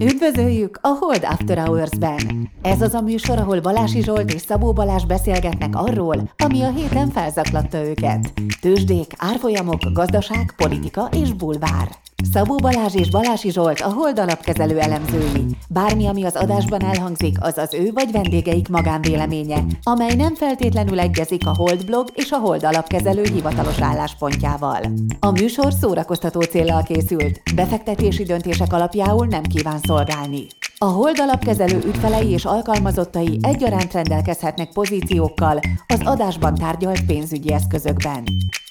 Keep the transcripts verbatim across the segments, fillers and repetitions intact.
Üdvözöljük a Hold After Hours-ben! Ez az a műsor, ahol Balási Zsolt és Szabó Balázs beszélgetnek arról, ami a héten felzaklatta őket. Tőzsdék, árfolyamok, gazdaság, politika és bulvár. Szabó Balázs és Balási Zsolt a Hold alapkezelő elemzői. Bármi, ami az adásban elhangzik, az az ő vagy vendégeik magánvéleménye, amely nem feltétlenül egyezik a Hold blog és a Hold alapkezelő hivatalos álláspontjával. A műsor szórakoztató céllal készült, befektetési döntések alapjául nem kíván szolgálni. A Hold alapkezelő ügyfelei és alkalmazottai egyaránt rendelkezhetnek pozíciókkal az adásban tárgyalt pénzügyi eszközökben.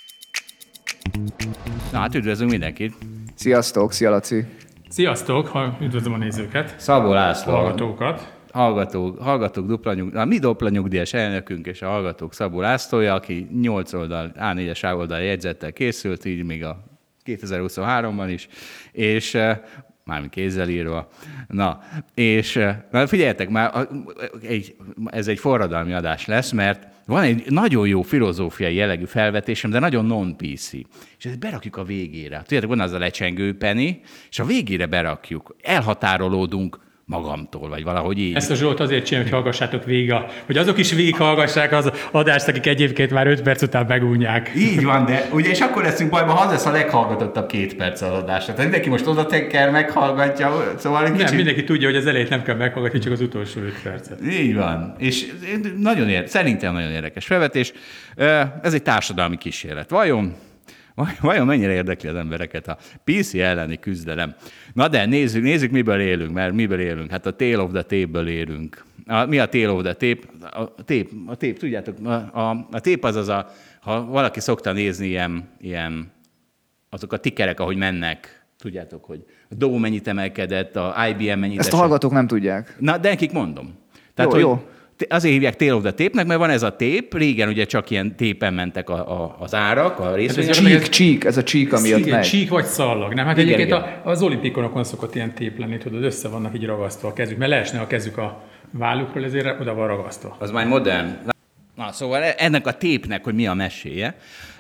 Na hát üdvözlünk mindenkit! Sziasztok, szia Laci! Sziasztok, ha üdvözlöm a nézőket! Szabó László! Hallgatókat! Hallgatók, hallgatók dupla nyug, a mi dupla nyugdíjas elnökünk és a hallgatók Szabó Lászlója, aki nyolc oldal, á négyes oldal jegyzettel készült, így még a kétezer-huszonháromban is, és mármint kézzel írva. Na, és na, figyeljetek, már egy, ez egy forradalmi adás lesz, mert van egy nagyon jó filozófiai jellegű felvetésem, de nagyon non-pé cé. És ezt berakjuk a végére. Tudjátok, van az a lecsengő penny, és a végére berakjuk. Elhatárolódunk magamtól, vagy valahogy így. Ezt a Zsolt azért csinálja, hogy hallgassátok végig, hogy azok is végighallgassák az adást, akik egyébként már öt perc után megúnyják. Így van, de ugye, és akkor leszünk bajban, ha az lesz a leghallgatottabb két perc az adás. Tehát mindenki most oda teker, meghallgatja, szóval kicsit... Nem, mindenki tudja, hogy az elejét nem kell meghallgatni, csak az utolsó öt percet. Így van, és nagyon ér, szerintem nagyon érdekes felvetés. Ez egy társadalmi kísérlet. Vajon? Vajon mennyire érdekli az embereket a pé cé elleni küzdelem? Na de nézzük, nézzük, miből élünk, mert miből élünk? Hát a tail of the tape-ből élünk. A, mi a tail of the tape? A tape, a tape tudjátok, a, a, a tape az az a, ha valaki szokta nézni ilyen, ilyen azok a tickerek, ahogy mennek, tudjátok, hogy a Dow mennyit emelkedett, a i bé em mennyit. Ezt a hallgatók nem tudják. Na, de nekik mondom. Tehát, jó, hogy, jó. Azért hívják tail of the tape-nek, mert van ez a tép, régen ugye csak ilyen tépen mentek a, a, az árak, a részvények. Csík, ez, csík, ez a csík, ami ott megy. Csík vagy szallag, nem? Hát igen, egyébként igen. A, az olimpikonokon szokott ilyen tép lenni, tudod, össze vannak így ragasztva a kezük, mert leesne a kezük a vállukról, ezért oda van ragasztva. Az már modern. Na, szóval ennek a tépnek, hogy mi a meséje,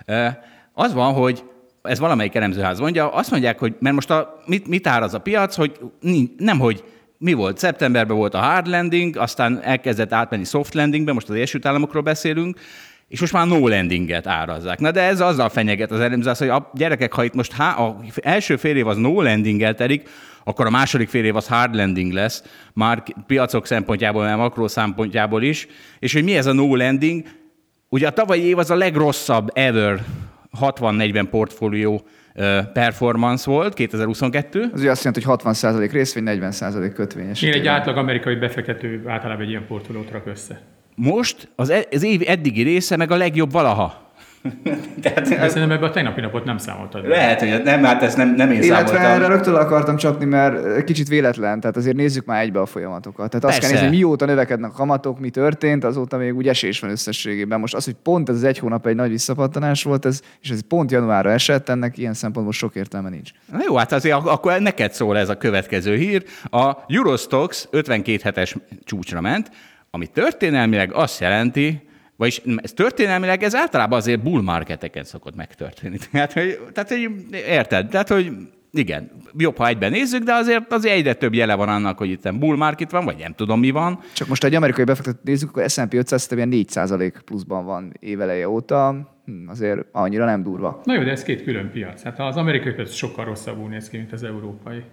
az van, hogy ez valamelyik elemzőház mondja, azt mondják, hogy mert most a, mit, mit áraz a piac, hogy nem, hogy mi volt? Szeptemberben volt a hard landing, aztán elkezdett átmenni soft landingbe, most az Egyesült Államokról beszélünk, és most már no landinget árazzák. Na de ez azzal fenyeget az elemzőház, hogy a gyerekek, ha itt most há, az első fél év az no landinggel telik, akkor a második fél év az hard landing lesz, már piacok szempontjából, mert makró szempontjából is, és hogy mi ez a no landing? Ugye a tavalyi év az a legrosszabb ever hatvan-negyven portfólió performance volt, kétezer-huszonkettő. Az ugye azt jelenti, hogy hatvan százalék részvény, negyven százalék kötvényes. Én egy átlag amerikai befektető általában egy ilyen portfóliót rak össze. Most az, az év eddigi része meg a legjobb valaha. Tehát, de szerintem ebben a tegnapi napot nem számoltad. Lehet, hogy nem, hát ezt nem, nem én Illetve számoltam. erre rögtön akartam csapni, mert kicsit véletlen, tehát azért nézzük már egybe a folyamatokat. Tehát azt Persze. kell nézni, mióta növekednek a kamatok, mi történt, azóta még úgy esés van összességében. Most az, hogy pont ez az egy hónap egy nagy visszapattanás volt, ez, és ez pont januárra esett, ennek ilyen szempontból sok értelme nincs. Na jó, hát azért akkor neked szól ez a következő hír. A Eurostoxx ötvenkét hetes csúcsra ment, ami történelmileg azt jelenti, vagyis ez történelmileg ez általában azért bull marketeken szokott megtörténni. Tehát, hogy, tehát, hogy érted? Tehát, hogy igen, jobb, ha egyben nézzük, de azért, azért egyre több jele van annak, hogy itt bull market van, vagy nem tudom, mi van. Csak most egy amerikai befektetőt nézzük, akkor es and pé ötszáz ilyen négy százalék pluszban van éveleje óta. Hm, azért annyira nem durva. Na jó, de ez két külön piac. Hát az amerikai piac sokkal rosszabbul néz ki, mint az európai.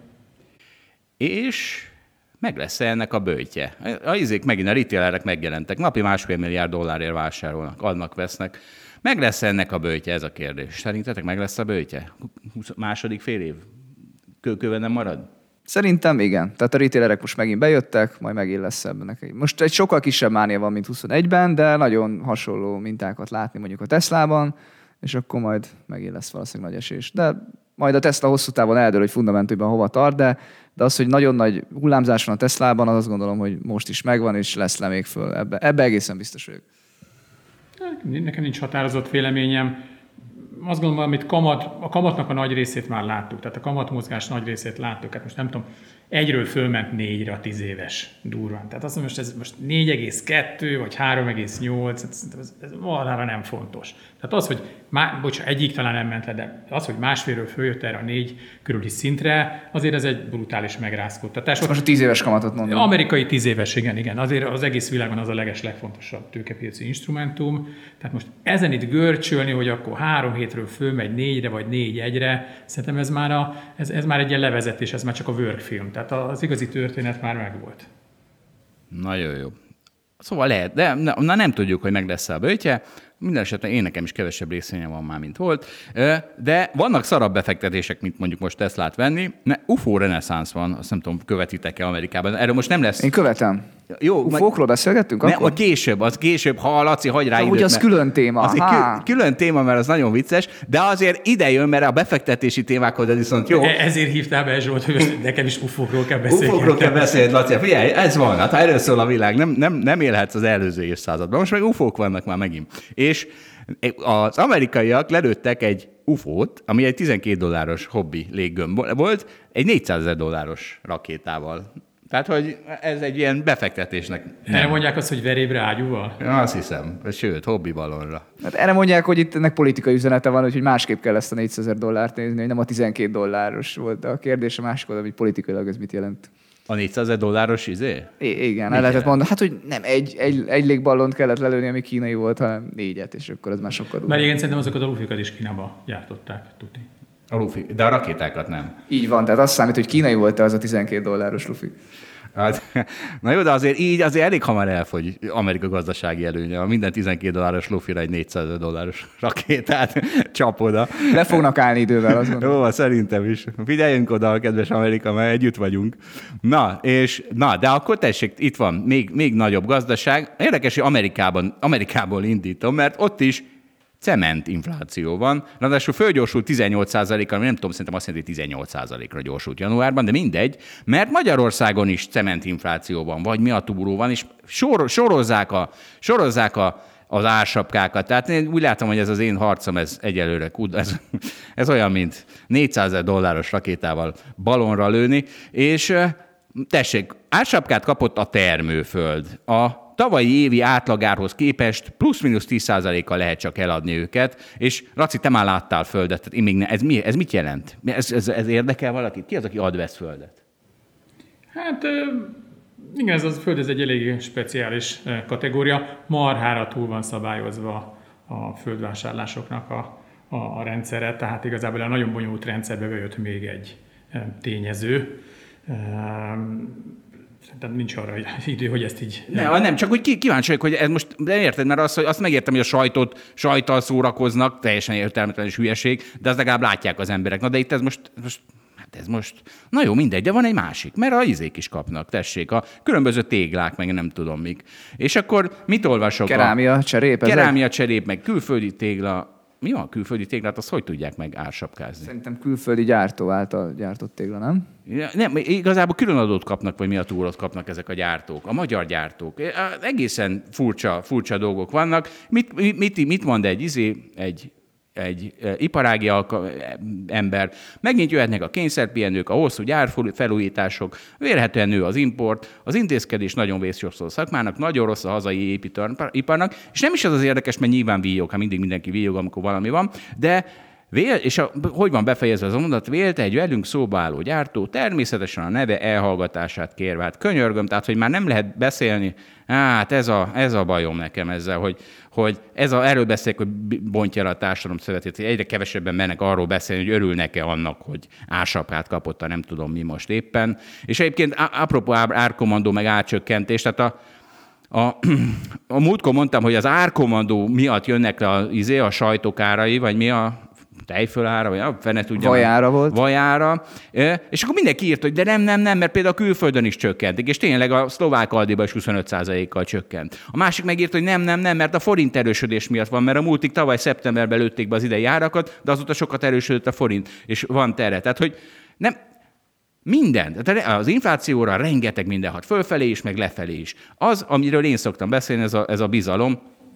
És meg lesz ennek a böjtje. A izék megint a retailerek megjelentek. Napi másfél milliárd dollárért vásárolnak, adnak, vesznek. Meg lesz ennek a böjtje, ez a kérdés. Szerintetek meg lesz a böjtje? Második fél év? Kőkőben nem marad? Szerintem igen. Tehát a retailerek most megint bejöttek, majd megint lesz ebben. Most egy sokkal kisebb mánia van, mint huszonegyben, de nagyon hasonló mintákat látni mondjuk a Teslában, és akkor majd megint lesz valószínűleg nagy esés. De majd a Tesla hosszú távon eldől, hogy fundamentumban hova tart, de, de az, hogy nagyon nagy hullámzás van a Teslában, az azt gondolom, hogy most is megvan, és lesz le még föl. Ebbe, ebbe egészen biztos vagyok. Nekem nincs határozott véleményem. azt gondolom, amit kamat, a kamatnak a nagy részét már láttuk, tehát a kamatmozgás nagy részét láttuk, hát most nem tudom, egyről fölment négyre a tíz éves durván. Tehát azt mondom, most ez most négy egész kettő vagy három egész nyolc, ez, ez, ez valahára nem fontos. Tehát az, hogy, má, bocs, egyik talán nem ment le, de az, hogy másfélről följött erre a négy körüli szintre, azért ez egy brutális megrázkódtatás. Most a tíz éves kamatot mondom. Amerikai tíz éves, igen, igen. Azért az egész világon az a leges legfontosabb tőkepiaci instrumentum. Tehát most ezen itt görcsölni, hogy akkor három hétről fölmegy négyre, vagy négy egyre, szerintem ez már, a, ez, ez már egy ilyen levezetés, ez már csak a workfilm. Tehát az igazi történet már megvolt. Nagyon jó. Szóval lehet, de na, nem tudjuk, hogy meg lesz a böjtje. Minden esetben én nekem is kevesebb részvényem van már, mint volt. De vannak szarabb befektetések, mint mondjuk most Teslát venni. u f o reneszánsz van, azt nem tudom, követitek-e Amerikában. Erről most nem lesz... Én követem. Jó, u f o-król beszélgettünk ne, akkor? a később, az később, ha Laci hagy rá időt. Ugye az külön téma. Az egy külön téma, mert az nagyon vicces, de azért ide jön, mert a befektetési témákhoz ez viszont jó. E- ezért hívtál be, Zsolt, hogy nekem is u f o-król kell beszélni. u f o-król kell beszélni, Laci. Figyelj, ez van, hát erről szól a világ. Nem, nem, nem élhetsz az előző évszázadban. Most meg u f o-k vannak már megint. És az amerikaiak lelőttek egy u f o-t, ami egy tizenkét dolláros hobbi léggömb volt, egy négyszázezer dolláros rakétával. Tehát, hogy ez egy ilyen befektetésnek. Erre mondják azt, hogy verébre ágyúval? Azt hiszem, sőt, hobbi ballonra. Hát erre mondják, hogy itt ennek politikai üzenete van, hogy másképp kell ezt a négyszázezer dollárt nézni, hogy nem a tizenkét dolláros volt, de a kérdés a másik oldalon, hogy politikailag ez mit jelent. A négyszázezer dolláros izé? I- igen, el lehetett mondani, hát hogy nem egy, egy, egy légballont kellett lelőni, ami kínai volt, hanem négyet, és akkor ez már sokkal durva. Mert igen, szerintem azokat a lufikat is Kínába gyártották, tuti. A lufi, de a rakétákat nem. Így van, tehát azt számít, hogy kínai volt az a tizenkét dolláros lufi. Hát, na jó, de azért így azért elég hamar elfogy Amerika gazdasági előnye. Minden tizenkét dolláros lufira egy négyszázezer dolláros rakétát csap oda. Le fognak állni idővel, azt gondolom. Jó, szerintem is. Figyeljünk oda, kedves Amerika, mert együtt vagyunk. Na, és, na de akkor tessék, itt van még, még nagyobb gazdaság. Érdekes, hogy Amerikában, Amerikából indítom, mert ott is cementinfláció van. Ráadásul fölgyorsult tizennyolc százalékkal, nem tudom, szerintem azt jelenti, hogy tizennyolc százalékra gyorsult januárban, de mindegy, mert Magyarországon is cementinfláció van, vagy mi a túró van, és sor, sorozzák, a, sorozzák a, az ársapkákat. Tehát én úgy látom, hogy ez az én harcom, ez egyelőre, ez, ez olyan, mint négyszázezer dolláros rakétával balonra lőni, és tessék, ársapkát kapott a termőföld. A tavalyi évi átlagárhoz képest plusz-minusz tíz százalékkal lehet csak eladni őket, és Laci, te már láttál földet, tehát én még ne, ez, mi, ez mit jelent? Ez, ez, ez érdekel valakit? Ki az, aki ad-vesz földet? Hát igen, ez a föld ez egy elég speciális kategória. Marhára túl van szabályozva a földvásárlásoknak a, a, a rendszere, tehát igazából a nagyon bonyolult rendszerbe bejött még egy tényező. Szerintem nincs arra idő, hogy ezt így... Ne, nem, csak hogy kíváncsi vagyok, hogy ez most, de érted, mert azt, hogy azt megértem, hogy a sajtot, sajttal szórakoznak, teljesen értelmetlen és hülyeség, de azt legalább látják az emberek. Na de itt ez most, most hát ez most, na jó, mindegy, de van egy másik, mert a izék is kapnak, tessék, a különböző téglák, meg nem tudom mik. És akkor mit olvasok? Kerámia cserép. Kerámia cserép, meg külföldi tégla. Mi van a külföldi téglát, azt hogy tudják meg ársapkázni? Szerintem külföldi gyártó által gyártott tégla, nem? Ja, nem, igazából különadót kapnak, vagy mi a túrót kapnak ezek a gyártók, a magyar gyártók. Egészen furcsa, furcsa dolgok vannak. Mit, mit, mit mond egy izé, egy egy iparági alka- ember, megint jöhetnek a kényszerpihenők, a hosszú gyárfelújítások, vélhetően nő az import, az intézkedés nagyon vészjószó szakmának, nagyon rossz a hazai építőiparnak, és nem is az az érdekes, mert nyilván víjog, hát mindig mindenki víjog, amikor valami van, de Vél, és a, hogy van befejezve az a mondat, vélte egy velünk szóba álló gyártó, természetesen a neve elhallgatását kérve. Hát könyörgöm, tehát, hogy már nem lehet beszélni, hát ez a, ez a bajom nekem ezzel, hogy, hogy ez a, erről beszélek, hogy bontja a társadalom szövetét, hogy egyre kevesebben mennek arról beszélni, hogy örülnek-e annak, hogy ársapkát kapott, nem tudom mi most éppen. És egyébként apropó árkommandó meg árcsökkentés, tehát a A, a múltkor mondtam, hogy az árkommandó miatt jönnek a, izé, a sajtok árai, vagy mi a tejfölára, vagy a fene tudja. Vajára volt. Vajára. És akkor mindenki írt, hogy de nem, nem, nem, mert például a külföldön is csökkentik, és tényleg a szlovák Aldiban is huszonöt százalékkal csökkent. A másik megírt, hogy nem, nem, nem, mert a forint erősödés miatt van, mert a multik tavaly szeptemberben lőtték be az idei árakat, de azóta sokat erősödött a forint, és van tere. Tehát, hogy nem, minden. Tehát az inflációra rengeteg minden hat, fölfelé is, meg lefelé is. Az, amiről én szoktam beszélni, ez a, ez a bizalom.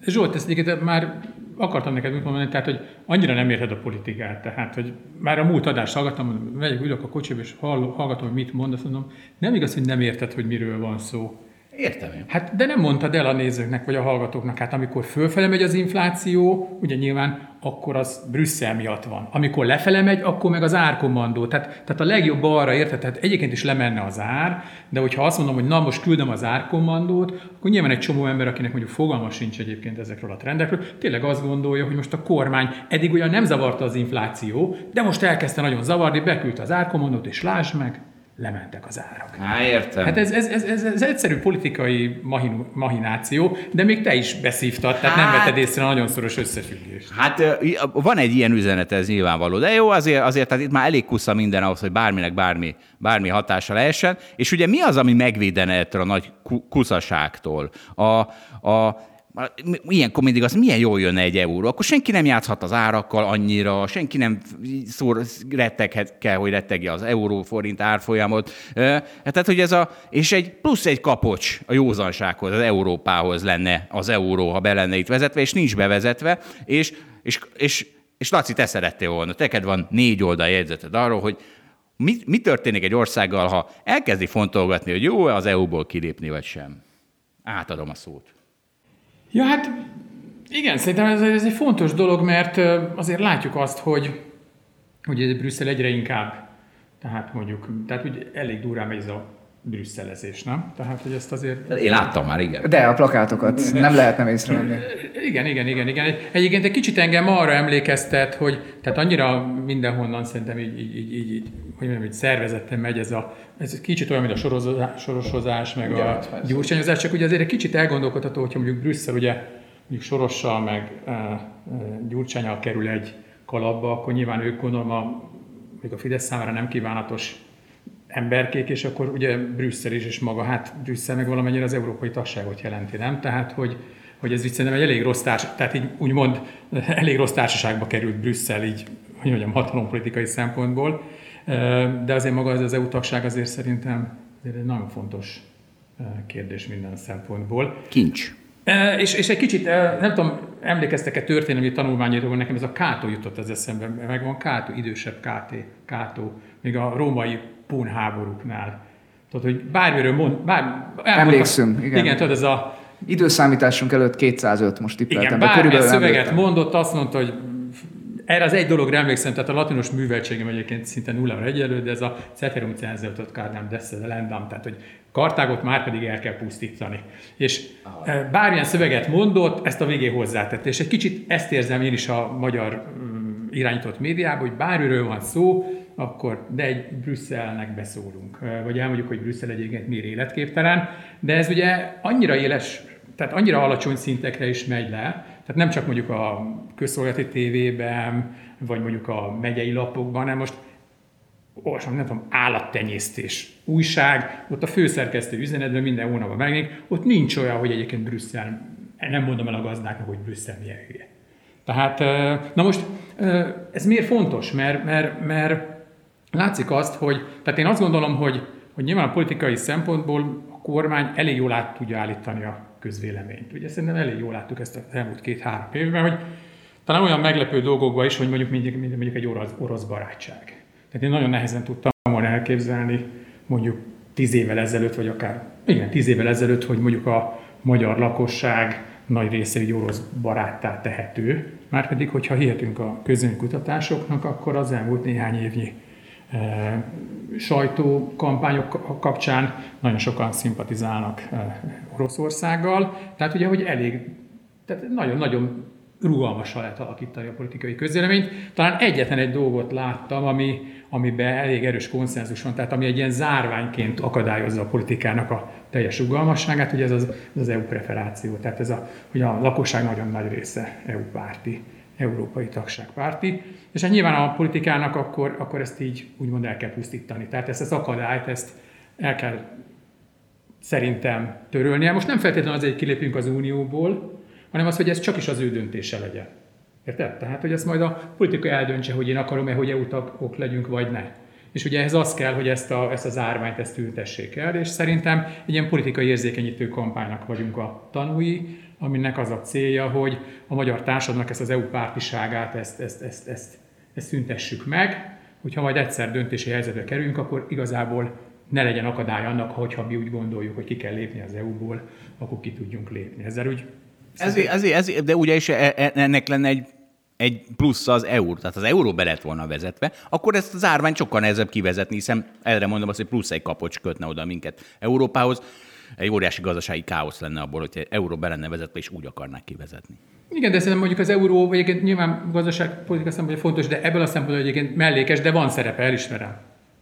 Zsolt, ezt egyébként már akartam neked mit mondani, tehát, hogy annyira nem érted a politikát, tehát, hogy már a múlt adást hallgattam, megyek, ülök a kocsiba, és hallgatom, hogy mit mondasz, mondom, nem igaz, hogy nem érted, hogy miről van szó. Értem én. Hát, de nem mondtad el a nézőknek, vagy a hallgatóknak, hát amikor fölfele megy az infláció, ugye nyilván akkor az Brüsszel miatt van. Amikor lefele megy, akkor meg az árkommandó. Tehát, tehát a legjobb arra érted, tehát egyébként is lemenne az ár, de hogyha azt mondom, hogy na most küldöm az árkommandót, akkor nyilván egy csomó ember, akinek mondjuk fogalma sincs egyébként ezekről a trendekről, tényleg azt gondolja, hogy most a kormány eddig ugyan nem zavarta az infláció, de most elkezdte nagyon zavarni, beküldte az árkommandót, és lásd meg, lementek az árak. Há, értem. Hát ez, ez, ez, ez, ez egyszerű politikai mahin, mahináció, de még te is beszívtad, tehát hát, nem vetted észre a nagyon szoros összefüggést. Hát van egy ilyen üzenet, ez nyilvánvaló, de jó, azért, azért tehát itt már elég kusza minden ahhoz, hogy bárminek bármi, bármi hatása lehessen. És ugye mi az, ami megvédene ettől a nagy kuszaságtól? A, a ilyenkor mindig az, milyen jól jönne egy euró, akkor senki nem játszhat az árakkal annyira, senki nem szór, retteghet kell, hogy rettegje az euró-forint árfolyamot. Tehát, hogy ez a, és egy plusz egy kapocs a józansághoz, az Európához lenne az euró, ha be lenne itt vezetve, és nincs bevezetve, és, és, és, és Laci, te szerettél volna, teked van négy oldal jegyzeted arról, hogy mi, mi történik egy országgal, ha elkezdi fontolgatni, hogy jó-e az é u-ból kilépni, vagy sem. Átadom a szót. Ja, hát igen, szerintem ez, ez egy fontos dolog, mert azért látjuk azt, hogy, hogy Brüsszel egyre inkább, tehát mondjuk, tehát úgy elég durrán megy ez a brüsszelezés, nem? Tehát, hogy ezt azért... Én láttam már, igen. De a plakátokat nem lehet nem észrevenni. Igen, igen, igen, igen. Egyébként egy kicsit engem arra emlékeztet, hogy tehát annyira mindenhonnan szerintem így, így, így, így, így hogy mondjam, így szervezetten megy ez a, ez kicsit olyan, mint a sorozás, sorosozás, meg igen, a gyurcsányozás, csak ugye azért egy kicsit elgondolkodható, hogyha mondjuk Brüsszel ugye mondjuk Sorossal, meg e, e, Gyurcsánnyal kerül egy kalapba, akkor nyilván ők gondolom a, még a Fidesz számára nem kívánatos emberkék, és akkor ugye Brüsszel is, és maga, hát Brüsszel meg valamennyire az európai tagságot jelenti, nem? Tehát, hogy, hogy ez így szerintem egy elég rossz társ, tehát így úgymond elég rossz társaságba került Brüsszel, így, hogy mondjam, hatalompolitikai szempontból, de azért maga ez az é u tagság azért szerintem egy nagyon fontos kérdés minden szempontból. Kincs. E, és, és egy kicsit, nem tudom, emlékeztek-e történelmi tanulmányairól, nekem ez a Kátó jutott az eszembe, megvan Kátó, idősebb Káté, Kátó, még a római pún háborúknál. Tudod, hogy bármiről mond... Bár, Emlékszünk, igen. Igen, tudod, ez a... Időszámításunk előtt kétszázöt, most tippeltem. Igen, bármilyen szöveget emlékszem. Mondott, azt mondta, hogy erre az egy dologra emlékszem, tehát a latinos műveltségem egyébként szinte nullára egyelő, de ez a ceterum censeut cardam desse delendam, tehát hogy Kartágot már pedig el kell pusztítani. És Aha. bármilyen szöveget mondott, ezt a végén hozzátette. És egy kicsit ezt érzem én is a magyar irányított médiában, hogy bármiről van szó, akkor de egy Brüsszelnek beszólunk. Vagy elmondjuk, hogy Brüsszel egyébként miért életképtelen, de ez ugye annyira éles, tehát annyira alacsony szintekre is megy le, tehát nem csak mondjuk a közszolgálati tévében, vagy mondjuk a megyei lapokban, hanem most olvasom, nem tudom, állattenyésztés, újság, ott a főszerkesztő üzenetben minden hónapban megjelenik, ott nincs olyan, hogy egyébként Brüsszel, nem mondom el a gazdáknak, hogy Brüsszel milyen hülye. Tehát, na most ez miért fontos? Mert, mert, mert látszik azt, hogy, tehát én azt gondolom, hogy, hogy nyilván a politikai szempontból a kormány elég jól át tudja állítani a közvéleményt. Ugye szerintem elég jól láttuk ezt az elmúlt két-három évben, hogy talán olyan meglepő dolgokban is, hogy mondjuk, mondjuk, mondjuk egy orosz, orosz barátság. Tehát én nagyon nehezen tudtam volna elképzelni mondjuk tíz évvel ezelőtt, vagy akár igen, tíz évvel ezelőtt, hogy mondjuk a magyar lakosság nagy része egy orosz baráttá tehető. Márpedig, hogyha hihetünk a közönkutatásoknak, akkor az elmúlt néhány évnyi e, sajtókampányok kapcsán nagyon sokan szimpatizálnak e, Oroszországgal. Tehát ugye, hogy elég, tehát nagyon-nagyon rugalmasan lehet alakítani a politikai közvéleményt. Talán egyetlen egy dolgot láttam, ami, amiben elég erős konszenzus van, tehát ami egy ilyen zárványként akadályozza a politikának a teljes rugalmasságát, ugye ez az, ez az é u preferáció, tehát ez a, hogy a lakosság nagyon nagy része é u párti, európai tagságpárti, és hát nyilván a politikának akkor, akkor ezt így úgymond el kell pusztítani. Tehát ezt az akadályt, ezt el kell szerintem törölnie. Most nem feltétlenül azért, hogy kilépünk az Unióból, hanem az, hogy ez csak is az ő döntése legyen. Érted? Tehát, hogy ezt majd a politika eldöntse, hogy én akarom-e, hogy é u tagok legyünk, vagy ne. És ugye ehhez az kell, hogy ezt, a, ezt az árványt ezt ültessék el, és szerintem egy ilyen politikai érzékenyítő kampánynak vagyunk a tanúi, aminek az a célja, hogy a magyar társadalomnak ezt az é u pártiságát, ezt, ezt, ezt, ezt, ezt szüntessük meg, hogyha majd egyszer döntési helyzetbe kerülünk, akkor igazából ne legyen akadály annak, hogyha mi úgy gondoljuk, hogy ki kell lépni az é u-ból, akkor ki tudjunk lépni. Ezzel úgy... Ezért, ezért, ezért, de ugye is ennek lenne egy, egy plusz az euró, tehát az euró be lett volna vezetve, akkor ezt az árványt sokkal nehezebb kivezetni, hiszen erre mondom azt, hogy plusz egy kapocs kötne oda minket Európához. Egy óriási gazdasági káosz lenne abból, hogyha euró be lenne vezetve, és úgy akarnák kivezetni. Igen, de szerintem mondjuk az euró, vagy egyébként nyilván gazdaságpolitika szempontból fontos, de ebből a szempontból egyébként mellékes, de van szerepe, elismerem.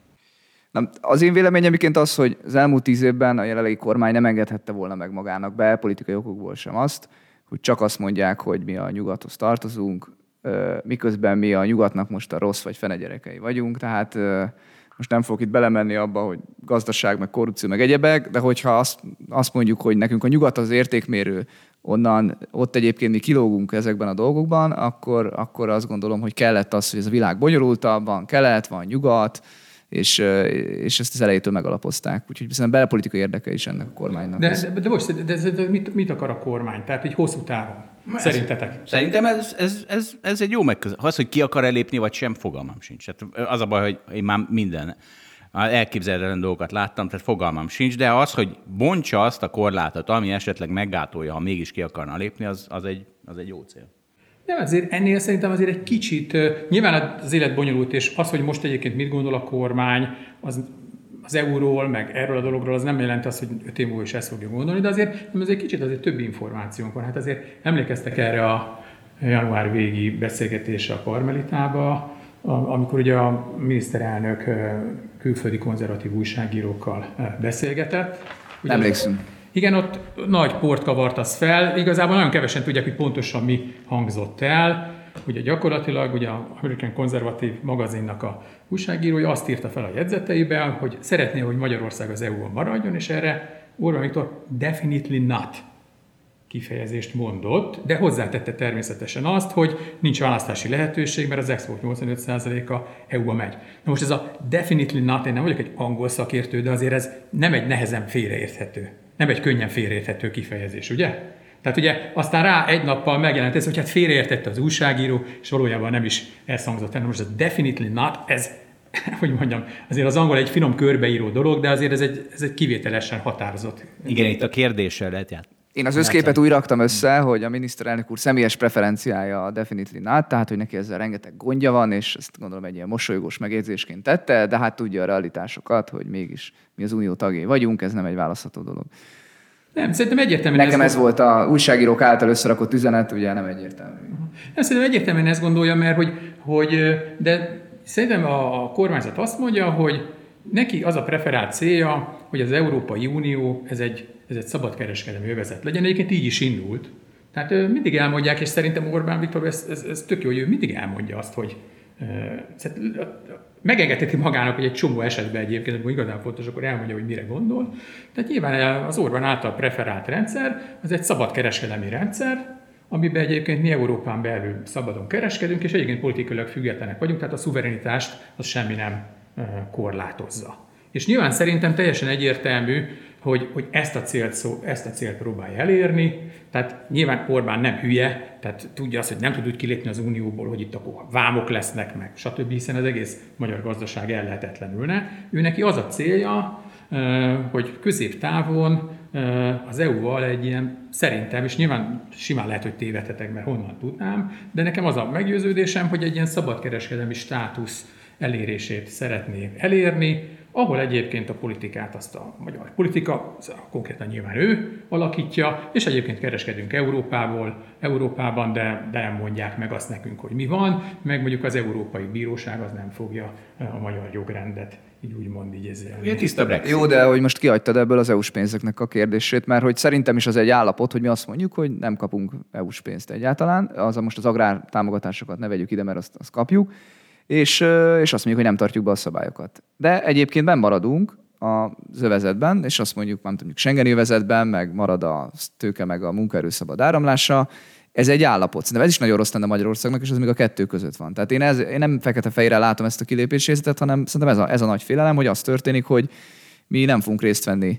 Na, az én véleményem az, hogy az elmúlt tíz évben a jelenlegi kormány nem engedhette volna meg magának be politikai okokból sem azt, hogy csak azt mondják, hogy mi a nyugathoz tartozunk, miközben mi a nyugatnak most a rossz vagy fene gyerekei vagyunk, tehát most nem fogok itt belemenni abba, hogy gazdaság, meg korrupció, meg egyebek, de hogyha azt, azt mondjuk, hogy nekünk a nyugat az értékmérő, onnan, ott egyébként mi kilógunk ezekben a dolgokban, akkor, akkor azt gondolom, hogy kellett az, hogy ez a világ bonyolultabb, van kelet, van nyugat, és, és ezt az elejétől megalapozták. Úgyhogy viszont belpolitikai érdeke is ennek a kormánynak. De, de, de most, de, de, de mit, mit akar a kormány? Tehát egy hosszú távon. Szerintetek? Szerintem ez, ez, ez, ez egy jó megközelítés. Az, hogy ki akar elépni, vagy sem, fogalmam sincs. Hát az a baj, hogy én már minden elképzelhetetlen dolgokat láttam, tehát fogalmam sincs, de az, hogy bontsa azt a korlátot, ami esetleg meggátolja, ha mégis ki akarna lépni, az, az, egy, az egy jó cél. Nem, azért ennél szerintem azért egy kicsit, nyilván az élet bonyolult, és az, hogy most egyébként mit gondol a kormány, az, az euróról, meg erről a dologról, az nem jelenti azt, hogy öt év múlva is ezt fogja gondolni, de azért, azért kicsit azért több információnk van. Hát azért emlékeztek erre a január végi beszélgetésre a Karmelitába, amikor ugye a miniszterelnök külföldi konzervatív újságírókkal beszélgetett. Ugye Emlékszünk. Igen, ott nagy port kavart az fel, igazából nagyon kevesen tudják, hogy pontosan mi hangzott el. Ugye gyakorlatilag ugye a American Konzervatív magazinnak a újságírója azt írta fel a jegyzeteiben, hogy szeretné, hogy Magyarország az é u-ban maradjon, és erre Orbán Viktor definitely not kifejezést mondott, de hozzátette természetesen azt, hogy nincs választási lehetőség, mert az export nyolcvanöt százaléka é u-ba megy. Na most ez a definitely not, én nem vagyok egy angol szakértő, de azért ez nem egy nehezen félreérthető, nem egy könnyen félreérthető kifejezés, ugye? Tehát ugye aztán rá egy nappal megjelent ez, hogy hát félreértette az újságíró, és valójában nem is ez hangzott el. Most a definitely not, ez, hogy mondjam, azért az angol egy finom körbeíró dolog, de azért ez egy, ez egy kivételesen határozott. Igen, itt a kérdéssel lehet ját. Én az összképet úgy raktam össze, hogy a miniszterelnök úr személyes preferenciája a definitely not, tehát hogy neki ezzel rengeteg gondja van, és ezt gondolom egy ilyen mosolygós megjegyzésként tette, de hát tudja a realitásokat, hogy mégis mi az unió tagjai vagyunk, ez nem egy választható dolog. Nem, szerintem egyértelműen... Nekem ez, ez volt a újságírók által összerakott üzenet, ugye nem egyértelmű. Nem, szerintem egyértelműen ezt gondolja, mert hogy, hogy de szerintem a kormányzat azt mondja, hogy neki az a preferált célja, hogy az Európai Unió ez egy, ez egy szabadkereskedelmi övezet legyen. Egyébként így is indult. Tehát mindig elmondják, és szerintem Orbán Viktor, ez, ez, ez tök jó, hogy ő mindig elmondja azt, hogy uh, megengedheti magának, hogy egy csomó esetben egyébként, amikor igazán fontos, akkor elmondja, hogy mire gondol. Tehát nyilván az Orbán által preferált rendszer, az egy szabadkereskedelmi rendszer, amiben egyébként mi Európán belül szabadon kereskedünk, és egyébként politikailag függetlenek vagyunk, tehát a szuverenitást az semmi nem korlátozza. És nyilván szerintem teljesen egyértelmű, hogy, hogy ezt, a célt szó, ezt a célt próbálja elérni, tehát nyilván Orbán nem hülye, tehát tudja azt, hogy nem tud úgy kilépni az Unióból, hogy itt akkor vámok lesznek meg, stb., hiszen az egész magyar gazdaság ellehetetlenülne. Ő neki az a célja, hogy középtávon az é u-val egy ilyen, szerintem, és nyilván simán lehet, hogy tévedhetek, mert honnan tudnám, de nekem az a meggyőződésem, hogy egy ilyen szabadkereskedelmi státusz elérését szeretné elérni, ahol egyébként a politikát azt a magyar politika, konkrétan nyilván ő alakítja, és egyébként kereskedünk Európából, Európában, de, de nem mondják meg azt nekünk, hogy mi van, meg mondjuk az Európai Bíróság az nem fogja a magyar jogrendet így úgymond így ezzel. Ilyen tiszta Brexit. Jó, de hogy most kihagytad ebből az é u-s pénzeknek a kérdését, mert hogy szerintem is az egy állapot, hogy mi azt mondjuk, hogy nem kapunk é u-s pénzt egyáltalán, az most az agrártámogatásokat ne vegyük ide, mert azt, azt kapjuk, és, és azt mondjuk, hogy nem tartjuk be a szabályokat. De egyébként benn maradunk az övezetben, és azt mondjuk, nem tudjuk, Schengeni övezetben, meg marad a tőke, meg a munkaerő szabad áramlása. Ez egy állapot. Szerintem ez is nagyon rossz lenne Magyarországnak, és ez még a kettő között van. Tehát én, ez, én nem fekete-fejre látom ezt a kilépési helyzetet, hanem szerintem ez a, ez a nagy félelem, hogy az történik, hogy mi nem fogunk részt venni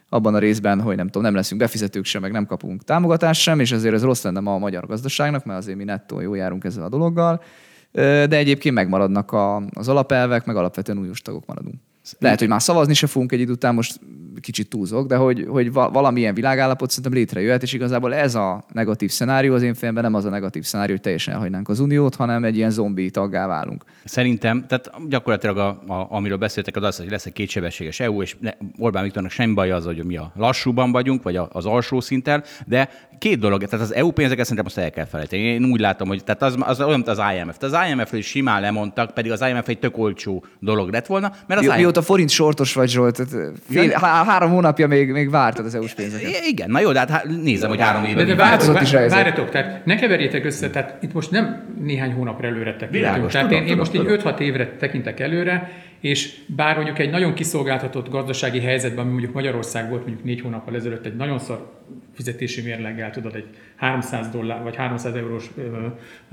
abban a részben, hogy nem tudom, nem leszünk befizetők sem, meg nem kapunk támogatást sem, és ezért ez rossz lenne ma a magyar gazdaságnak, mert azért mi nettó jól járunk ezzel a dologgal, de egyébként megmaradnak a, az alapelvek, meg alapvetően uniós tagok maradunk. Lehet, hogy már szavazni se fogunk egy idő után, most kicsit túlzok, de hogy, hogy valamilyen világállapot szerintem létrejöhet, és igazából ez a negatív szenárió az én fejemben nem az a negatív szenárió, hogy teljesen elhagynánk az uniót, hanem egy ilyen zombi taggá válunk. Szerintem, tehát gyakorlatilag a, a, amiről beszéltek, az az, hogy lesz egy kétsebességes é u, és ne, Orbán Viktornak semmi baj az, hogy mi a lassúban vagyunk, vagy az alsó szinten, de két dolog, tehát az é u pénzeket szerintem most el kell felejteni. Én úgy látom, hogy tehát az, az olyan, mint az i em ef. Tehát az i em ef-ről is simán lemondtak, pedig az i em ef egy tök olcsó dolog lett volna, mert az Mi, mióta forint sortos vagy, Zsolt, fél, há, három hónapja még, még vártad az é u-s pénzeket. Igen, na jó, de hát nézem, hogy három éve. De várjatok, tehát ne keverjétek össze, tehát itt most nem néhány hónapra előre tekintünk. Tehát tudom, én, én most így öt-hat évre tekintek előre, és bár mondjuk egy nagyon kiszolgáltatott gazdasági helyzetben, ami mondjuk Magyarország volt mondjuk négy hónappal ezelőtt egy nagyon szar fizetési mérleggel, tudod, egy háromszáz dollár vagy háromszáz eurós ö, ö,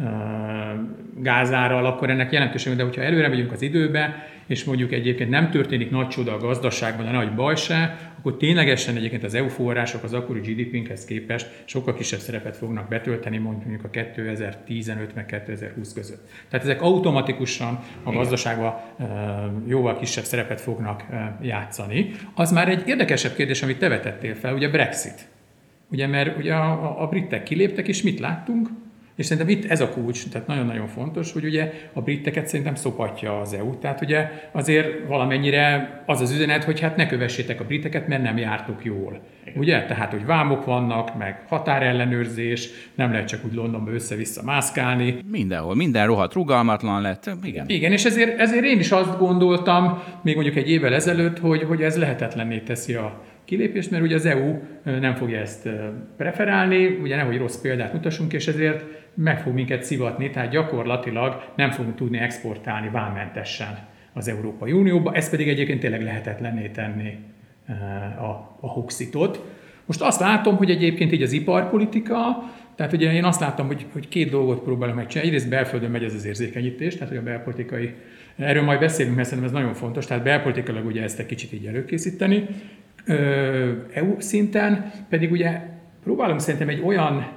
gázárral, akkor ennek jelentősége, de hogyha előre megyünk az időbe, és mondjuk egyébként nem történik nagy csoda a gazdaságban, de nagy baj se, akkor ténylegesen egyébként az é u források az akkori gé dé pénkhez képest sokkal kisebb szerepet fognak betölteni mondjuk a kétezer-tizenöt meg kétezer-húsz között. Tehát ezek automatikusan a gazdaságban jóval kisebb szerepet fognak játszani. Az már egy érdekesebb kérdés, amit te vetettél fel, ugye Brexit. Ugye, mert ugye a, a britek kiléptek, és mit láttunk? És szerintem itt ez a kulcs, tehát nagyon-nagyon fontos, hogy ugye a briteket szerintem szopatja az é u. Tehát ugye azért valamennyire az az üzenet, hogy hát ne kövessétek a briteket, mert nem jártuk jól. Ugye? Tehát, hogy vámok vannak, meg határellenőrzés, nem lehet csak úgy Londonba össze-vissza mászkálni. Mindenhol, minden rohadt rugalmatlan lett. Igen. Igen, és ezért, ezért én is azt gondoltam, még mondjuk egy évvel ezelőtt, hogy, hogy ez lehetetlenné teszi a kilépést, mert ugye az é u nem fogja ezt preferálni, ugye nehogy rossz példát mutassunk, és ezért meg fog minket szivatni, tehát gyakorlatilag nem fogunk tudni exportálni vámmentesen az Európai Unióba, ez pedig egyébként tényleg lehetetlenné tenni a, a Hoxitot. Most azt látom, hogy egyébként így az iparpolitika, tehát ugye én azt láttam, hogy, hogy két dolgot próbálom megcsinálni. Egyrészt belföldön megy ez az érzékenyítés, tehát hogy a belpolitikai, erről majd beszélünk, mert szerintem ez nagyon fontos, tehát belpolitikailag ugye ezt egy kicsit így előkészíteni. é u szinten pedig ugye próbálunk szerintem egy olyan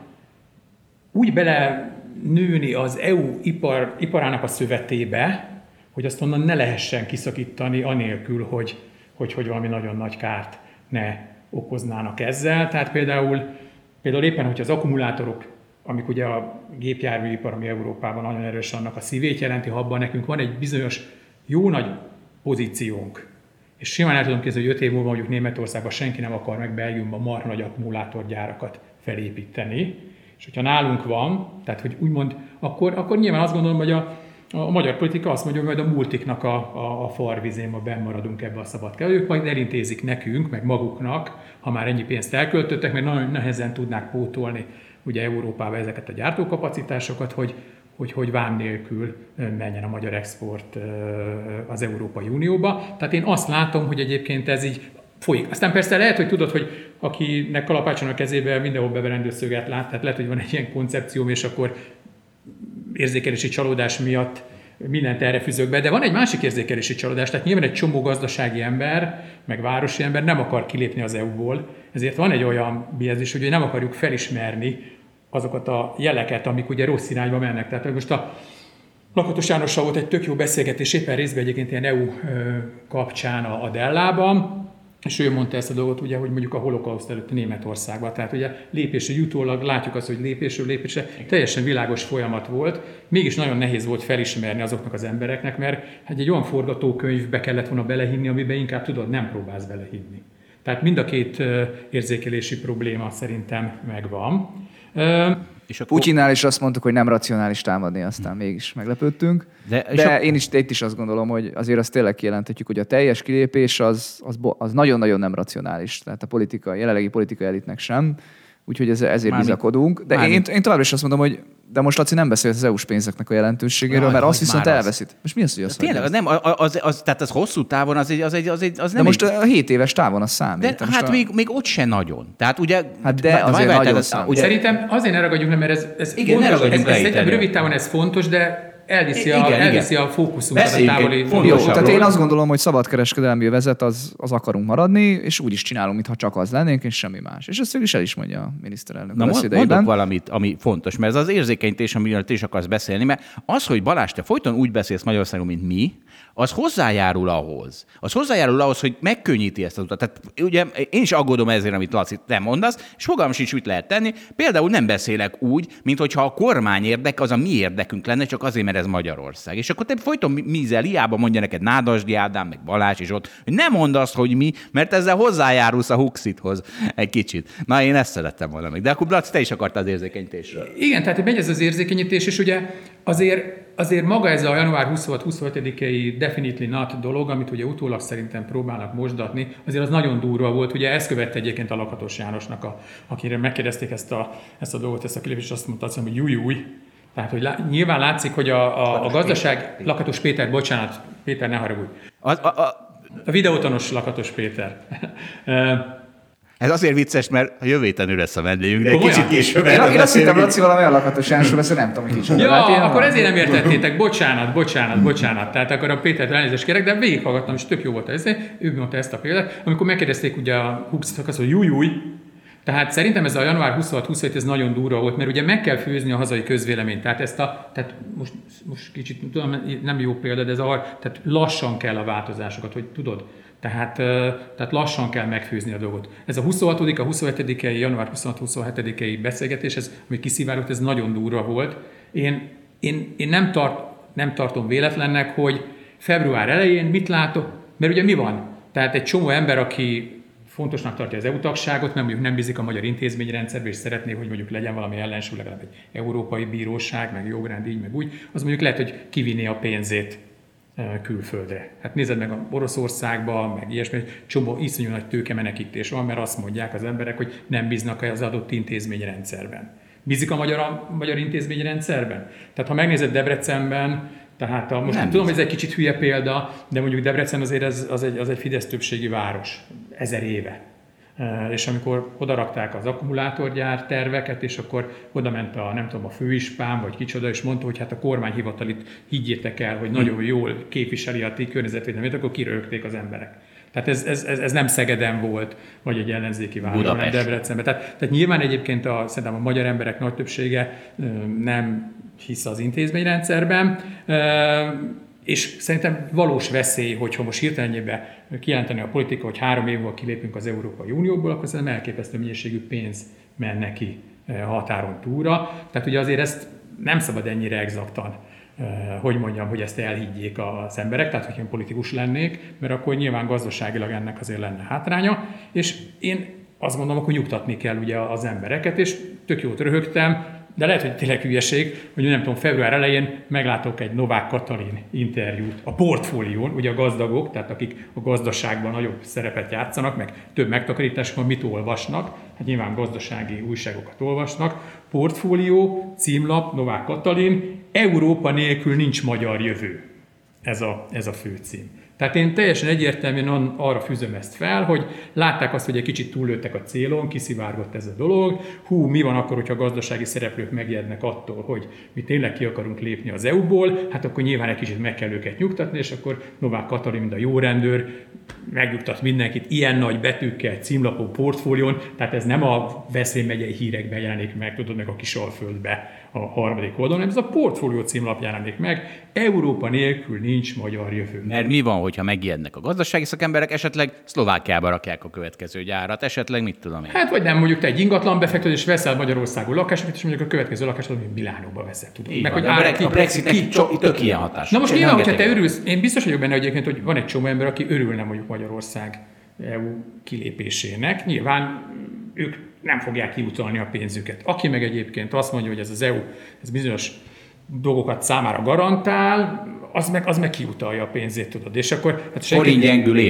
úgy bele nőni az é u ipar, iparának a szövetébe, hogy azt onnan ne lehessen kiszakítani anélkül, hogy, hogy, hogy valami nagyon nagy kárt ne okoznának ezzel. Tehát például, például éppen, hogy az akkumulátorok, amik ugye a gépjárműipar, ami Európában nagyon erős, annak a szívét jelenti, ha abban nekünk van egy bizonyos jó nagy pozíciónk, és simán el tudom képzelni, hogy öt év múlva mondjuk Németországban senki nem akar meg Belgiumban marha nagy akkumulátorgyárakat felépíteni, és hogyha nálunk van, tehát hogy úgymond, akkor, akkor nyilván azt gondolom, hogy a, a magyar politika azt mondja, hogy majd a multiknak a, a, a farvizén ma benn maradunk ebbe a szabadkába. Ők majd elintézik nekünk, meg maguknak, ha már ennyi pénzt elköltöttek, meg nagyon nehezen tudnák pótolni ugye Európába ezeket a gyártókapacitásokat, hogy hogy, hogy vám nélkül menjen a magyar export az Európai Unióba. Tehát én azt látom, hogy egyébként ez így folyik. Aztán persze lehet, hogy tudod, hogy akinek kalapácson a kezébe mindenhol beverendő szöget lát, tehát lehet, hogy van egy ilyen koncepcióm, és akkor érzékelési csalódás miatt mindent erre fűzök be, de van egy másik érzékelési csalódás, tehát nyilván egy csomó gazdasági ember, meg városi ember nem akar kilépni az é u-ból, ezért van egy olyan biaizmus, hogy nem akarjuk felismerni azokat a jeleket, amik ugye rossz irányba mennek. Tehát most a Lakatos Jánossal volt egy tök jó beszélgetés, éppen részben egyébként ilyen é u kapcsán a Dellában, és ő mondta ezt a dolgot, ugye, hogy mondjuk a holokauszt előtt Németországban. Tehát ugye lépésre jutólag látjuk azt, hogy lépésről lépésre teljesen világos folyamat volt, mégis nagyon nehéz volt felismerni azoknak az embereknek, mert hát egy olyan forgatókönyvbe kellett volna belehinni, amiben inkább tudod, nem próbálsz belehinni. Tehát mind a két érzékelési probléma szerintem megvan. És a Putyinnál is azt mondtuk, hogy nem racionális támadni, aztán mégis meglepődtünk. De, De a... én is itt is azt gondolom, hogy azért azt tényleg kijelenthetjük, hogy a teljes kilépés az, az, az nagyon-nagyon nem racionális. Tehát a politika, jelenlegi politikai elitnek sem. Úgyhogy ez, ezért Mármint, bizakodunk. De én, én továbbra is azt mondom, hogy de most Laci nem beszélt az é u-s pénzeknek a jelentőségéről, Aj, mert azt viszont elveszít. Az. Most mi az, hogy az? Tényleg, az nem, az, az, az, tehát az hosszú távon az egy, az egy, az egy az nem. De most egy... a hét éves távon az számít. De hát a... még, még ott se nagyon. Tehát ugye... Hát de azért nagyon az, ugye... Szerintem azért ne ragadjunk le, mert ez, ez, igen, fontos, ez, ez, ez szerintem rövid távon ez fontos, de elviszi, a, igen, elviszi igen. a fókuszunkat a távoli... Jó, tehát én azt gondolom, hogy szabadkereskedelmi vezet az, az akarunk maradni, és úgy is csinálunk, mintha csak az lennénk, és semmi más. És ezt is el is mondja a miniszterelnök. Na, mondok valamit, ami fontos, mert ez az érzékenyítés, amiről te is akarsz beszélni, mert az, hogy Balázs, te folyton úgy beszélsz Magyarországon, mint mi, az hozzájárul ahhoz. Az hozzájárul ahhoz, hogy megkönnyíti ezt az utat. Tehát ugye én is aggódom ezért, amit Laci, te mondasz, és fogalmam sincs, mit lehet tenni. Például nem beszélek úgy, mint hogyha a kormány érdek az a mi érdekünk lenne, csak azért, mert ez Magyarország. És akkor te folyton mízel, hiába mondja neked Nádasdy Ádám, meg Balázs is ott, hogy nem mondd azt, hogy mi, mert ezzel hozzájárulsz a Huxithoz egy kicsit. Na, én ezt szerettem volna még. De akkor Laci, te is akartál az érzékenyítésről. Igen, tehát megy ez az érzékenyítés, és ugye azért, azért maga ez a január huszonhat-huszonhetedikei definitely not dolog, amit ugye utólag szerintem próbálnak mosdatni, azért az nagyon durva volt. Ugye ezt követte egyébként a Lakatos Jánosnak, a, akire megkérdezték ezt a, ezt a dolgot, ezt a kilépést, és azt mondta, hogy júj, júj. Tehát, hogy lá, nyilván látszik, hogy a, a, a gazdaság... Péter. Lakatos Péter, bocsánat, Péter, ne haragudj. A, a, a... a videótonos Lakatos Péter. Ez azért vicces, mert a jövő héten ő lesz a vendégünk, de egy Olyan? kicsit később. Én, én azt hittem, Laci valami a Lakatos Jánosról beszél, nem tudom, hogy kicsoda. Ja, hát akkor van. ezért nem értettétek. Bocsánat, bocsánat, bocsánat. Tehát akkor a Pétert elnézést kérek, de végighallgattam, és tök jó volt ez. Ő mondta ezt a példát. Amikor megkérdezték ugye a Huxit, azt mondja, júj, júj. Tehát szerintem ez a január huszonhat-huszonhét ez nagyon durva volt, mert ugye meg kell főzni a hazai közvéleményt. Tehát ezt a, tehát most, most kicsit tudom, nem jó példa, de ez a, tehát lassan kell a változásokat, hogy tudod. Tehát, tehát lassan kell megfőzni a dolgot. Ez a huszonhatodik a huszonhetedikei, január huszonhat-huszonhetedikei beszélgetés, ez, ami kiszivárgott, ez nagyon durva volt. Én, én, én nem, tart, nem tartom véletlennek, hogy február elején mit látok, mert ugye mi van? Tehát egy csomó ember, aki fontosnak tartja az é u-tagságot, mert mondjuk nem bízik a magyar intézményrendszerbe, és szeretné, hogy mondjuk legyen valami ellensúly, legalább egy európai bíróság, meg jogrend, így, meg úgy, az mondjuk lehet, hogy kivinné a pénzét külföldre. Hát nézed meg a Oroszországban, meg ilyesmi, csomó iszonyú nagy tőkemenekítés van, mert azt mondják az emberek, hogy nem bíznak az adott intézményrendszerben. Bízik a magyar, a magyar intézményrendszerben? Tehát ha megnézed Debrecenben, tehát a, most nem tudom, hogy ez egy kicsit hülye példa, de mondjuk Debrecen azért ez, az, egy, az egy Fidesz többségi város, ezer éve. És amikor odarakták az akkumulátorgyár terveket, és akkor oda ment a, nem tudom, a főispán, vagy kicsoda, és mondta, hogy hát a kormányhivatal itt higgyétek el, hogy nagyon jól képviseli a ti környezetvédelmét, akkor kirögték az emberek. Tehát ez, ez, ez, ez nem Szegeden volt, vagy egy ellenzéki város, hanem Debrecenben. Tehát, tehát nyilván egyébként a, szerintem a magyar emberek nagy többsége nem hisz az intézményrendszerben, és szerintem valós veszély, hogyha most hirtelenjében kijelenteni a politika, hogy három év múlva kilépünk az Európai Unióból, akkor szerintem elképesztő mennyiségű pénz menne ki a határon túlra. Tehát ugye azért ezt nem szabad ennyire exaktan, hogy mondjam, hogy ezt elhiggyék az emberek, tehát hogy én politikus lennék, mert akkor nyilván gazdaságilag ennek azért lenne hátránya, és én azt gondolom, hogy nyugtatni kell ugye az embereket, és tök jót röhögtem, de lehet, hogy tényleg hülyeség, hogy nem tudom, február elején meglátok egy Novák Katalin interjút a Portfólión, ugye a gazdagok, tehát akik a gazdaságban nagyobb szerepet játszanak, meg több megtakarításban mit olvasnak, hát nyilván gazdasági újságokat olvasnak. Portfólió, címlap, Novák Katalin, Európa nélkül nincs magyar jövő. Ez a, ez a főcím. Tehát én teljesen egyértelműen arra fűzöm ezt fel, hogy látták azt, hogy egy kicsit túllőttek a célon, kiszivárgott ez a dolog. Hú, mi van akkor, hogyha a gazdasági szereplők megijednek attól, hogy mi tényleg ki akarunk lépni az é u-ból, hát akkor nyilván egy kicsit meg kell őket nyugtatni, és akkor Novák Katalin, mint a jó rendőr, megnyugtat mindenkit ilyen nagy betűkkel, címlapon, portfólión, tehát ez nem a Veszprém megyei hírekben jelenik meg, tudod, meg a Kisalföldbe a harmadik oldalon, hanem ez a Portfólió címlap jelenik meg. Európa nélkül nincs magyar jövő. Mert mi van, hogyha megijednek a gazdasági szakemberek, esetleg Szlovákiába rakják a következő gyárat, esetleg mit tudom én. Hát vagy nem, mondjuk te egy ingatlan befektetés veszel Magyarországon lakásokat, és mondjuk a következő lakásokat, mint Milánóba veszel, tudod. Így meg van, hogy a, ki, a Brexitnek ki, ki, tök ilyen hatás. Na most nyilván, hogyha te örülsz, én biztos vagyok benne egyébként, hogy van egy csomó ember, aki örülne mondjuk Magyarország é u kilépésének. Nyilván ők nem fogják kiutalni a pénzüket. Aki meg egyébként azt mondja, hogy ez az é u ez bizonyos dolgokat számára garantál, az meg, az meg kiutalja a pénzét, tudod. És akkor... Hát forint gyengülés.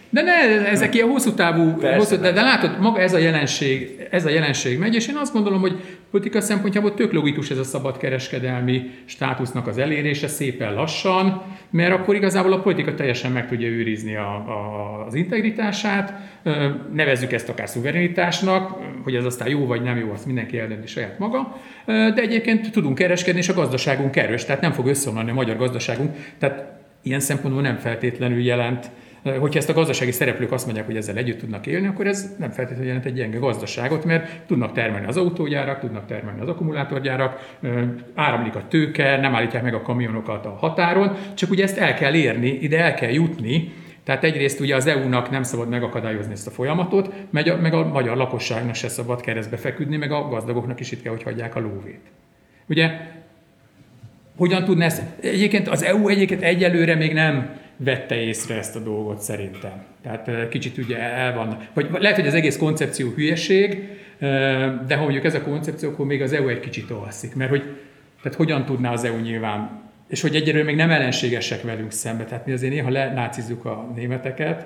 De ne, ezek ilyen hosszú távú, hosszú, de, de látod, maga ez a jelenség, ez a jelenség megy, és én azt gondolom, hogy politika szempontjából tök logikus ez a szabadkereskedelmi státusznak az elérése szépen lassan, mert akkor igazából a politika teljesen meg tudja őrizni a, a, az integritását, nevezzük ezt akár szuverenitásnak, hogy ez aztán jó vagy nem jó, azt mindenki eldönti saját maga, de egyébként tudunk kereskedni, és a gazdaságunk erős, tehát nem fog összeomlani a magyar gazdaságunk, tehát ilyen szempontból nem feltétlenül jelent. Hogyha ezt a gazdasági szereplők azt mondják, hogy ezzel együtt tudnak élni, akkor ez nem feltétlenül jelent egy gyenge gazdaságot, mert tudnak termelni az autógyárak, tudnak termelni az akkumulátorgyárak, áramlik a tőke, nem állítják meg a kamionokat a határon, csak ugye ezt el kell érni, ide el kell jutni. Tehát egyrészt ugye az é u-nak nem szabad megakadályozni ezt a folyamatot, meg a, meg a magyar lakosságnak se szabad keresztbe feküdni, meg a gazdagoknak is itt kell, hogy hagyják a lóvét. Ugye, hogyan tudná ezt? Egyébként az é u egyébként egyelőre még nem vette észre ezt a dolgot szerintem. Tehát kicsit ugye el van, vagy lehet, hogy az egész koncepció hülyeség, de ha mondjuk ez a koncepció, akkor még az é u egy kicsit alszik. Mert hogy, tehát hogyan tudná az é u nyilván, és hogy egyelőre még nem ellenségesek velünk szembe, tehát mi azért néha lenácizzuk a németeket.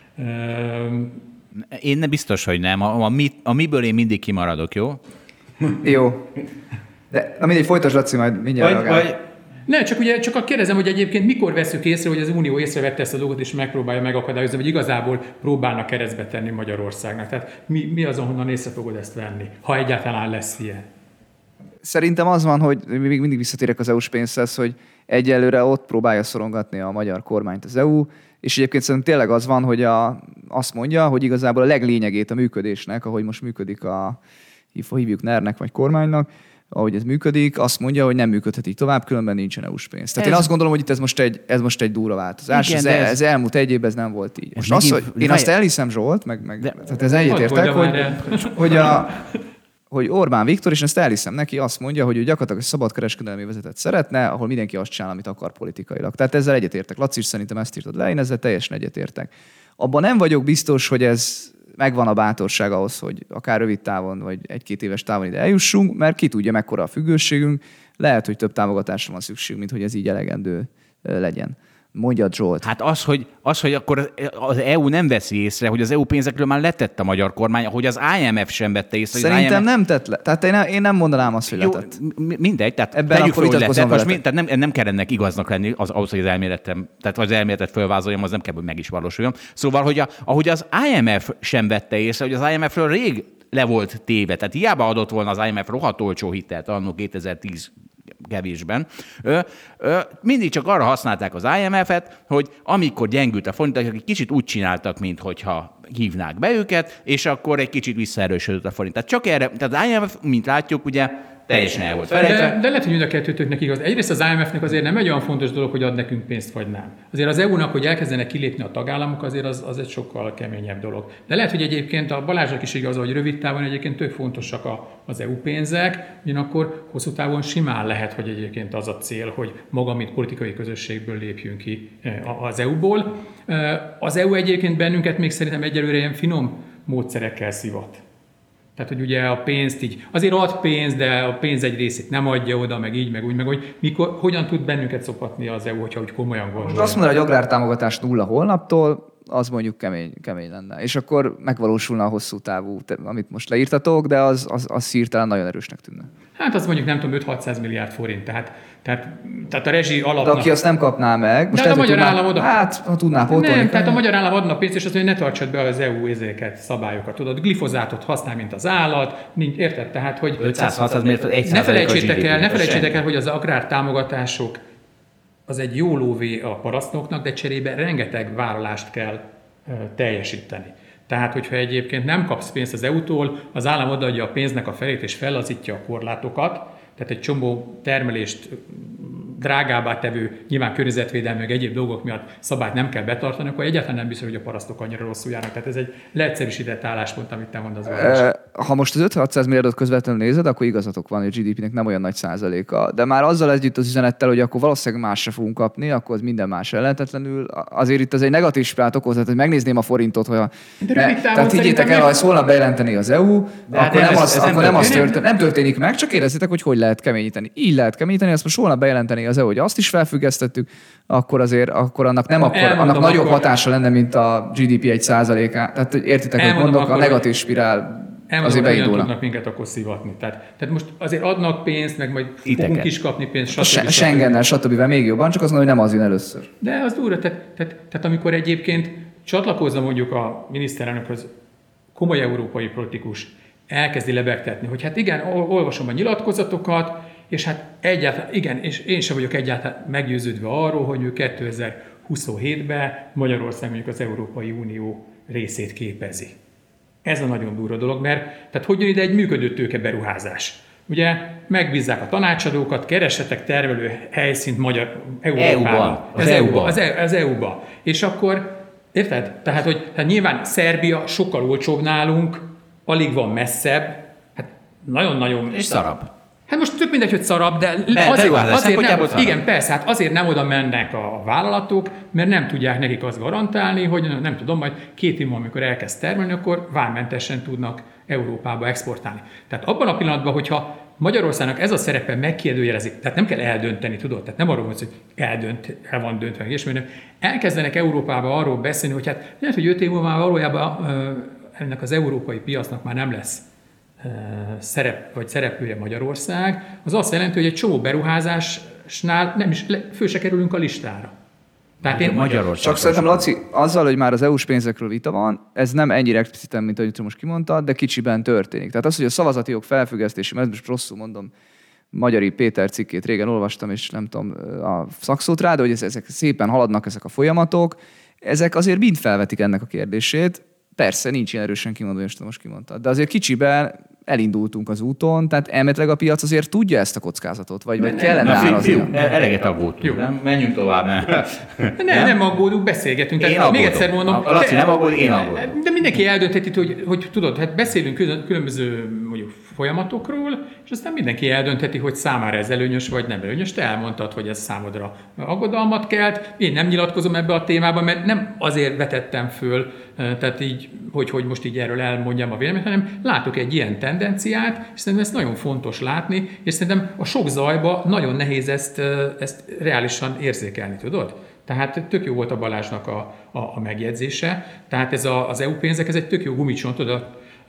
Én nem biztos, hogy nem. A, a, mi, a miből én mindig kimaradok, jó? Jó. De na mindegy, folytasd, Laci, majd mindjárt vagy, vagy, Ne, csak ugye csak kérdezem, hogy egyébként mikor veszük észre, hogy az Unió észrevette ezt a dolgot, és megpróbálja megakadályozni, vagy igazából próbálnak keresztbe tenni Magyarországnak. Tehát mi, mi az, ahonnan észre fogod ezt venni, ha egyáltalán lesz ilyen? Szerintem az van, hogy még mindig visszatérek az é u-s pénzhez, hogy egyelőre ott próbálja szorongatni a magyar kormányt az é u, és egyébként szerintem tényleg az van, hogy a, azt mondja, hogy igazából a leglényegét a működésnek, ahogy most működik a, hívjuk ner-nek vagy kormánynak, ahogy ez működik, azt mondja, hogy nem működhet így tovább, különben nincsen é u-s pénz. Tehát ez... én azt gondolom, hogy itt ez most egy, ez most egy durva változás. Igen, ez, ez... ez elmúlt egy évben ez nem volt így. Most az, hogy én azt elhiszem, Zsolt, meg, meg de... tehát ez egyetértek, hogy, hogy, a, hogy Orbán Viktor, és ezt elhiszem neki, azt mondja, hogy ő gyakorlatilag egy szabadkereskedelmi vezetet szeretne, ahol mindenki azt csinál, amit akar politikailag. Tehát ezzel egyetértek. Laci is szerintem ezt írtad le, én ezzel teljesen egyetértek. Abban nem vagyok biztos, hogy ez megvan a bátorság ahhoz, hogy akár rövid távon, vagy egy-két éves távon ide eljussunk, mert ki tudja, mekkora a függőségünk, lehet, hogy több támogatásra van szükség, mint hogy ez így elegendő legyen. Mondja Zsolt. Hát az, hogy, az, hogy akkor az é u nem veszi észre, hogy az é u pénzekről már letett a magyar kormány, hogy az i em ef sem vette észre. Szerintem i em ef... nem tett le. Tehát én, ne, én nem mondanám azt, hogy Jó, letett. Mindegy, tehát ebben tegyük akkor vitatkozom letett, most tehát nem, nem kell ennek igaznak lenni, az, ahhoz, hogy az elméletem, tehát az elméletet felvázoljam, az nem kell, hogy meg is valósuljon. Szóval, hogy a, ahogy az i em ef sem vette észre, hogy az i em ef-ről rég le volt téve, tehát hiába adott volna az i em ef rohadt olcsó hitelt annó kétezer-tíz kevésben. Ö, ö, mindig csak arra használták az i em ef-et, hogy amikor gyengült a forint, egy kicsit úgy csináltak, minthogyha hívnák be őket, és akkor egy kicsit visszaerősödött a forint. Tehát csak erre, tehát az i em ef, mint látjuk, ugye teljesen el volt felejtve. De, de lehet, hogy mind a kettőtöknek igaz. Egyrészt az i em ef-nek azért nem egy olyan fontos dolog, hogy ad nekünk pénzt, vagy nem. Azért az é u-nak, hogy elkezdenek kilépni a tagállamok, azért az, az egy sokkal keményebb dolog. De lehet, hogy egyébként a Balázsnak is igaz, hogy rövid távon egyébként tök fontosak a, az é u pénzek, ugyanakkor hosszú távon simán lehet, hogy egyébként az a cél, hogy maga, mint politikai közösségből lépjünk ki az é u-ból. Az é u egyébként bennünket még szerintem egyelőre ilyen finom módszerekkel szivat. Tehát, hogy ugye a pénzt így, azért ad pénzt, de a pénz egy részét nem adja oda, meg így, meg úgy, meg hogy mikor, hogyan tud bennünket szopatni az é u, hogyha úgy komolyan gondolja. Azt mondja, hogy agrártámogatás nulla holnaptól, az mondjuk kemény, kemény lenne. És akkor megvalósulna a hosszú távú, amit most leírtatok, de az, az, az hirtelen nagyon erősnek tűnne. Hát az mondjuk nem tudom, öt-hatszáz milliárd forint, tehát, tehát, tehát a rezsi alapnak... De aki azt nem kapná meg, most de hát a magyar tudná, állam oda... Hát, ha tudná pótolni. Nem, tehát a magyar állam adna pénzt, és azt mondja, hogy ne tartsad be az é u ezeket, szabályokat. Tudod, glifozátot használ, mint az állat, nincs, érted? Tehát, hogy... ötszázhatvan milliárd, ne felejtsétek el, ne felejtsétek el, hogy az agrártámogatások az egy jó lóvé a parasztnoknak, de cserébe rengeteg vállalást kell teljesíteni. Tehát, hogyha egyébként nem kapsz pénzt az é u-tól, az állam odaadja a pénznek a felét és fellazítja a korlátokat, tehát egy csomó termelést drágábbá tevő, nyilván környezetvédelmi, meg egyéb dolgok miatt szabályt nem kell betartani, akkor egyáltalán nem biztos, hogy a parasztok annyira rosszul járnak. Tehát ez egy leegyszerűsített álláspont, amit te mondasz. ha most az ötszáz-hatszáz milliárdot közvetlenül nézed, akkor igazatok van, hogy a gé dé pének nem olyan nagy százaléka. De már azzal együtt az üzenettel, hogy akkor valószínűleg másra fogunk kapni, akkor az minden más lehetetlenül. Azért itt az egy negatív spirát okoz, hogy megnézném a forintot, hogy a... ne, tehát higgyétek el, ha ezt holnap bejelenteni az é u, de akkor nem, ez, az, ez akkor nem, az történik, nem történik meg, csak érezzétek, hogy hogy lehet keményíteni. Így lehet keményíteni, ezt most holnap bejelenteni az é u, hogy azt is felfüggesztettük, akkor azért akkor annak nem akkor, annak nagyobb hatása lenne, mint a gé dé pé egy százaléka. Tehát értitek, hogy mondok, a negatív spirál azért beindulnak. Tudnak minket akkor szivatni. Tehát, tehát most azért adnak pénzt, meg majd Iteket. fogunk is kapni pénzt, stb. A Schengennel, stb. Még jobban, csak az mondom, hogy nem az jön először. De az durva, tehát, tehát, tehát amikor egyébként csatlakozna mondjuk a miniszterelnökhöz komoly európai politikus, elkezdi lebegtetni, hogy hát igen, olvasom a nyilatkozatokat, és hát egyáltalán, igen, és én sem vagyok egyáltalán meggyőződve arról, hogy ő kétezer-huszonhétben Magyarország mondjuk az Európai Unió részét képezi. Ez a nagyon durva dolog, mert tehát hogy jön ide egy működő tőke beruházás? Ugye megbízzák a tanácsadókat, keressetek termelő helyszínt Magyar Európában. Az é u-ba. Az, az é u-ba. És akkor, érted? Tehát, hogy hát nyilván Szerbia sokkal olcsóbb nálunk, alig van messzebb, hát nagyon-nagyon... És szarabb. Hát most tök mindegy, hogy szarabb, de ne, azért, de azért nem, igen, persze, hát azért nem oda mennek a vállalatok, mert nem tudják nekik azt garantálni, hogy nem tudom, majd két év, amikor elkezd termelni, akkor vámmentesen tudnak Európába exportálni. Tehát abban a pillanatban, hogyha Magyarországnak ez a szerepe megkérdőjelezik, tehát nem kell eldönteni, tudod, tehát nem arról van, hogy eldönt, el van döntve, és mert elkezdenek Európába arról beszélni, hogy hát lehet, hogy öt év múlva valójában ennek az európai piacnak már nem lesz szerep, vagy szereplője Magyarország, az azt jelenti, hogy egy csomó beruházásnál nem is föl se kerülünk a listára. Tehát én Magyarország. Csak szerintem, Laci, azzal, hogy már az é u-s pénzekről vita van, ez nem ennyire expliciten, mint ahogy most kimondtad, de kicsiben történik. Tehát az, hogy a szavazati jog felfüggesztési, mert most rosszul mondom, Magyari Péter cikkét régen olvastam, és nem tudom a szakszót rá, de hogy ezek szépen haladnak ezek a folyamatok, ezek azért mind felvetik ennek a kérdését. Persze, nincs ilyen erősen kimondva, és most kimondtad. De azért kicsiben elindultunk az úton, tehát elméletileg a piac azért tudja ezt a kockázatot, vagy, vagy kellene áraznia. Eleget aggódtunk, nem? Menjünk tovább. Nem, nem, nem aggódunk, beszélgetünk. Én tehát, még egyszer mondom. A Laci nem aggódik, én aggódom. De mindenki eldöntheti, hogy, hogy tudod, hát beszélünk különböző mondjuk folyamatokról, és aztán mindenki eldöntheti, hogy számára ez előnyös, vagy nem előnyös. Te elmondtad, hogy ez számodra aggodalmat kelt. Én nem nyilatkozom ebbe a témába, mert nem azért vetettem föl, tehát így, hogy, hogy most így erről elmondjam a véleményt, hanem látok egy ilyen tendenciát, és szerintem ezt nagyon fontos látni, és szerintem a sok zajba nagyon nehéz ezt, ezt reálisan érzékelni, tudod? Tehát tök jó volt a Balázsnak a, a, a megjegyzése. Tehát ez a, az é u pénzek, ez egy tök jó gumicsont, tudod?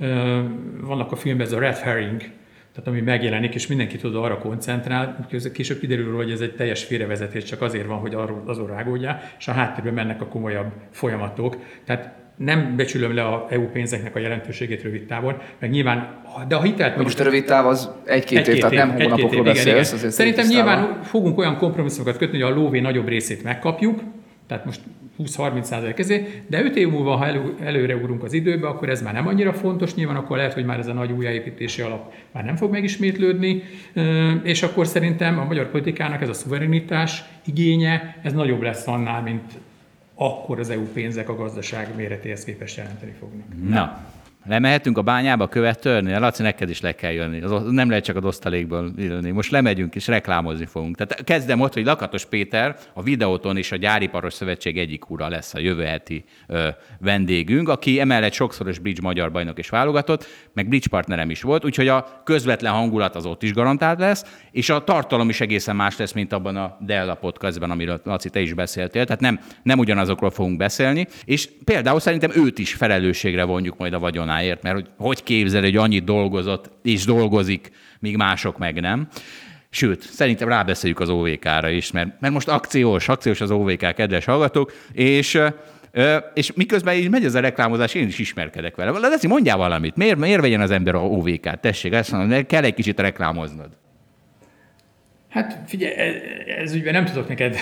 Vannak a filmben ez a red herring, tehát ami megjelenik, és mindenki tud arra koncentrál, később kiderül, hogy ez egy teljes félrevezetés, csak azért van, hogy arról azon rágódjál, és a háttérben mennek a komolyabb folyamatok. Tehát nem becsülöm le a é u pénzeknek a jelentőségét rövid távon, meg nyilván, de a hitelt... Most a rövid táv az egy-két év, tehát nem hónapokról beszélsz. Igen, igen. Szerintem nyilván fogunk olyan kompromisszumokat kötni, hogy a lóvé nagyobb részét megkapjuk, tehát most húsz-harminc százalék közé, de öt év múlva, ha elő, előre ugrunk az időbe, akkor ez már nem annyira fontos, nyilván akkor lehet, hogy már ez a nagy újjáépítési alap már nem fog megismétlődni, és akkor szerintem a magyar politikának ez a szuverenitás igénye, ez nagyobb lesz annál, mint akkor az é u pénzek a gazdaság méretéhez képest jelenteni fognak. Na, lemehetünk a bányába követ törni? Laci, neked is le kell jönni. Az, nem lehet csak a dosztalékból ülni. Most lemegyünk és reklámozni fogunk. Tehát kezdem ott, hogy Lakatos Péter, a Videóton és a Gyáriparos Szövetség egyik ura lesz a jövő heti ö, vendégünk, aki emellett sokszoros bridge magyar bajnok és válogatott, meg bridge partnerem is volt, úgyhogy a közvetlen hangulat az ott is garantált lesz, és a tartalom is egészen más lesz, mint abban a Della podcastban, amiről Laci, te is beszéltél. Tehát nem, nem ugyanazokról fogunk beszélni, és például szerintem őt is felelősségre vonjuk majd a vagyonát. Mert hogy, hogy képzel, hogy annyit dolgozott és dolgozik, míg mások meg nem. Sőt, szerintem rábeszéljük az o vé ká-ra is, mert, mert most akciós, akciós az o vé ká, kedves hallgatók, és, és miközben így megy ez a reklámozás, én is ismerkedek vele. Laci, mondjál valamit, miért, miért vegyen az ember a o vé ká-t? Tessék, ezt mondom, kell egy kicsit reklámoznod. Hát figyelj, ez ügyben nem tudok neked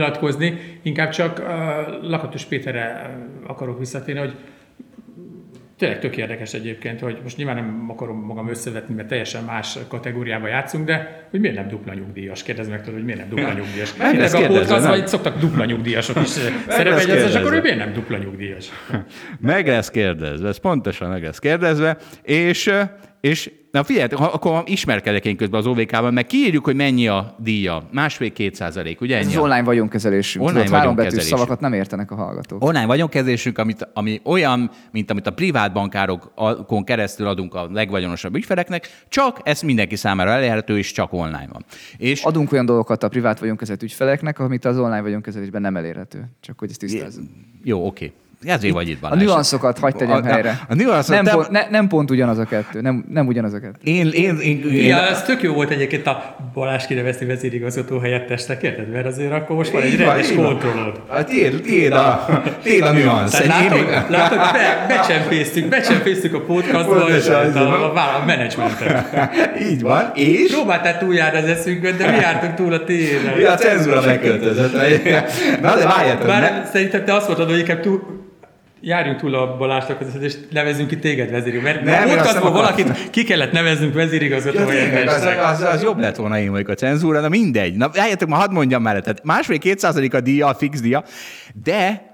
nyilatkozni, inkább csak uh, Lakatos Péterre akarok visszatérni, hogy Tényleg tök érdekes egyébként, hogy most nyilván nem akarom magam összevetni, mert teljesen más kategóriába játszunk, de hogy miért nem dupla nyugdíjas? Kérdezd meg tőle, hogy miért nem dupla nyugdíjas. Ebben a podcastban itt szoktak dupla nyugdíjasok is szerepelni, és akkor hogy miért nem dupla nyugdíjas? Meg lesz kérdezve, ez pontosan meg lesz kérdezve, és, és na figyelj, akkor ismerkedek én közben az o vé ká-ban, meg kiírjuk, hogy mennyi a díja. Másfél-két százalék, ugye? Ez az online vagyonkezelésünk. Online Tudod, három betűs vagyonkezelésünk. szavakat nem értenek a hallgatók. Online vagyonkezelésünk, amit, ami olyan, mint amit a privát bankárokon keresztül adunk a legvagyonosabb ügyfeleknek, csak ez mindenki számára elérhető, és csak online van. És Adunk olyan dolgokat a privát vagyonkezelt ügyfeleknek, amit az online vagyonkezelésben nem elérhető. Csak hogy ezt tisztázzuk. jó, oké. Ezért vagy itt, A Balázs. nüanszokat hagyd tegyem A- a- helyre. a nüanszokat- nem, te- pont, ne, nem pont ugyanaz a kettő. Nem, nem ugyanaz a kettő. Én, én, én, én, Ja, ez tök jó volt egyébként a Balázs kinevezti vezérigazgató helyettesnek, érted? Mert azért akkor most van egy Így van, rendes így van. kontrollod. A tiéd, tiéd a, tiéd a nüansz. Tehát Én- látod, én- látod be, becsempésztük, becsempésztük a podcastba Pontosan, és a, a, a menedzsmentet. Így van, és Próbáltál túljárni az eszünkön, de mi jártunk túl a tiéden. mi a cenzúra megköltözött. Na de várjatok, ne- Bár szerintem te azt mondtad, hogy inkább túl, járjunk túl a Balázsnak, és nevezzünk ki téged vezérigazgató. Mert Nem, a én azt podcastból nem valakit ki kellett neveznünk vezérigazgató Ja, tényleg, az, helyettesnek. az, az, jobb lett volna én vagyok a cenzúra, de mindegy. Na, álljatok, ma hadd mondjam már, tehát másfél-két százalék a díja, a fix díja, de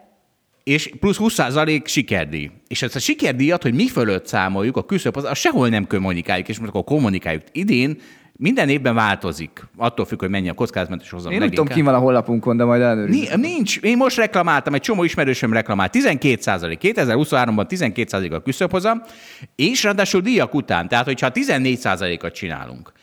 és plusz húsz százalék sikerdíj. És ezt a sikerdíjat, hogy mi fölött számoljuk, a küszöb, az, az sehol nem kommunikáljuk, és most akkor kommunikáljuk. Idén minden évben változik, attól függ, hogy mennyi a kockázatmentes hozam. Én nem tudom, ki van a honlapunkon, de majd ellenőrizzük. Ni- Nincs. Én most reklamáltam, egy csomó ismerősöm reklamált. tizenkét százalék. kétezer-huszonháromban tizenkét százalék a küszöbhozam, és ráadásul díjak után. Tehát, hogyha tizennégy százalékot csinálunk,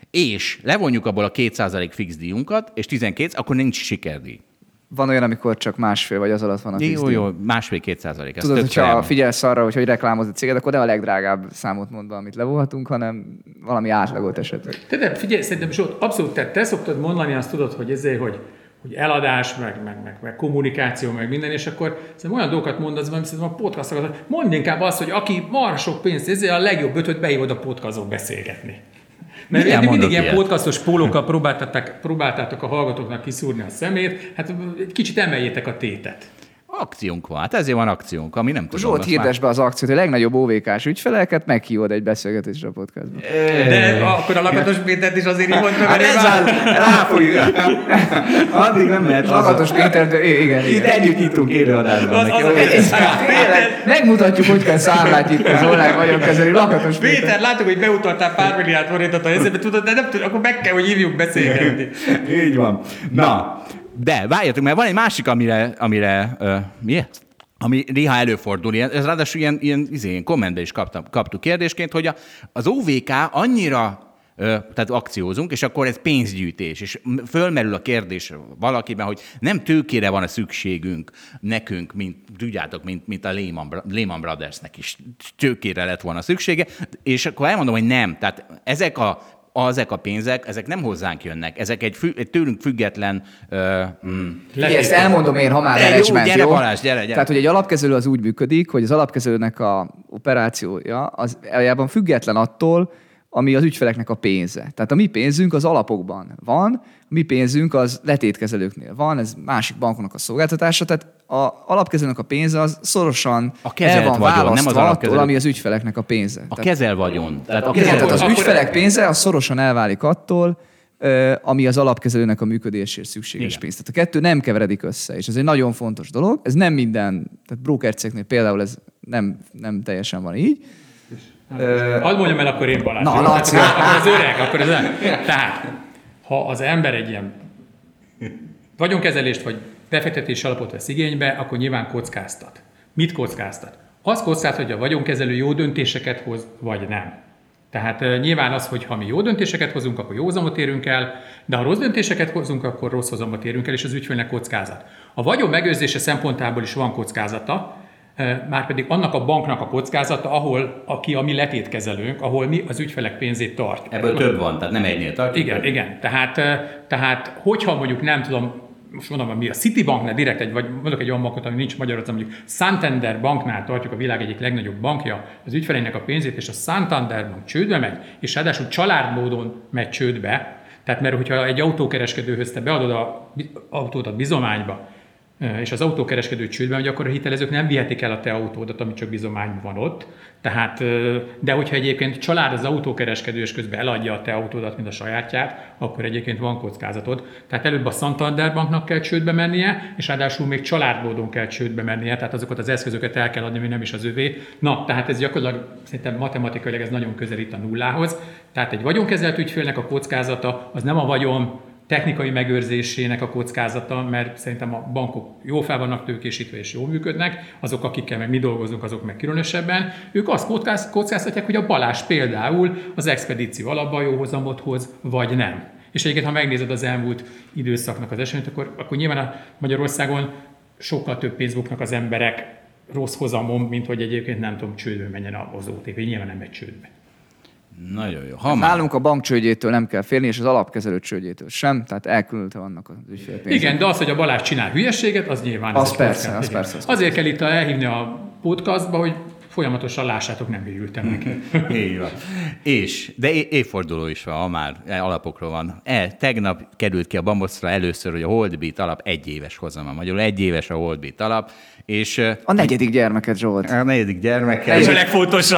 és levonjuk abból a két százalék fix díjunkat, és tizenkét, akkor nincs sikerdíj. Van olyan, amikor csak másfél vagy az alatt van a fix Jó, díj. jó, másfél-két százalék. Tudod, hogyha figyelsz arra, hogy, hogy reklámozod a céget, akkor nem a legdrágább számot mondva, amit levonhatunk, hanem valami átlagot esetleg. Te, de figyelj, szerintem Zsolt, abszolút te, te szoktad mondani, azt tudod, hogy ezért, hogy, hogy eladás, meg, meg, meg, meg kommunikáció, meg minden, és akkor szerintem olyan dolgokat mondasz, mert szerintem a podcastokat, mondd inkább azt, hogy aki marha sok pénzt, ezért a legjobb ötöt beívod a podcastot beszélgetni. Mert Milyen mindig mondok ilyen ilyet? podcastos pólókkal próbáltátok, próbáltátok a hallgatóknak kiszúrni a szemét, hát egy kicsit emeljétek a tétet. Akciónk van, hát ezért van akciónk, ami nem tudom. Zsolt, azt hirdess be az akciót, hogy a legnagyobb ó vé ká-s ügyfeleket meghívod egy beszélgetésre a podcastban. De akkor a Lakatos Pétert is azért így mondtam, Hát mert én ez már... áll, ráfogjuk. Addig nem lehet Lakatos Péter, de igen, igen. Itt együtt nyitunk élőadásban. Az, az, az, Tényleg, megmutatjuk, hogy kell számlát itt az online vagyonkezelő. Lakatos Péter. Péter, látok, hogy beutaltál pár milliárd forintot a eszébe, tudod, de nem tudod, akkor meg kell, hogy hívjuk beszélgetni. Így van. Na, de várjatok, mert van egy másik, amire, amire uh, mi? Ami néha előfordul, ilyen, ez ráadásul ilyen, ilyen, izé, ilyen kommentbe is kaptam, kaptuk kérdésként, hogy a, az o vé ká annyira, ö, tehát akciózunk, és akkor ez pénzgyűjtés, és fölmerül a kérdés valakiben, hogy nem tőkére van a szükségünk nekünk, mint, tudjátok, mint, mint a Lehman, Lehman Brothersnek is tőkére lett volna szüksége, és akkor elmondom, hogy nem. Tehát ezek a ezek a pénzek, ezek nem hozzánk jönnek, ezek egy, fü, egy tőlünk független... Uh, mm. Ugye, ezt elmondom én, ha már De jó, menedzsment, gyere jó? Balázs, gyere, gyere. Tehát, hogy egy alapkezelő az úgy működik, hogy az alapkezelőnek a operációja az eljában független attól, ami az ügyfeleknek a pénze. Tehát a mi pénzünk az alapokban van, a mi pénzünk az letétkezelőknél van, ez másik banknak a szolgáltatása, tehát a alapkezelőnek a pénze az szorosan A kezelt el van vagyon, nem választva az attól, alapkezelő. ami az ügyfeleknek a pénze. A Tehát- kezel vagyon. Tehát a Igen, kezel tehát az Akkor- ügyfelek pénze az szorosan elválik attól, ö, ami az alapkezelőnek a működésért szükséges Igen. pénz. Tehát a kettő nem keveredik össze, és ez egy nagyon fontos dolog. Ez nem minden, tehát brokercégnél például ez nem, nem teljesen van így. Hadd mondjam el akkor én Balázs. Na, jó? Laci. Tehát Akkor az öreg, akkor az öreg. Tehát, ha az ember egy ilyen vagyonkezelést vagy befektetés alapot vesz igénybe, akkor nyilván kockáztat. Mit kockáztat? Az kockáztat, hogy a vagyonkezelő jó döntéseket hoz, vagy nem. Tehát uh, nyilván az, hogy ha mi jó döntéseket hozunk, akkor jó hozamot érünk el, de ha rossz döntéseket hozunk, akkor rossz hozamot érünk el, és az ügyfélnek kockázat. A vagyon megőrzése szempontából is van kockázata, márpedig annak a banknak a kockázata, ahol, aki a mi letétkezelőnk, ahol mi az ügyfelek pénzét tart. Ebből több van, tehát nem egynél tartjuk. Igen, igen. Tehát, tehát hogyha mondjuk nem tudom, most mondom, mi a Citibanknál direkt egy, vagy mondok egy olyan bankot, ami nincs Magyarországon, mondjuk Santander banknál tartjuk a világ egyik legnagyobb bankja az ügyfeleinek a pénzét, és a Santander bank csődbe megy, és ráadásul családmódon megy csődbe, tehát mert hogyha egy autókereskedőhöz te beadod az autót a bizományba, és az autókereskedő csődben, hogy akkor a hitelezők nem vihetik el a te autódat, ami csak bizományban van ott. Tehát, de hogyha egyébként család az autókereskedő, és közben eladja a te autódat, mint a sajátját, akkor egyébként van kockázatod. Tehát előbb a Santander Banknak kell csődbe mennie, és ráadásul még családmódon kell csődbe mennie, tehát azokat az eszközöket el kell adni, ami nem is az övé. Na, tehát ez gyakorlatilag szerintem matematikailag ez nagyon közelít a nullához. Tehát egy vagyonkezelt ügyfélnek a kockázata az nem a vagyon technikai megőrzésének a kockázata, mert szerintem a bankok jól fel vannak tőkésítve és jól működnek, azok, akikkel meg mi dolgozunk, azok meg különösebben. Ők azt kockáztatják, hogy a Balázs például az expedíció alapban jó hozamot hoz, vagy nem. És egyébként, ha megnézed az elmúlt időszaknak az eseményt, akkor, akkor nyilván a Magyarországon sokkal több pénzt buknak az emberek rossz hozamon, mint hogy egyébként nem tudom, csődbe menjen az o té pé. Nyilván nem megy csődbe. Nagyon jó. Ha nálunk a bank csődjétől nem kell félni, és az alapkezelő csődjétől sem, tehát elkülönülve vannak az ügyfélpénzek. Igen, de az, hogy a Balázs csinál hülyességet, az nyilván... Az persze, az persze. Az Azért kell itt elhívni a podcastba, hogy folyamatosan lássátok, nem hűltem neki. Így van. És, de évforduló is van, ha már alapokról van. E, tegnap került ki a Bamboszra először, hogy a Holdbeat alap egy éves hozama. Magyarul egy éves a Holdbeat alap. És, a negyedik gyermeket, Zsolt. A negyedik gyermeket. Ez a legfontosabb.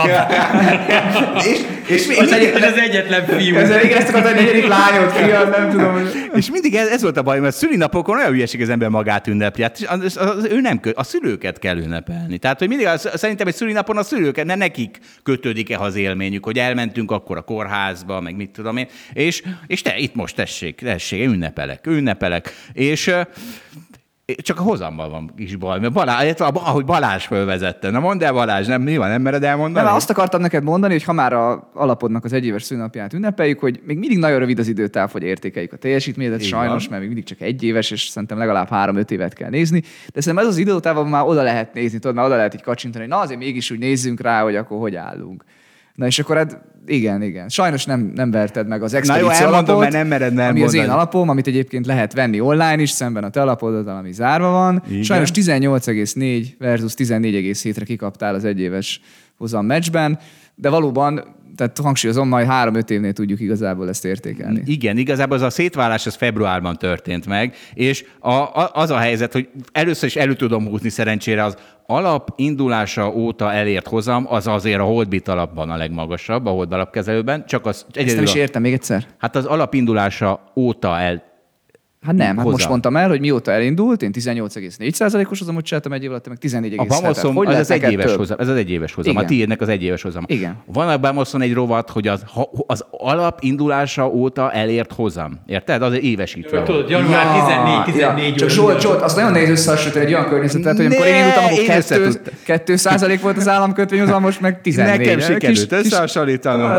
és, és, és, az, egy, és az egyetlen fiú. Ezzel éreztek az a negyedik lányot, fiam, nem tudom. És mindig ez, ez volt a baj, mert a szülinapokon olyan hülyeség az ember magát ünnepli. Az, az, az, ő nem kö, a szülőket kell ünnepelni. Tehát, hogy mindig az, szerintem egy szülinapon a szülőket, ne nekik kötődik-e az élményük, hogy elmentünk akkor a kórházba, meg mit tudom én. És, és te itt most tessék, tessék, ünnepelek, ünnepelek. És csak a hozammal van kis baj, mert Balázs, ahogy Balázs fölvezette. Na mondd el, Balázs, nem, mi van, nem mered elmondani? Nem, azt akartam neked mondani, hogy ha már a alapodnak az egyéves szülinapját ünnepeljük, hogy még mindig nagyon rövid az időtáv, hogy értékeljük a teljesítményet, sajnos, van. Mert még mindig csak egy éves, és szerintem legalább három-öt évet kell nézni. De szerintem ez az időtávban már oda lehet nézni, tudod, már oda lehet így kacsintani, hogy na azért mégis úgy nézzünk rá, hogy akkor hogy állunk. Na és akkor hát igen, igen. Sajnos nem, nem verted meg az expedíció alapot, elmondom, mert nem mered nem ami mondani. az én alapom, amit egyébként lehet venni online is, szemben a te alapoddal, ami zárva van. Igen. Sajnos tizennyolc egész négy versus tizennégy egész hétre kikaptál az egyéves hozam meccsben, de valóban, tehát hangsúlyozom, majd három-öt évnél tudjuk igazából ezt értékelni. Igen, igazából az a szétválás az februárban történt meg, és a, a, az a helyzet, hogy először is elő tudom húzni szerencsére az alap indulása óta elért hozam, az azért a Holdbeat alapban a legmagasabb, a Hold alapkezelőben. Csak az Ezt nem is értem még egyszer. Hát az alap indulása óta el Hát nem, hát most mondtam el, hogy mióta elindult, én tizennyolc egész négy százalékos hozamot csináltam egy év alatt, meg tizennégy egész hét. A Bamoszon, az, az egy éves hozam, ez az egy éves hozam, a tiédnek az egy éves hozam. Igen. Van a Bamoszon egy rovat, hogy az, az alap indulása óta elért hozam. Érted? Az évesítve. Tudod, január tizennégy tizennégy Csak Zsolt, Zsolt, azt nagyon nehéz összehasonlítani egy olyan környezetet, hogy amikor én indultam, akkor kettő százalék volt az államkötvényhozam, most meg tizennégy. Nekem sikerült összehasonlítanom.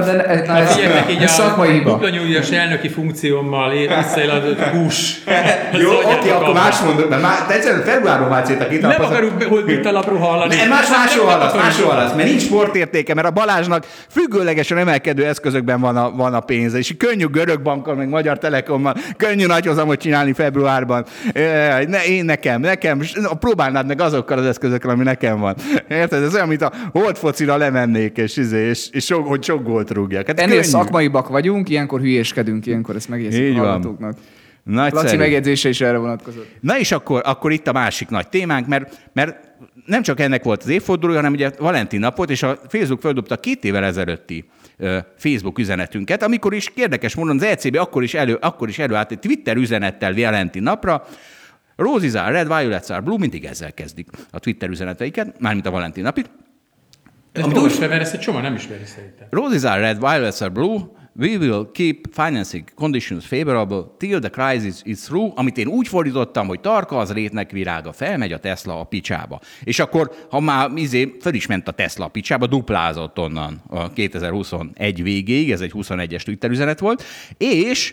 Ez szakmai hiba. Dupla nyúljas elnöki funkciómmal visszaél az hús. Jó, oké, akkor más mondod, mert már egyszerűen februárban már céltak itt. Nem akarunk Holdbeat alapról hallani. Nem, más másról hallasz, másról hallasz, mert nincs sportértéke, mert a Balázsnak függőlegesen emelkedő eszközökben van a, van a pénze, és könnyű Görög Bankkal, meg Magyar Telekommal, könnyű nagyhozamot csinálni februárban. Ne, én nekem, nekem, próbálnád meg azokkal az eszközökkel, ami nekem van. Érted? Ez olyan, mint a holdfocira lemennék, és, és, és sok, hogy sok gólt rúgjak. Hát ennél szakmaibak vagyunk, ilyenkor hülyéskedünk, ilyenkor ezt megérzik a hallgatóknak. Nagyszerű. Laci megjegyzése is erre vonatkozott. Na és akkor, akkor itt a másik nagy témánk, mert, mert nem csak ennek volt az évfordulója, hanem ugye Valentin napot, és a Facebook földobta két évvel ezelőtti uh, Facebook üzenetünket, amikor is érdekes módon az é cé bé akkor is, elő, akkor is előállt egy Twitter üzenettel Valentin napra. Roses are red, violets are blue, mindig ezzel kezdik a Twitter üzeneteiket, mármint a Valentin napit. Ez most mert ezt egy csomó nem ismeri szerintem. Roses are red, violets are blue. We will keep financing conditions favorable till the crisis is through, amit én úgy fordítottam, hogy tarka az rétnek virága, felmegy a Tesla a picsába. És akkor, ha már izé, föl is ment a Tesla a picsába, duplázott onnan a kétezer-huszonegy végéig, ez egy huszonegyes Twitter üzenet volt, és,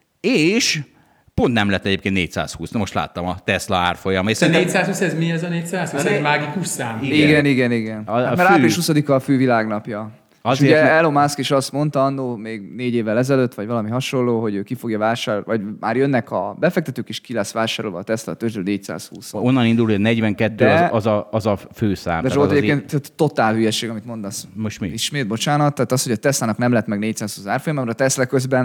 és pont nem lett egyébként négyszázhúsz. Na most láttam a Tesla árfolyama. A négyszázhúsz, ez mi ez a négyszázhúsz? Ez egy mágikus szám. Igen, igen, igen. igen. A, a hát, mert április huszadika a fő világnapja. Azért, és ugye Elon Musk is azt mondta annó még négy évvel ezelőtt, vagy valami hasonló, hogy ő ki fogja vásárolni, vagy már jönnek a befektetők, és ki lesz vásárolva a Tesla a tőzsdén négyszázhúsz. Onnan indul, hogy negyvenkettő de, az, az, a, az a főszám. De Zsolt, egyébként az totál hülyeség, amit mondasz. Most mi? Ismét, bocsánat, tehát az, hogy a Teslának nem lett meg négyszázhúsz árfolyama, mert a Tesla közben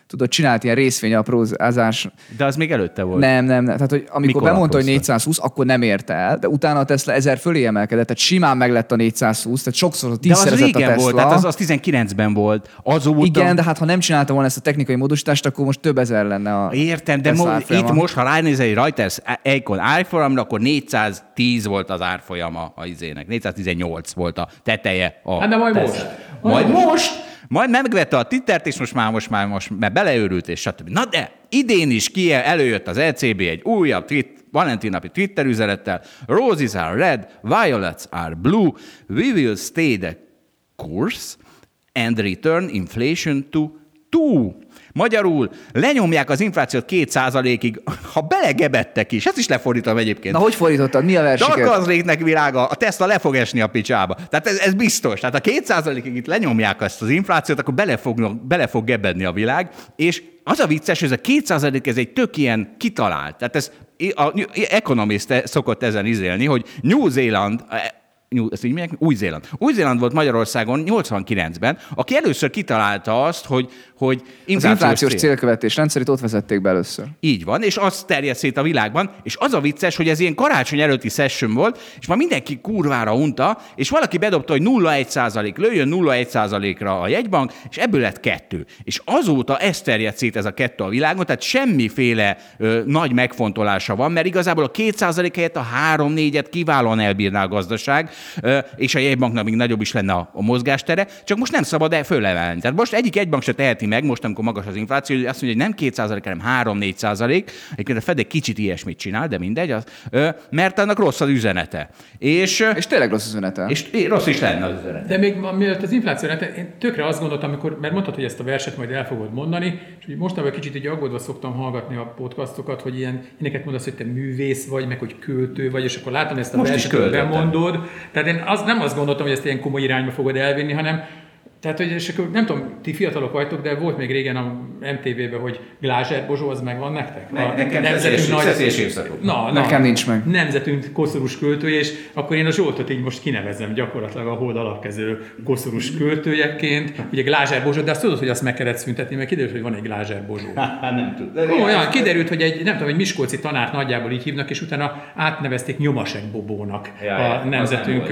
tudod, csinált ilyen részvényaprózás. De az még előtte volt. Nem, nem, nem. Tehát, hogy amikor Mikor bemondta, aprózta? hogy négyszázhúsz, akkor nem érte el, de utána a Tesla ezer fölé emelkedett, tehát simán meglett a négyszázhúsz, tehát sokszor De az tízszerezett a régen Tesla. volt, tehát az, az tizenkilencben volt. Azóta... Igen, de hát ha nem csinálta volna ezt a technikai módosítást, akkor most több ezer lenne a Értem, de Tesla mo- árfolyama. itt most, ha ránézel egy Reuters Econ árfolyamra, akkor négyszáztíz volt az árfolyama a izének. négyszáztizennyolc volt a teteje. A Hát de majd Tesla. most. Majd most. Majd megvette a Twittert, és most már, most már, most már beleőrült, és stb. Na de idén is ki előjött az é cé bé egy újabb tweet, Valentin napi Twitter üzenettel. Roses are red, violets are blue, we will stay the course and return inflation to two. Magyarul lenyomják az inflációt két százalékig, ha belegebettek is. Ezt is lefordítom egyébként. Na, hogy fordítottad? Mi a versiket? Darkazléknek világa, a Tesla le fog esni a picsába. Tehát ez, ez biztos. Tehát ha két százalékig itt lenyomják ezt az inflációt, akkor bele fog, bele fog gebedni a világ, és az a vicces, hogy ez a két százalék ez egy tök ilyen kitalált. Tehát ez a Economist szokott ezen izélni, hogy New Zealand, ezt így mondják, Új-Zéland. Új-Zéland volt Magyarországon nyolcvankilencben, aki először kitalálta azt, hogy, hogy inflációs, az inflációs cél. célkövetés rendszerét ott vezették be először. Így van, és az terjed szét a világban, és az a vicces, hogy ez ilyen karácsony előtti session volt, és már mindenki kurvára unta, és valaki bedobta, hogy nulla egész egy százalék, lőjön nulla egész egy százalékra a jegybank, és ebből lett kettő. És azóta ez terjed szét ez a kettő a világon, tehát semmiféle ö, nagy megfontolása van, mert igazából a két százalék helyett a három-négyet kiválóan elbírná a gazdaság, és a jegybanknak még nagyobb is lenne a, a mozgástere, csak most nem szabad el fölemelni. Tehát most egyik jegybank se teheti meg, most amikor magas az infláció, hogy azt mondja, hogy nem két százalék, hanem három-négy százalék. Egyébként a Fed egy kicsit ilyesmit csinál, de mindegy, az, mert annak rossz az üzenete. És, és tényleg rossz az üzenete. És rossz is lenne az üzenete. De még mielőtt az infláció, én tökre azt gondoltam, amikor, mert mondtad, hogy ezt a verset majd el fogod mondani, és mostanában kicsit így aggódva szoktam hallgatni a podcastokat, hogy ilyen, ilyeneket mondasz, hogy te művész vagy, meg hogy költő vagy, és akkor látom ezt a most verset, hogy bemondod. Tehát én az, nem azt gondoltam, hogy ezt ilyen komoly irányba fogod elvinni, hanem tehát, hogy és akkor nem tudom, ti fiatalok vagytok, de volt még régen a em té vében, hogy Glázser Bozsó, az megvan nektek? Ne, nekem szeszélyes évszakot. Na, nekem na, nincs meg. Nemzetünk koszorús költője, és akkor én a Zsoltot így most kinevezem gyakorlatilag a Hold alapkezelő koszorús költőjeként. Ugye Glázser Bozsó, de azt tudod, hogy azt meg kellett szüntetni, mert kiderült, hogy van egy Glázser Bozsó. Hát nem tudom. Olyan, kiderült, hogy egy, nem tudom, egy miskolci tanárt nagyjából így hívnak, és utána átnevezték Nyomasek Bobónak ja, a nemzetünk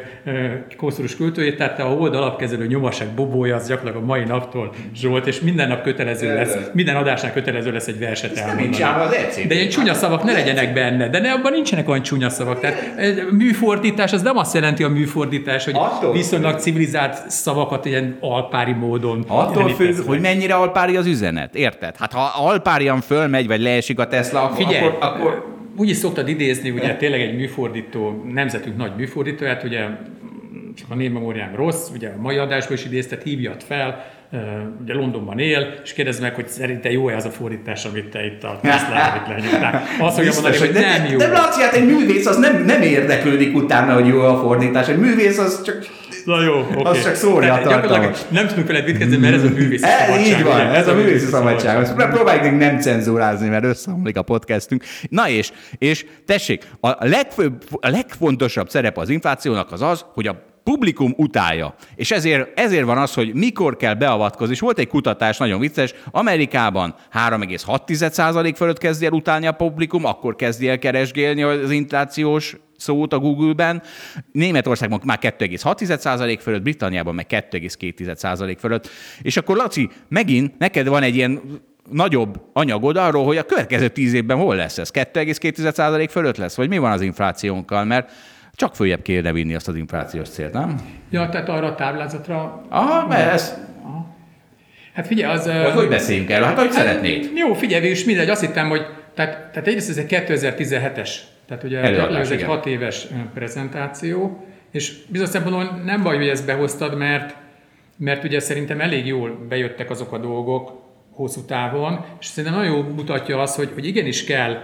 koszorús költőjét, tehát a Hold alapkezelő Nyomasek Bobója, az gyakorlatilag a mai naptól Zsolt, és minden nap kötelező lesz, minden adásnál kötelező lesz egy verset elmondani. De ilyen csúnya szavak ne legyenek benne, de ne, abban nincsenek olyan csúnya szavak. Tehát műfordítás, az nem azt jelenti a műfordítás, hogy attól viszonylag civilizált szavakat ilyen alpári módon. Attól függ, hogy mennyire alpári az üzenet, érted? Hát ha alpárian fölmegy, vagy leesik a Tesla, figyelj, akkor... akkor... úgy is szoktad idézni, ugye tényleg egy műfordító, nemzetünk nagy műfordítóját, ugye csak a névmemóriám rossz, ugye a mai adásban is idéztet, hívjad fel, ugye Londonban él, és kérdezd meg, hogy szerinte jó-e az a fordítás, amit te itt a Tesla-t lenyomtál. Azt fogja mondani, hogy nem jó. De, de Laci, hát egy művész az nem, nem érdeklődik utána, hogy jó a fordítás. Egy művész az csak... Na jó, oké. Okay. Az csak szórja a tartalmat. Nem tudunk veled vitkezni, mert ez a művészi szabadság. Így van, ez a művészi szabadság. szabadság. Próbáljuk nem cenzúrázni, mert összeomlik a podcastünk. Na és, és tessék, a, legfőbb, a legfontosabb szerep az inflációnak az az, hogy a publikum utálja. És ezért, ezért van az, hogy mikor kell beavatkozni. És volt egy kutatás, nagyon vicces, Amerikában három egész hat százalék fölött kezdi el utálni a publikum, akkor kezdi el keresgélni az inflációs szót a Google-ben. Németországban már kettő egész hat százalék fölött, Britanniában meg kettő egész két százalék fölött. És akkor Laci, megint neked van egy ilyen nagyobb anyagod arról, hogy a következő tíz évben hol lesz ez? kettő egész két százalék fölött lesz? Vagy mi van az inflációnkkal? Mert csak följebb kéne vinni azt az inflációs célt, nem? Ja, tehát arra a táblázatra... Aha, mert ez... Aha. Hát figyelj, az... Vagy hogy beszéljünk erről? Hát, hogy hát, szeretnéd? Jó, figyelj, és mindegy, azt hittem, hogy... Tehát, tehát egyrészt ez egy kétezer-tizenhetes, tehát ugye Előadás, ez egy igen. hat éves prezentáció, és bizonyos szempontból nem baj, hogy ezt behoztad, mert, mert ugye szerintem elég jól bejöttek azok a dolgok hosszú távon, és szerintem nagyon jól mutatja azt, hogy, hogy igenis kell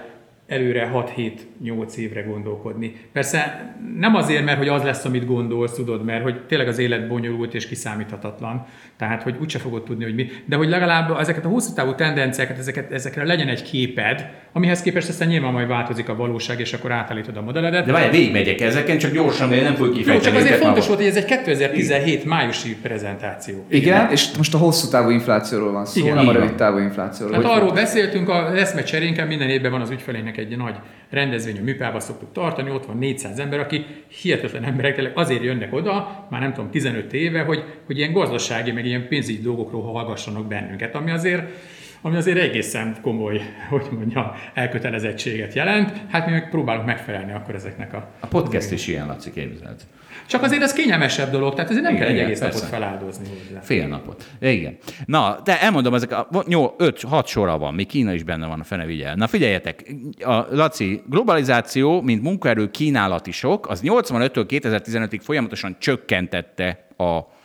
előre hat-hét-nyolc évre gondolkodni. Persze nem azért, mert hogy az lesz, amit gondolsz, tudod, mert hogy tényleg az élet bonyolult és kiszámíthatatlan, tehát hogy úgyse fogod tudni, hogy mi, de hogy legalább ezeket a hosszú távú tendenciákat, ezeket, ezekre legyen egy képed, amihez képest aztán nyilván majd változik a valóság, és akkor átállítod a modelledet. De várj, végigmegyek ezeken, csak gyorsan, mert nem fogok kifejteni. Jó, csak azért fontos volt, hogy ez egy kétezer-tizenhét májusi prezentáció. Igen, igen, és most a hosszú távú inflációról van szó, igen, nem a rövid távú inflációról. Hát arról beszéltünk, az eszmecserénken minden évben van az ügyfelének egy nagy rendezvény, a műpában szoktuk tartani, ott van négyszáz ember, aki hihetetlen emberek, tényleg azért jönnek oda, már nem tudom, tizenöt éve, hogy, hogy ilyen gazdasági, meg ilyen pénzügyi dolgokról hallgassanak bennünket, ami azért, ami azért egészen komoly, hogy mondjam, elkötelezettséget jelent. Hát mi meg próbálunk megfelelni akkor ezeknek a... A podcast is ilyen, Laci, képzeld. Csak azért ez kényelmesebb dolog, tehát ezért nem igen, kell egy egész persze. napot feláldozni hozzá. Fél napot. Igen. Na, de elmondom, ezek a öt-hat sora van, még Kína is benne van, a fene vigyel. Na figyeljetek, a Laci, globalizáció, mint munkaerő kínálati sok, az nyolcvanöttől kétezer-tizenötig folyamatosan csökkentette a,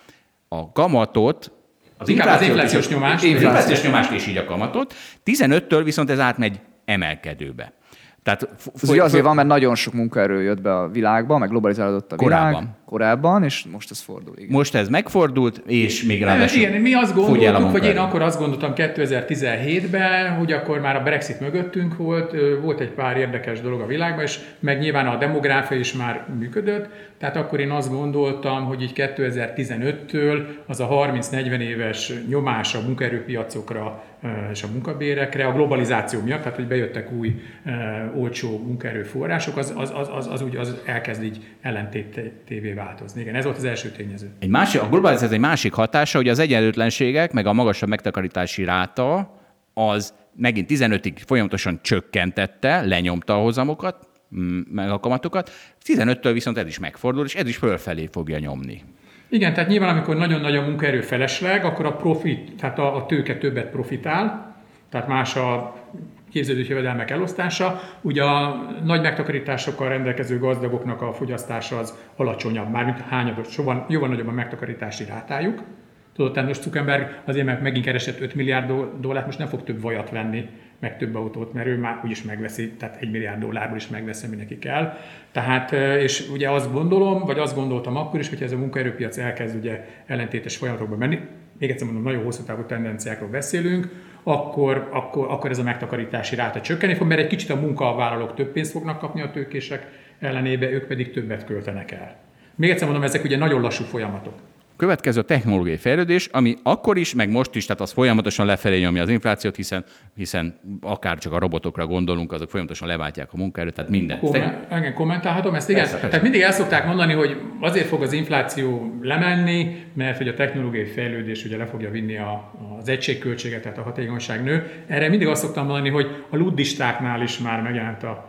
a kamatot, az inflációs nyomást. Inflációs nyomást és így a kamatot. tizenöttől viszont ez átmegy emelkedőbe. Tehát ez ugye azért van, mert nagyon sok munkaerő jött be a világba, meg globalizálódott a világ korábban, korábban és most ez fordul. Igen. Most ez megfordult, és még ráadásul igen, mi azt gondoltuk, hogy én akkor azt gondoltam kétezer-tizenhétben, hogy akkor már a Brexit mögöttünk volt, volt egy pár érdekes dolog a világban, és meg nyilván a demográfia is már működött, tehát akkor én azt gondoltam, hogy így kétezer-tizenöttől az a harminc-negyven éves nyomás a munkaerőpiacokra és a munkabérekre, a globalizáció miatt, tehát hogy bejöttek új olcsó munkaerőforrások, az, az, az, az, az úgy az elkezd így ellentétévé változni. Igen, ez volt az első tényező. Egy másik, a globalizáció egy másik hatása, hogy az egyenlőtlenségek, meg a magasabb megtakarítási ráta, az megint tizenötig folyamatosan csökkentette, lenyomta a hozamokat, meg a kamatokat, tizenöttől viszont ez is megfordul, és ez is fölfelé fogja nyomni. Igen, tehát nyilván amikor nagyon-nagyon munkaerő felesleg, akkor a profit, tehát a, a tőke többet profitál, tehát más a képződő jövedelmek elosztása. Ugye a nagy megtakarításokkal rendelkező gazdagoknak a fogyasztása az alacsonyabb, mármint hányadot, sokan jóval nagyobb a megtakarítási rátájuk. Tudod, tehát most Zuckerberg azért, mert megint keresett öt milliárd dollárt, most nem fog több vajat venni, meg több autót, mert ő már úgyis megveszi, tehát egy milliárd dollárból is megveszi, ami neki kell. Tehát, és ugye azt gondolom, vagy azt gondoltam akkor is, hogy ez a munkaerőpiac elkezd ugye ellentétes folyamatokba menni, még egyszer mondom, nagyon hosszú távú tendenciákról beszélünk, akkor, akkor, akkor ez a megtakarítási ráta csökkenni fog, mert egy kicsit a munkavállalók több pénzt fognak kapni a tőkések ellenébe, ők pedig többet költenek el. Még egyszer mondom, ezek ugye nagyon lassú folyamatok. Következő a technológiai fejlődés, ami akkor is, meg most is, tehát az folyamatosan lefelé nyomja az inflációt, hiszen, hiszen akár csak a robotokra gondolunk, azok folyamatosan leváltják a munkaerőt, tehát minden. Komment, igen, kommentálhatom ezt, igen. Persze, persze. Tehát mindig el szokták mondani, hogy azért fog az infláció lemenni, mert hogy a technológiai fejlődés ugye le fogja vinni a, az egységköltséget, tehát a hatékonyság nő. Erre mindig azt szoktam mondani, hogy a luddistáknál is már megjelent a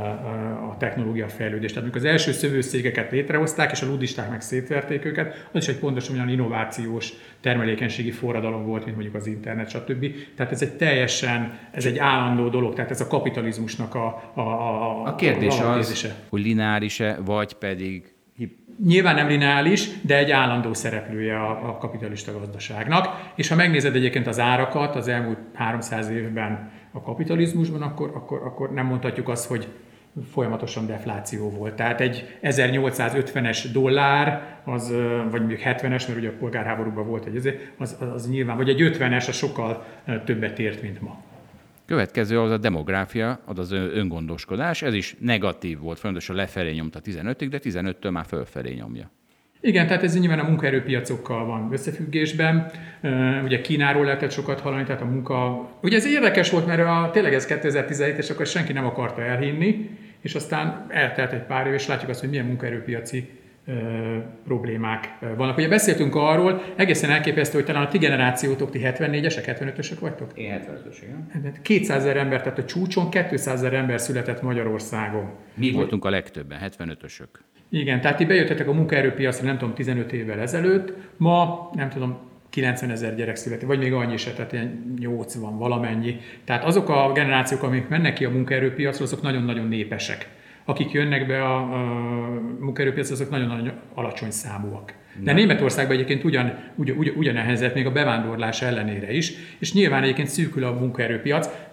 a technológia fejlődés. Tehát amikor az első szövőszégeket létrehozták, és a luddisták meg szétverték őket, az is egy pontosan olyan innovációs termelékenységi forradalom volt, mint mondjuk az internet, stb. Tehát ez egy teljesen, ez egy állandó dolog, tehát ez a kapitalizmusnak a A, a, a kérdés a az, hogy lineáris-e, vagy pedig... Nyilván nem lineáris, de egy állandó szereplője a, a kapitalista gazdaságnak. És ha megnézed egyébként az árakat az elmúlt háromszáz évben a kapitalizmusban, akkor, akkor, akkor nem mondhatjuk azt, hogy folyamatosan defláció volt. Tehát egy ezernyolcszázötvenes dollár, az, vagy mondjuk hetvenes, mert ugye a polgárháborúban volt egy ezért, az, az nyilván, vagy egy ötvenes, az sokkal többet ért, mint ma. Következő az a demográfia, az az öngondoskodás, ez is negatív volt, folyamatosan lefelé nyomta tizenötig, de tizenöttől már fölfelé nyomja. Igen, tehát ez nyilván a munkaerőpiacokkal van összefüggésben. Ugye Kínáról lehetett sokat hallani, tehát a munka... Ugye ez érdekes volt, mert a, tényleg ez kétezer-tizenhét, és akkor senki nem akarta elhinni, és aztán eltelt egy pár év, és látjuk azt, hogy milyen munkaerőpiaci ö, problémák vannak. Ugye beszéltünk arról, egészen elképesztő, hogy talán a ti generációtok, ti hetvennégyesek, hetvenötösek vagytok? Én hetvenötös, igen. kétszázezer ember, tehát a csúcson kétszázezer ember született Magyarországon. Mi voltunk a legtöbben, hetvenötösök. Igen, tehát ti bejöttetek a munkaerőpiacra, nem tudom, tizenöt évvel ezelőtt, ma, nem tudom, kilencvenezer gyerek születik, vagy még annyi se, tehát ilyen nyolcvan valamennyi. Tehát azok a generációk, amik mennek ki a munkaerőpiacra, azok nagyon-nagyon népesek. Akik jönnek be a, a munkaerőpiacra, azok nagyon-nagyon alacsony számúak. De Németországban egyébként ugyan, ugyan, ugyan, ugyan helyzet, még a bevándorlás ellenére is, és nyilván egyébként szűkül a munkaerőpiac.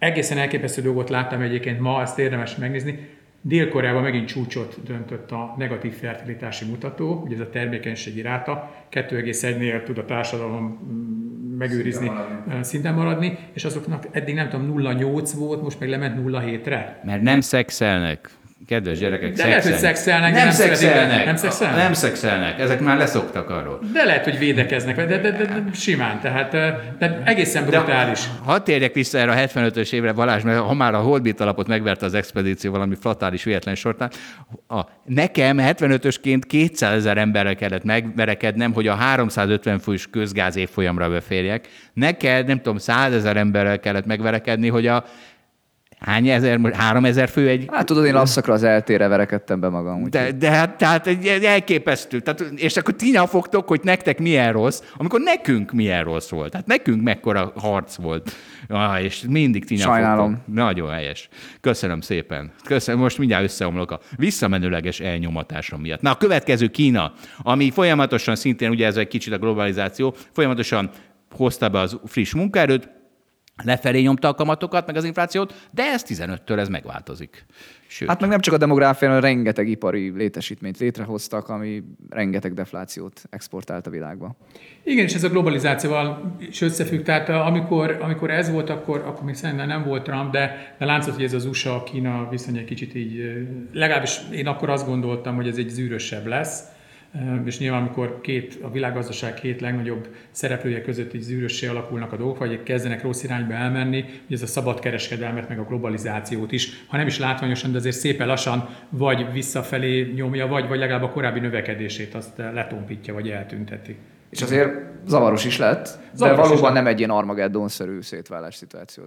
egészen elképesztő dolgot láttam egyébként ma, ezt érdemes megnézni. Dél-Koreában megint csúcsot döntött a negatív fertilitási mutató, ugye ez a termékenységi ráta, kettő egész egynél tud a társadalom megőrizni, szinten maradni, és azoknak eddig nem tudom, nulla egész nyolc volt, most meg lement nulla egész hétre. Mert nem szexelnek. Kedves gyerekek, de lehet, hogy szexelnek, nem, nem szexelnek. Nem szexelnek? Nem szexelnek. Ezek már leszoktak arról. De lehet, hogy védekeznek, de, de, de, de simán, tehát de egészen brutális. De, hadd térjek vissza erre a hetvenötös évre, Balázs, mert ha már a Holdbeat alapot megverte az expedíció valami fatális véletlen sortán, a, nekem hetvenötösként kétszázezer emberrel kellett megverekednem, hogy a háromszázötven fős közgáz évfolyamra beférjek. Neked, nem tudom, százezer emberrel kellett megverekedni, hogy a hány ezer, háromezer fő egy... Hát tudod, én lapszakra az eltére verekedtem be magam. Úgy. De, de hát tehát egy elképesztő. Tehát, és akkor ti fogtok, hogy nektek milyen rossz, amikor nekünk milyen rossz volt. Tehát nekünk mekkora harc volt. Ah, és mindig ti Sajnálom. fogtok. Nagyon helyes. Köszönöm szépen. Köszönöm. Most mindjárt összeomlok a visszamenőleges elnyomatásom miatt. Na, a következő Kína, ami folyamatosan szintén, ugye ez egy kicsit a globalizáció, folyamatosan hozta be az friss munkaerőt, lefelé nyomta a kamatokat, meg az inflációt, de ez tizenöttől ez megváltozik. Sőt. Hát meg nem csak a demográfia, hanem rengeteg ipari létesítményt létrehoztak, ami rengeteg deflációt exportált a világba. Igen, és ez a globalizációval is összefügg. Tehát amikor, amikor ez volt, akkor, akkor még szerintem nem volt Trump, de, de látszott, hogy ez az u es á-Kína viszony egy kicsit így, legalábbis én akkor azt gondoltam, hogy ez egy zűrösebb lesz. És nyilván, amikor két, a világgazdaság két legnagyobb szereplője között így zűrössé alakulnak a dolgok, vagy kezdenek rossz irányba elmenni, hogy ez a szabad kereskedelmet, meg a globalizációt is, ha nem is látványosan, de azért szépen lassan vagy visszafelé nyomja, vagy, vagy legalább a korábbi növekedését azt letompítja, vagy eltünteti. És azért zavaros is lett, zavaros de valóban nem egy ilyen Armageddon-szerű szétválás szituáció.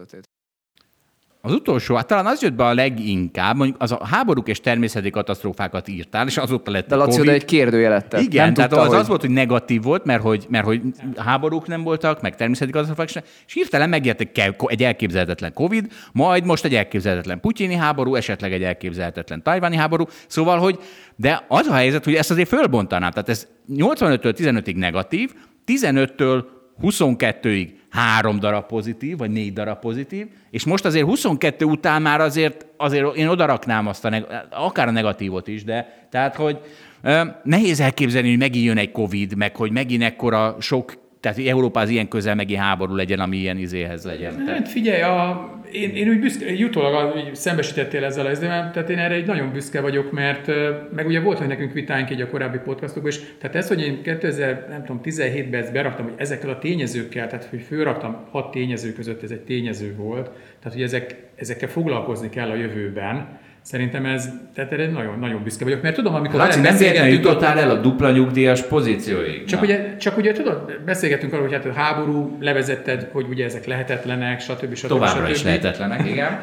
Az utolsó, hát talán az jött be a leginkább, mondjuk az a háborúk és természeti katasztrófákat írtál, és azóta lett de a Laci, de egy kérdőjelet tett. Igen, nem tehát tudta, az hogy... az volt, hogy negatív volt, mert hogy, mert hogy háborúk nem voltak, meg természeti katasztrófák sem, és hirtelen megjött egy elképzelhetetlen Covid, majd most egy elképzelhetetlen putyini háború, esetleg egy elképzelhetetlen tajvani háború, szóval, hogy de az a helyzet, hogy ezt azért fölbontanám, tehát ez nyolcvanöttől tizenötig negatív, tizenöttől huszonkettőig három darab pozitív, vagy négy darab pozitív, és most azért huszonkettő után már azért, azért én odaraknám azt a, neg- akár a negatívot is, de tehát, hogy ö, nehéz elképzelni, hogy megint jön egy Covid, meg hogy megint ekkora sok, tehát Európa az ilyen közel megint háború legyen, ami ilyen izéhez legyen. Hát figyelj, a, én, én úgy büszke, jutólag úgy szembesítettél ezzel az ezzel, tehát én erre egy nagyon büszke vagyok, mert meg ugye volt, hogy nekünk vitánk így a korábbi podcastokban is, tehát ez, hogy én kétezer-tizenhétben ezt beraktam, hogy ezekkel a tényezőkkel, tehát hogy fölraktam hat tényező között, ez egy tényező volt, tehát hogy ezek, ezekkel foglalkozni kell a jövőben. Szerintem ez, tehát erre nagyon, nagyon büszke vagyok, mert tudom, amikor... Laci, nem véletlenül jutottál el a dupla nyugdíjas pozícióig. Csak ugye, csak ugye tudod, beszélgetünk arról, hogy hát a háború levezetted, hogy ugye ezek lehetetlenek, stb. stb. Továbbra stb. is lehetetlenek, igen.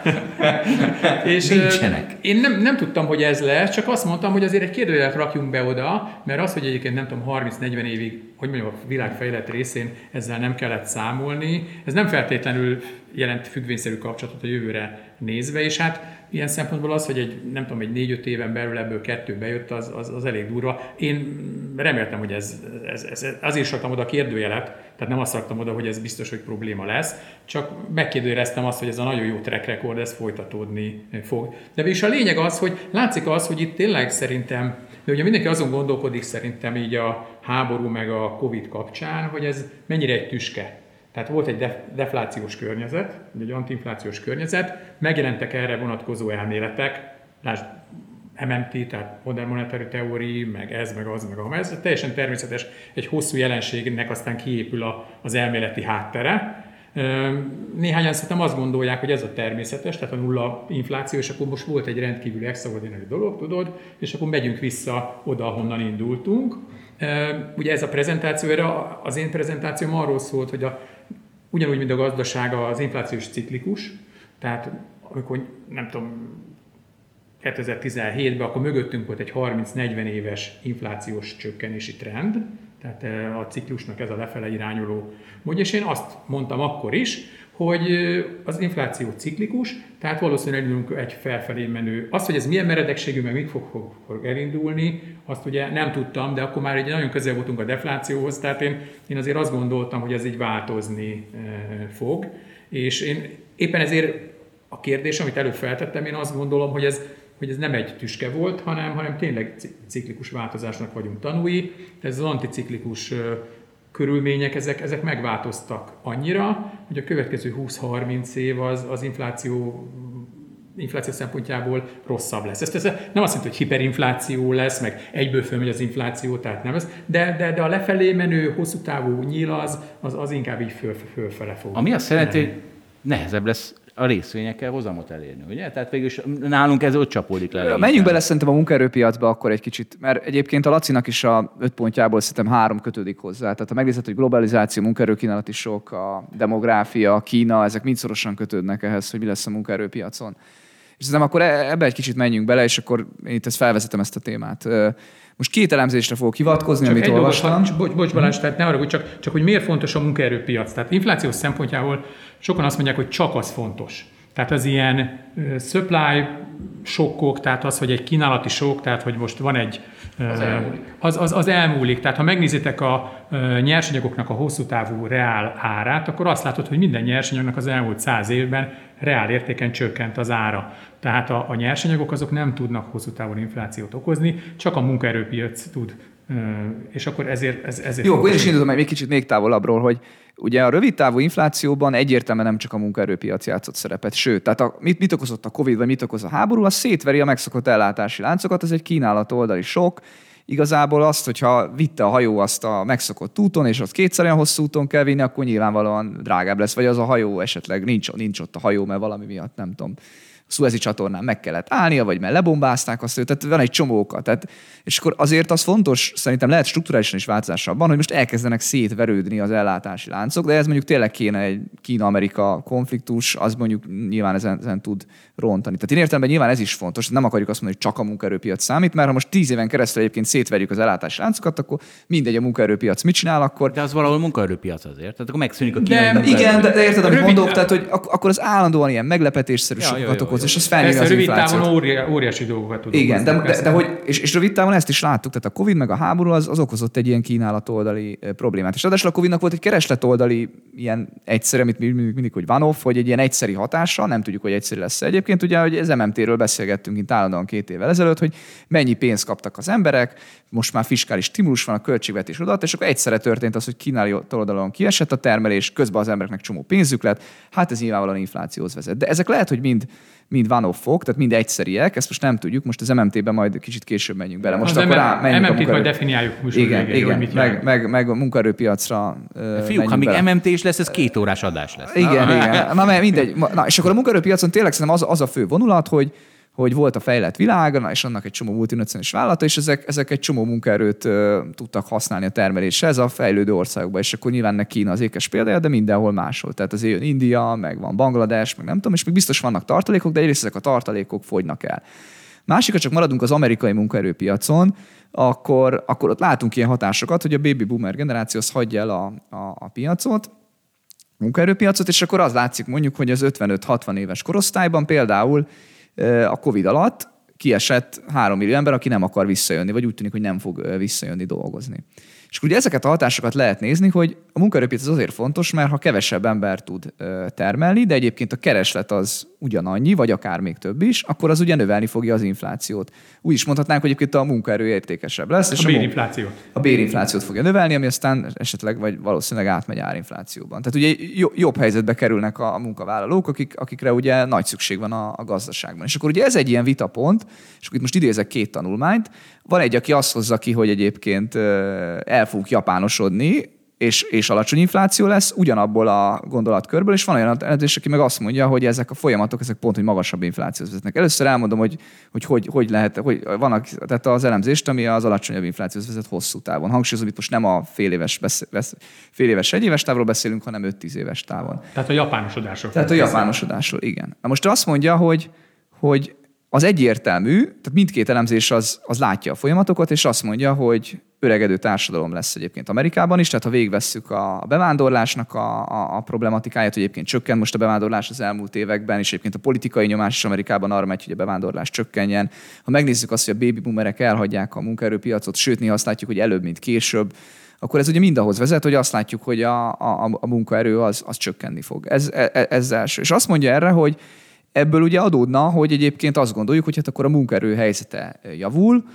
És nincsenek. Én nem, nem tudtam, hogy ez lesz, csak azt mondtam, hogy azért egy kérdőjelet rakjunk be oda, mert az, hogy egyébként nem tudom, harminc-negyven évig, hogy mondjam, a világ fejlett részén ezzel nem kellett számolni, ez nem feltétlenül jelent függvényszerű kapcsolatot a jövőre nézve, és hát ilyen szempontból az, hogy egy, nem tudom, egy négy-öt éven belül ebből kettő bejött, az, az, az elég durva. Én reméltem, hogy ez, ez, ez azért raktam oda a kérdőjelet, tehát nem azt raktam oda, hogy ez biztos, hogy probléma lesz, csak megkérdőjeleztem azt, hogy ez a nagyon jó track record, ez folytatódni fog. De végülis a lényeg az, hogy látszik az, hogy itt tényleg szerintem, de ugye mindenki azon gondolkodik szerintem így a háború meg a Covid kapcsán, hogy ez mennyire egy tüske. Tehát volt egy deflációs környezet, egy antiinflációs környezet, megjelentek erre vonatkozó elméletek, lásd em em té, tehát Modern Monetary Theory, meg ez, meg az, meg az. Ez teljesen természetes, egy hosszú jelenségnek aztán kiépül a, az elméleti háttere. Néhányan szerintem azt gondolják, hogy ez a természetes, tehát a nulla infláció, és akkor most volt egy rendkívüli extraordinári dolog, tudod, és akkor megyünk vissza oda, ahonnan indultunk. Ugye ez a prezentáció, az én prezentációm arról szólt, hogy a, ugyanúgy, mint a gazdaság, az inflációs ciklikus, tehát amikor, nem tudom, kétezer-tizenhétben, akkor mögöttünk volt egy harminc-negyven éves inflációs csökkenési trend, tehát a ciklusnak ez a lefele irányuló módja, és én azt mondtam akkor is, hogy az infláció ciklikus, tehát valószínűleg elindulunk egy felfelé menő. Azt, hogy ez milyen meredekségű, meg mit fog, fog, fog elindulni, azt ugye nem tudtam, de akkor már egy nagyon közel voltunk a deflációhoz, tehát én, én azért azt gondoltam, hogy ez így változni e, fog, és én éppen ezért a kérdés, amit előbb feltettem, én azt gondolom, hogy ez, hogy ez nem egy tüske volt, hanem, hanem tényleg ciklikus változásnak vagyunk tanúi. Ez az anticiklikus körülmények, ezek, ezek megváltoztak annyira, hogy a következő húsz-harminc év az, az infláció, infláció szempontjából rosszabb lesz. Ez, ez nem azt jelenti, hogy hiperinfláció lesz, meg egyből fölmegy az infláció, tehát nem ez, de, de, de a lefelé menő, hosszú távú nyíl az, az, az inkább így föl, fölfele fog. Ami azt jelenti, hogy nehezebb lesz a részvényekkel hozamot elérni, ugye? Tehát végülis nálunk ez ott csapódik le. Menjünk bele szerintem a munkaerőpiacba akkor egy kicsit, mert egyébként a Lacinak is a öt pontjából szerintem három kötődik hozzá. Tehát ha megnézed, hogy globalizáció, munkaerőkínálati sok, a demográfia, Kína, ezek mind szorosan kötődnek ehhez, hogy mi lesz a munkaerőpiacon. És szerintem akkor ebbe egy kicsit menjünk bele, és akkor én itt ezt felvezetem ezt a témát. Most két elemzésre fogok hivatkozni, csak amit olvastam. Dolgot, bocs, bocs Balázs, tehát ne arra, hogy csak, csak hogy miért fontos a munkaerőpiac. Tehát inflációs szempontjából sokan azt mondják, hogy csak az fontos. Tehát az ilyen uh, supply sokkok, tehát az, hogy egy kínálati sok, tehát hogy most van egy... Uh, az, elmúlik. Az, az, az elmúlik. Tehát ha megnézitek a uh, nyersanyagoknak a hosszú távú reál árát, akkor azt látod, hogy minden nyersanyagnak az elmúlt száz évben reál értéken csökkent az ára. Tehát a, a nyersanyagok azok nem tudnak hosszú távon inflációt okozni, csak a munkaerőpiac tud. Uh, és akkor ezért... Ez, ezért Jó, akkor én is indulom egy kicsit még távolabbról, hogy ugye a rövid távú inflációban egyértelműen nem csak a munkaerőpiac játszott szerepet, sőt, tehát a, mit, mit okozott a Covid, vagy mit okoz a háború, az szétveri a megszokott ellátási láncokat, ez egy kínálat oldali sok. Igazából azt, hogyha vitte a hajó azt a megszokott úton, és az kétszer olyan hosszú úton kell vinni, akkor nyilvánvalóan drágább lesz, vagy az a hajó esetleg nincs, nincs ott a hajó, mert valami miatt nem tudom. Szuezi csatornán meg kellett állnia, vagy mert lebombázták azt, tehát van egy csomó oka. Tehát, és akkor azért az fontos, szerintem lehet strukturálisan is változás abban, hogy most elkezdenek szétverődni az ellátási láncok, de ez mondjuk tényleg kéne egy Kína-Amerika konfliktus, az mondjuk nyilván ezen, ezen tud rontani. Tehát én értelemben nyilván ez is fontos, nem akarjuk azt mondani, hogy csak a munkaerőpiac számít, mert ha most tíz éven keresztül egyébként szétverjük az ellátási láncokat, akkor mindegy a munkaerőpiac mit csinál, akkor... De az valahol munkaerőpiac azért, tehát akkor megszűnik a kínai. Igen, de, de érted, amit mondok, tehát hogy akkor az állandóan ilyen meglepetésszerű ja, sokat okoz, és az felnyíl az rövid távon óriá, óriási dolgokat tud igen, okozni. De, de, de hogy, és, és rövid távon ezt is láttuk, tehát a Covid meg a háború az, az okozott egy ilyen kínálatoldali problémát. És ráadásul a Covidnak volt egy keresletoldali ilyen egyszerű, amit mindig, mindig hogy van-off, hogy egy ilyen egyszeri hatása, nem tudjuk, hogy egyszerű lesz egyébként. Ugye, hogy az em em té-ről beszélgettünk itt állandóan két évvel ezelőtt, hogy mennyi pénzt kaptak az emberek, most már fiskális stimulus van, a költségvetés odaadta, és akkor egyszerre történt az, hogy kínáló oldalon kiesett a termelés, közben az embereknek csomó pénzük lett, hát ez nyilvánvalóan inflációhoz vezet. De ezek lehet, hogy mind mind one-off-ok, tehát mind egyszeriek, ezt most nem tudjuk, most az em em té-ben majd kicsit később menjünk bele. Most az akkor rá, menjünk em em té-t a munkaerő... majd definiáljuk most. Igen, végén, igen, mit meg, meg, meg a munkaerőpiacra uh, Fiúk, ha még em em té is lesz, ez két órás adás lesz. Igen, na? igen. Na, mindegy. Na, és akkor a munkaerőpiacon tényleg szerintem az, az a fő vonulat, hogy hogy volt a fejlett világ, na, és annak egy csomó multinacionális vállalata, és ezek, ezek egy csomó munkaerőt uh, tudtak használni a termelésre, ez a fejlődő országokban, és akkor nyilván Kína az ékes példája, de mindenhol máshol. Tehát azért jön India, meg van Banglades, meg nem tudom, és még biztos vannak tartalékok, de egyrészt ezek a tartalékok fogynak el. Másik, ha csak maradunk az amerikai munkaerőpiacon, akkor, akkor ott látunk ilyen hatásokat, hogy a baby boomer generáció az hagyja el a, a, a piacot, munkaerőpiacot, és akkor az látszik mondjuk, hogy az ötvenöt-hatvan éves korosztályban például a Covid alatt kiesett három millió ember, aki nem akar visszajönni, vagy úgy tűnik, hogy nem fog visszajönni dolgozni. És ugye ezeket a hatásokat lehet nézni, hogy a munkaerőpiac az azért fontos, mert ha kevesebb ember tud termelni, de egyébként a kereslet az ugyanannyi, vagy akár még több is, akkor az ugye növelni fogja az inflációt. Úgy is mondhatnánk, hogy egyébként a munkaerő értékesebb lesz. A és bérinflációt. A bérinflációt fogja növelni, ami aztán esetleg, vagy valószínűleg átmegy árinflációban. Tehát ugye jobb helyzetbe kerülnek a munkavállalók, akik, akikre ugye nagy szükség van a, a gazdaságban. És akkor ugye ez egy ilyen vitapont, és akkor itt most idézek két tanulmányt. Van egy, aki azt hozza ki, hogy egyébként el fogunk japánosodni, és, és alacsony infláció lesz, ugyanabból a gondolatkörből, és van olyan elemzés, aki meg azt mondja, hogy ezek a folyamatok, ezek pont, hogy magasabb inflációt vezetnek. Először elmondom, hogy hogy, hogy, hogy lehet, hogy vannak, tehát az elemzést, ami az alacsonyabb inflációt vezet hosszú távon. Hangsúlyozom, itt most nem a fél éves, fél éves, egy éves távról beszélünk, hanem öt-tíz éves távon. Tehát a japánosodásról. Tehát a japánosodásról, igen. Na most azt mondja, hogy, hogy az egyértelmű, tehát mindkét elemzés az, az látja a folyamatokat, és azt mondja, hogy öregedő társadalom lesz egyébként Amerikában is, tehát ha végigvesszük a bevándorlásnak a, a, a problematikáját, hogy egyébként csökken most a bevándorlás az elmúlt években, és egyébként a politikai nyomás is Amerikában arra megy, hogy a bevándorlás csökkenjen. Ha megnézzük azt, hogy a baby boomerek elhagyják a munkaerőpiacot, sőt, néha azt látjuk, hogy előbb, mint később, akkor ez ugye mind ahhoz vezet, hogy azt látjuk, hogy a, a, a munkaerő az, az csökkenni fog. Ez, ez, ez első. És azt mondja erre, hogy ebből ugye adódna, hogy egyébként azt gondoljuk, hogy hát akkor a munkaerő helyzete javul,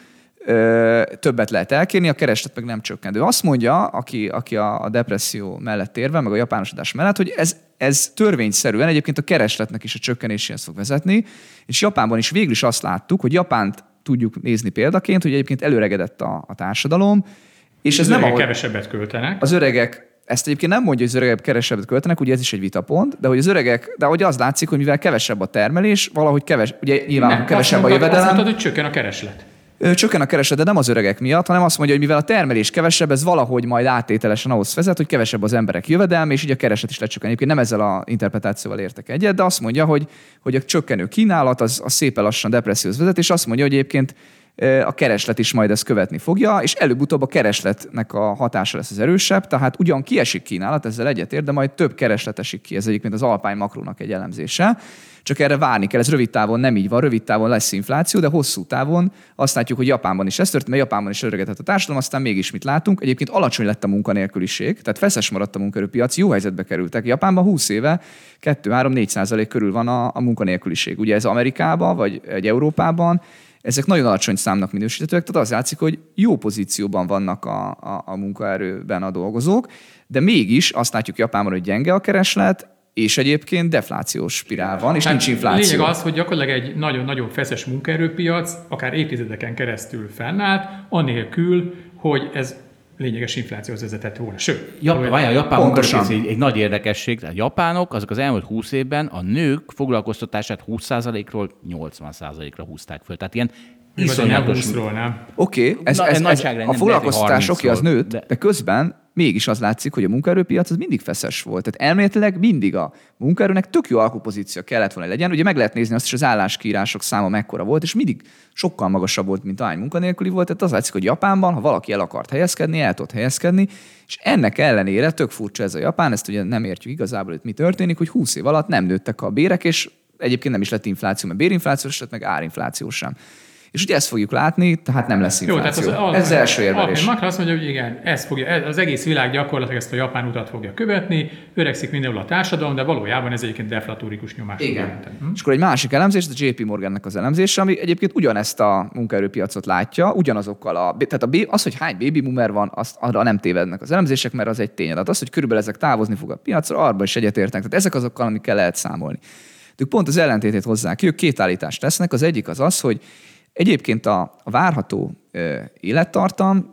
többet lehet elkérni, a kereslet meg nem csökkent. Ő azt mondja, aki, aki a depresszió mellett érve, meg a japánosodás mellett, hogy ez, ez törvényszerűen egyébként a keresletnek is a csökkenéséhez fog vezetni, és Japánban is végül is azt láttuk, hogy Japánt tudjuk nézni példaként, hogy egyébként előregedett a, a társadalom, és ez az nem öregek ahogy, kevesebbet költenek. Az öregek ezt egyébként nem mondja, hogy az öregek kevesebbet költenek, ugye ez is egy vitapont, de hogy az öregek, de hogy az látszik, hogy mivel kevesebb a termelés, valahogy keves, ugye nyilván nem, kevesebb mondtad, a jövedelem. Azt mondtad, hogy csökken a kereslet. Csökken a kereslet, de nem az öregek miatt, hanem azt mondja, hogy mivel a termelés kevesebb, ez valahogy majd áttételesen ahhoz vezet, hogy kevesebb az emberek jövedelme, és így a kereslet is lecsökken. Egyébként nem ezzel a interpretációval értek egyet, de azt mondja, hogy, hogy a csökkenő kínálat az, az szépen lassan depresszióhoz vezet, és azt mondja, hogy egyébként a kereslet is majd ezt követni fogja, és előbb-utóbb a keresletnek a hatása lesz az erősebb, tehát ugyan kiesik kínálat, ezzel egyetért, de majd több kereslet esik ki. Ez egyébként az Alpine makrónak egy elemzése. Csak erre várni kell, ez rövid távon nem így van, rövid távon lesz infláció, de hosszú távon azt látjuk, hogy Japánban is ez történt, mert Japánban is öregedett a társadalom, aztán mégis mit látunk. Egyébként alacsony lett a munkanélküliség, tehát feszes maradt a munkaerőpiac, jó helyzetbe kerültek. Japánban húsz éve kettő-három-négy százalék körül van a, a munkanélküliség. Ugye ez Amerikában vagy egy Európában, ezek nagyon alacsony számnak minősíthetőek, tehát az látszik, hogy jó pozícióban vannak a, a, a munkaerőben a dolgozók, de mégis azt látjuk Japánban, hogy gyenge a kereslet, és egyébként deflációs spirál van, és hát nincs infláció. Lényeg az, hogy gyakorlatilag egy nagyon-nagyon feszes munkaerőpiac akár évtizedeken keresztül fennállt, anélkül, hogy ez lényeges inflációhoz vezetett volna. Sőt, Jap- a japánok egy, egy nagy érdekesség. A japánok azok az elmúlt húsz évben a nők foglalkoztatását húsz százalékról nyolcvan százalékra húzták föl. Tehát ilyen iszonyatos... húszról, nem? Oké, okay, ez, Na, ez, ez, a foglalkoztatás oké, az nőtt, de... de közben mégis az látszik, hogy a munkaerőpiac az mindig feszes volt. Tehát elméletileg mindig a munkaerőnek tök jó alkupozíció kellett volna legyen. Ugye meg lehet nézni azt is, az álláskiírások száma mekkora volt, és mindig sokkal magasabb volt, mint ahány munkanélküli volt. Tehát az látszik, hogy Japánban, ha valaki el akart helyezkedni, el tud helyezkedni, és ennek ellenére tök furcsa ez a Japán, ezt ugye nem értjük igazából, hogy mi történik, hogy húsz év alatt nem nőttek a bérek, és egyébként nem is lett infláció, mert bérinflációs lett, meg árinfláció sem. És ugye ezt fogjuk látni, tehát nem lesz infláció. Jó, tehát az, az, ez az első érvelés. Makra azt mondja, hogy igen, ez fogja, az egész világ gyakorlatilag ezt a japán utat fogja követni, öregszik mindenhol a társadalom, de valójában ez egyébként deflatórikus nyomás. Igen. Hm? És akkor egy másik elemzés, a jé pé Morgannek az elemzése, ami egyébként ugyanezt a munkaerőpiacot látja, ugyanazokkal a... Tehát a, az, hogy hány baby boomer van, azt, arra nem tévednek az elemzések, mert az egy tény. Tehát az, hogy körülbelül ezek távozni fog a piacra, arra is egyetértenek. Tehát ezek azokkal, amikkel lehet számolni. De pont az ellentétét hozzák ki, ők két állítást tesznek. Az egyik az az, hogy egyébként a, a várható ö, élettartamnak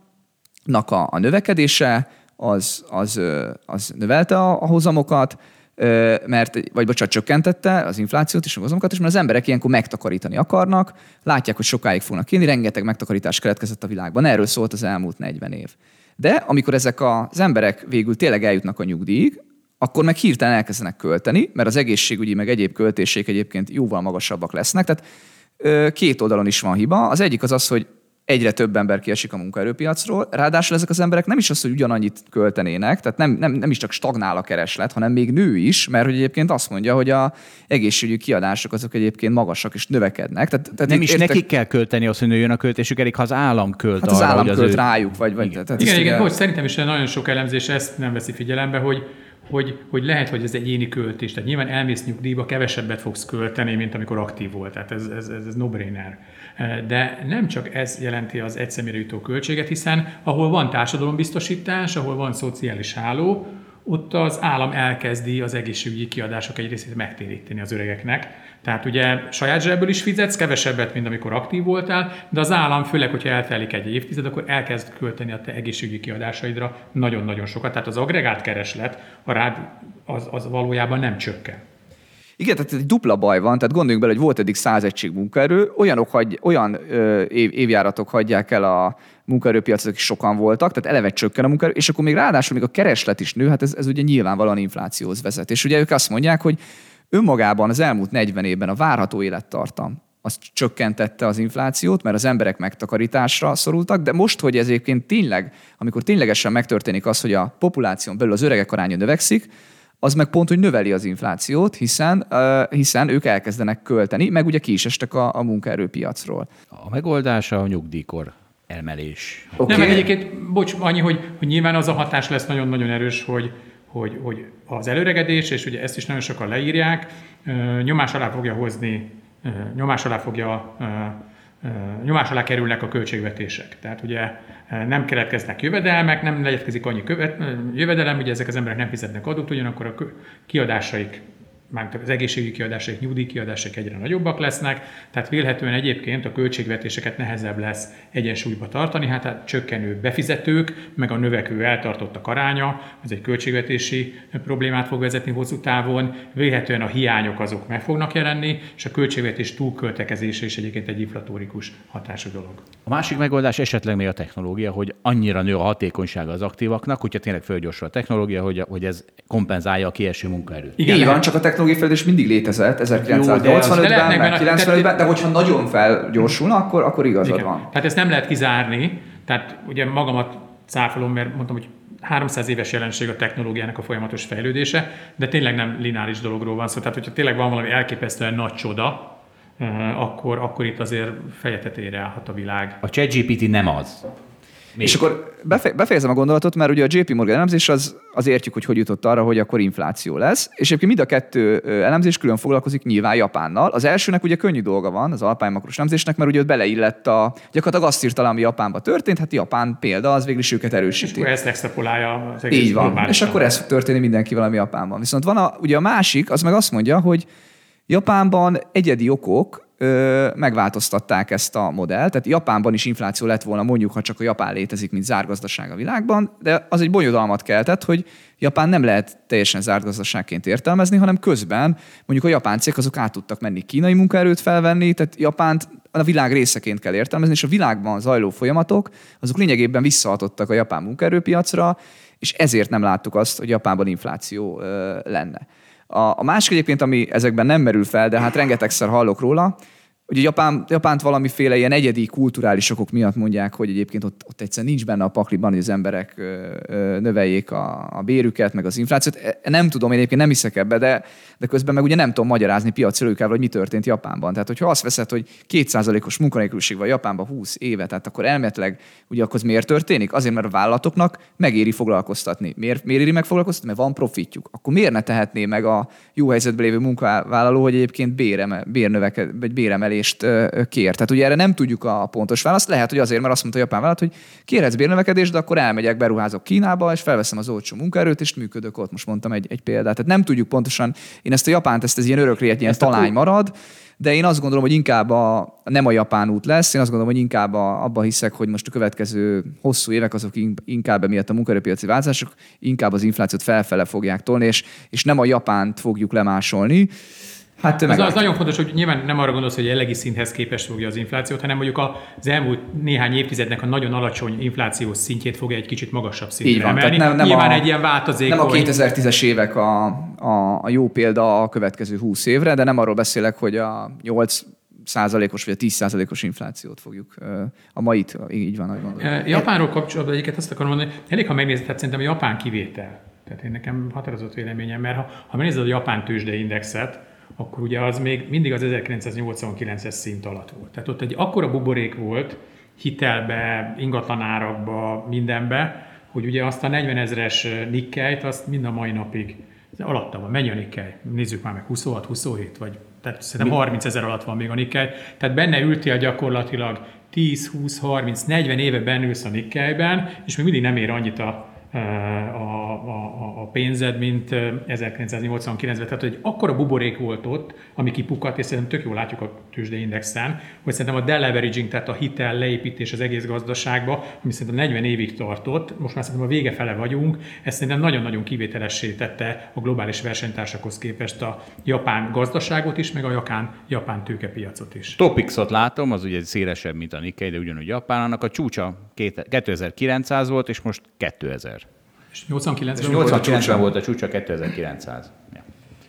a, a növekedése az, az, ö, az növelte a, a hozamokat, ö, mert, vagy bocsánat, csökkentette az inflációt és a hozamokat, és mert az emberek ilyenkor megtakarítani akarnak, látják, hogy sokáig fognak élni, rengeteg megtakarítás keletkezett a világban. Erről szólt az elmúlt negyven év. De amikor ezek az emberek végül tényleg eljutnak a nyugdíjig, akkor meg hirtelen elkezdenek költeni, mert az egészségügyi meg egyéb költések egyébként jóval magasabbak lesznek. Tehát két oldalon is van hiba. Az egyik az az, hogy egyre több ember kiesik a munkaerőpiacról, ráadásul ezek az emberek nem is az, hogy ugyanannyit költenének, tehát nem, nem, nem is csak stagnál a kereslet, hanem még nő is, mert hogy egyébként azt mondja, hogy az egészségügyi kiadások azok egyébként magasak és növekednek. Tehát, tehát nem is értek... nekik kell költeni azt, hogy nőjön a költésük, elég, ha az állam költ hát arra, az állam hogy költ az ő... rájuk, vagy... vagy igen, tehát igen, igen ugye... hogy szerintem is nagyon sok elemzés ezt nem veszi figyelembe, hogy Hogy, hogy lehet, hogy ez egy egyéni költés. Tehát nyilván elmész nyugdíjba, kevesebbet fogsz költeni, mint amikor aktív volt. Tehát ez, ez, ez, ez no-brainer. De nem csak ez jelenti az egyszemélyre jutó költséget, hiszen ahol van társadalombiztosítás, ahol van szociális háló, ott az állam elkezdi az egészségügyi kiadások egy részét megtéríteni az öregeknek. Tehát ugye saját zsebből is fizetsz, kevesebbet, mint amikor aktív voltál, de az állam, főleg, hogyha eltelik egy évtized, akkor elkezd költeni a te egészségügyi kiadásaidra nagyon-nagyon sokat. Tehát az agregált kereslet a rád az, az valójában nem csökken. Igen, tehát egy dupla baj van, tehát gondoljunk bele, hogy volt eddig száz egység munkaerő, olyanok hagy, olyan ö, év, évjáratok hagyják el a munkaerőpiacot, akik sokan voltak, tehát eleve csökken a munkaerő, és akkor még ráadásul még a kereslet is nő, hát ez, ez ugye nyilvánvalóan inflációhoz vezet. És ugye ők azt mondják, hogy önmagában az elmúlt negyven évben a várható élettartam az csökkentette az inflációt, mert az emberek megtakarításra szorultak, de most, hogy ez egyébként tényleg, amikor ténylegesen megtörténik az, hogy a populáción belül az öregek aránya növekszik, az meg pont, hogy növeli az inflációt, hiszen, uh, hiszen ők elkezdenek költeni, meg ugye ki is estek a, a munkaerőpiacról. A megoldás a nyugdíjkor emelés. Okay. Nem, meg egyébként, bocs, annyi, hogy, hogy nyilván az a hatás lesz nagyon-nagyon erős, hogy, hogy, hogy az előregedés, és ugye ezt is nagyon sokan leírják, nyomás alá fogja hozni, nyomás alá fogja nyomás alá kerülnek a költségvetések. Tehát ugye nem keletkeznek jövedelmek, nem letkezik annyi követ, jövedelem, ugye ezek az emberek nem fizetnek adót, ugyanakkor a kiadásaik, már az egészségügyi kiadásaik, nyugdíjkiadásaik egyre nagyobbak lesznek, tehát vélhetően egyébként a költségvetéseket nehezebb lesz egyensúlyba tartani, hát a csökkenő befizetők, meg a növekvő eltartottak aránya, ez egy költségvetési problémát fog vezetni hosszú távon, vélhetően a hiányok azok meg fognak jelenni, és a költségvetés túlköltekezése is egyébként egy inflatórikus hatású dolog. A másik megoldás esetleg még a technológia, hogy annyira nő a hatékonysága az aktívaknak, hogyha tényleg fölgyorsul a technológia, hogy, hogy ez kompenzálja a kieső munkaerőt. Igen, így van, csak a technológiai fejlődés mindig létezett, ezerkilencszáznyolcvanötben, meg kilencvenötben, de hogyha nagyon felgyorsulna, akkor, akkor igazad igen. van. Tehát ezt nem lehet kizárni, tehát ugye magamat cáfolom, mert mondtam, hogy háromszáz éves jelenség a technológiának a folyamatos fejlődése, de tényleg nem lineáris dologról van szó. Tehát, hogyha tényleg van valami elképesztően nagy csoda, akkor, akkor itt azért feje tetejére állhat a világ. A ChatGPT nem az. Még. És akkor befejezem a gondolatot, mert ugye a jé pé Morgan elemzés az, az értjük, hogy hogy jutott arra, hogy akkor infláció lesz. És egyébként mind a kettő elemzés külön foglalkozik nyilván Japánnal. Az elsőnek ugye könnyű dolga van, az alpine makros elemzésnek, mert ugye ott beleillett a, gyakorlatilag azt írta, ami Japánban történt, hát Japán példa, az végül is őket erősíti. És akkor ezt extrapolálja az egész. Így van, és akkor ez fog történni mindenkivel, ami Japánban. Viszont van a, ugye a másik, az meg azt mondja, hogy Japánban egyedi okok Ö, megváltoztatták ezt a modellt. Tehát Japánban is infláció lett volna, mondjuk, ha csak a Japán létezik, mint zárt gazdaság a világban, de az egy bonyodalmat keltett, hogy Japán nem lehet teljesen zárt gazdaságként értelmezni, hanem közben mondjuk a japán cégek azok át tudtak menni kínai munkaerőt felvenni, tehát Japánt a világ részeként kell értelmezni, és a világban zajló folyamatok, azok lényegében visszahatottak a japán munkaerőpiacra, és ezért nem láttuk azt, hogy Japánban infláció ö, lenne. A, a másik egyébként, ami ezekben nem merül fel, de hát rengetegszer hallok róla, hogy Japán, Japánt valamiféle ilyen egyedi kulturális okok miatt mondják, hogy egyébként ott, ott egyszerűen nincs benne a pakliban, hogy az emberek ö, ö, növeljék a, a bérüket, meg az inflációt. Nem tudom, én egyébként nem hiszek ebbe, de, de közben meg ugye nem tudom magyarázni piaci logikával, hogy mi történt Japánban. Tehát, hogyha azt veszed, hogy két százalékos munkanélküliség van Japánban húsz éve, tehát akkor elméletileg ugye akkor miért történik? Azért, mert a vállalatoknak megéri foglalkoztatni. Miért, miért éri meg foglalkoztatni? Mert van profitjuk. Akkor miért ne tehetné meg a jó helyzetben lévő munkavállaló, hogy egyébként béreme, bérnöveke, vagy béremelés kér. Tehát ugye erre nem tudjuk a pontos választ. Lehet, hogy azért, mert azt mondta a japán vállalat, hogy kérhetsz bérnövekedést, de akkor elmegyek, beruházok Kínába, és felveszem az olcsó munkaerőt, és működök ott. Most mondtam egy, egy példát. Tehát nem tudjuk pontosan, én ezt a Japánt, ezt ez ilyen örökre egy ilyen ezt talány marad, de én azt gondolom, hogy inkább a, nem a japán út lesz, én azt gondolom, hogy inkább a, abban hiszek, hogy most a következő hosszú évek azok inkább emiatt a munkaerőpiaci változások, inkább az inflációt felfele fogják tolni, és, és nem a Japánt fogjuk lemásolni. Hát, az, az nagyon fontos, hogy nyilván nem arra gondolsz, hogy a jelenlegi szinthez képest fogja az inflációt, hanem mondjuk az elmúlt néhány évtizednek a nagyon alacsony inflációs szintjét fogja egy kicsit magasabb szintre emelni. Nem, nem nyilván a, egy ilyen változékony... Nem a kétezer-tízes évek a, a, a jó példa a következő húsz évre, de nem arról beszélek, hogy a nyolc százalékos vagy a tíz százalékos inflációt fogjuk. A mait így van, ahogy gondolom. Japánról kapcsolatban egyiket azt akarom mondani, elég, ha megnézed, hát szerintem a Japán kivétel. Tehát én nekem határozott véleményem, mert ha, ha megnézed a japán tőzsdeindexet, akkor ugye az még mindig az ezerkilencszáznyolcvankilences szint alatt volt. Tehát ott egy akkora buborék volt hitelbe, ingatlanárakba, mindenbe, hogy ugye azt a negyvenezres Nikkei-t azt mind a mai napig alatta van. Mennyi a Nikkei? Nézzük már meg, huszonhat, huszonhét, vagy tehát szerintem harmincezer alatt van még a Nikkei. Tehát benne ültél gyakorlatilag tíz, húsz, harminc, negyven éve bennülsz a Nikkeiben, és még mindig nem ér annyit a A, a, a pénzed, mint ezerkilencszáznyolcvankilencben. Tehát egy akkora buborék volt ott, ami kipukadt, és szerintem tök jól látjuk a tőzsdeindexen, hogy szerintem a deleveraging, tehát a hitel leépítés az egész gazdaságba, ami szerintem negyven évig tartott, most már szerintem a vége fele vagyunk, ez szerintem nagyon-nagyon kivételessé tette a globális versenytársakhoz képest a japán gazdaságot is, meg a japán, japán tőkepiacot is. Topixot látom, az ugye szélesebb, mint a Nikkei, de ugyanúgy Japán, annak a csúcsa kétezer-kilencszáz volt, és most kétezer. És nyolcvankilencben nyolcvankilencben volt a csúcsa, kétezer-kilencszáz. Ja.